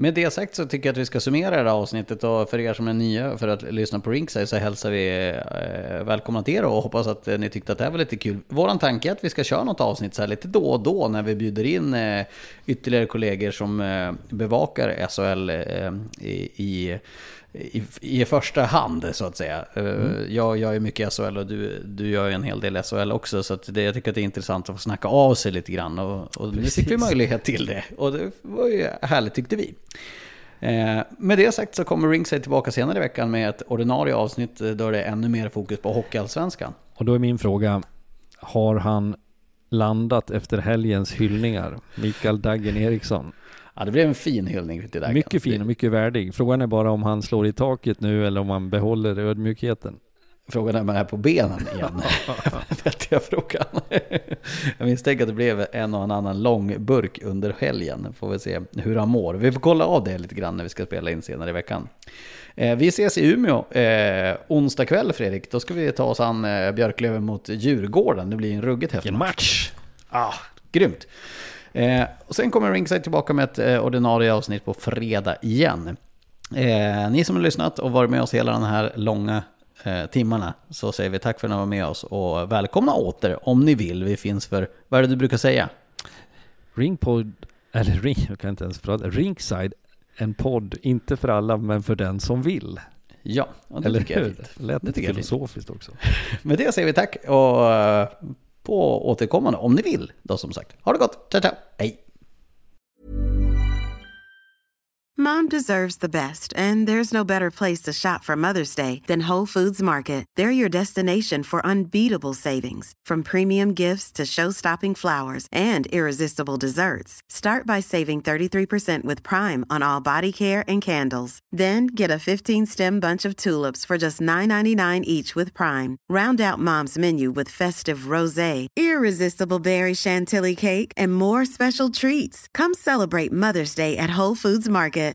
Med det sagt så tycker jag att vi ska summera det här avsnittet, och för er som är nya för att lyssna på Ringside så hälsar vi välkomna till er och hoppas att ni tyckte att det här var lite kul. Våran tanke är att vi ska köra något avsnitt så här lite då och då när vi bjuder in ytterligare kollegor som bevakar SHL i första hand så att säga. Jag är mycket SHL och du gör en hel del SHL också, så att jag tycker att det är intressant att få snacka av sig lite grann, och nu fick vi möjlighet till det, och det var ju härligt tyckte vi. Med det sagt så kommer Ringside tillbaka senare i veckan med ett ordinarie avsnitt där det är ännu mer fokus på hockeyallsvenskan. Och då är min fråga, har han landat efter helgens hyllningar? Mikael Daggen Eriksson. Ja, det blev en fin hyllning till Daggen. Mycket fin och mycket värdig. Frågan är bara om han slår i taket nu eller om han behåller ödmjukheten. Frågan är om man är på benen igen. Vet jag frågan. Jag misstänker att det blev en och annan lång burk under helgen. Får vi se hur han mår. Vi får kolla av det lite grann när vi ska spela in senare i veckan. Vi ses i Umeå onsdag kväll, Fredrik. Då ska vi ta oss an Björklöven mot Djurgården. Det blir en ruggigt häftig match. Grymt. Och sen kommer Ringside tillbaka med ett ordinarie avsnitt på fredag igen. Ni som har lyssnat och varit med oss hela den här långa timmarna, så säger vi tack för att ni var med oss och välkomna åter om ni vill. Vi finns för, vad är det du brukar säga? Jag kan inte ens prata. Ringside, en podd, inte för alla men för den som vill. Ja, och det tycker jag är fint. Lät lite filosofiskt också. Med det säger vi tack och på återkommande om ni vill då, som sagt. Ha det gott, ciao ciao, hej! Mom deserves the best, and there's no better place to shop for Mother's Day than Whole Foods Market. They're your destination for unbeatable savings, from premium gifts to show-stopping flowers and irresistible desserts. Start by saving 33% with Prime on all body care and candles. Then get a 15-stem bunch of tulips for just $9.99 each with Prime. Round out Mom's menu with festive rosé, irresistible berry chantilly cake, and more special treats. Come celebrate Mother's Day at Whole Foods Market.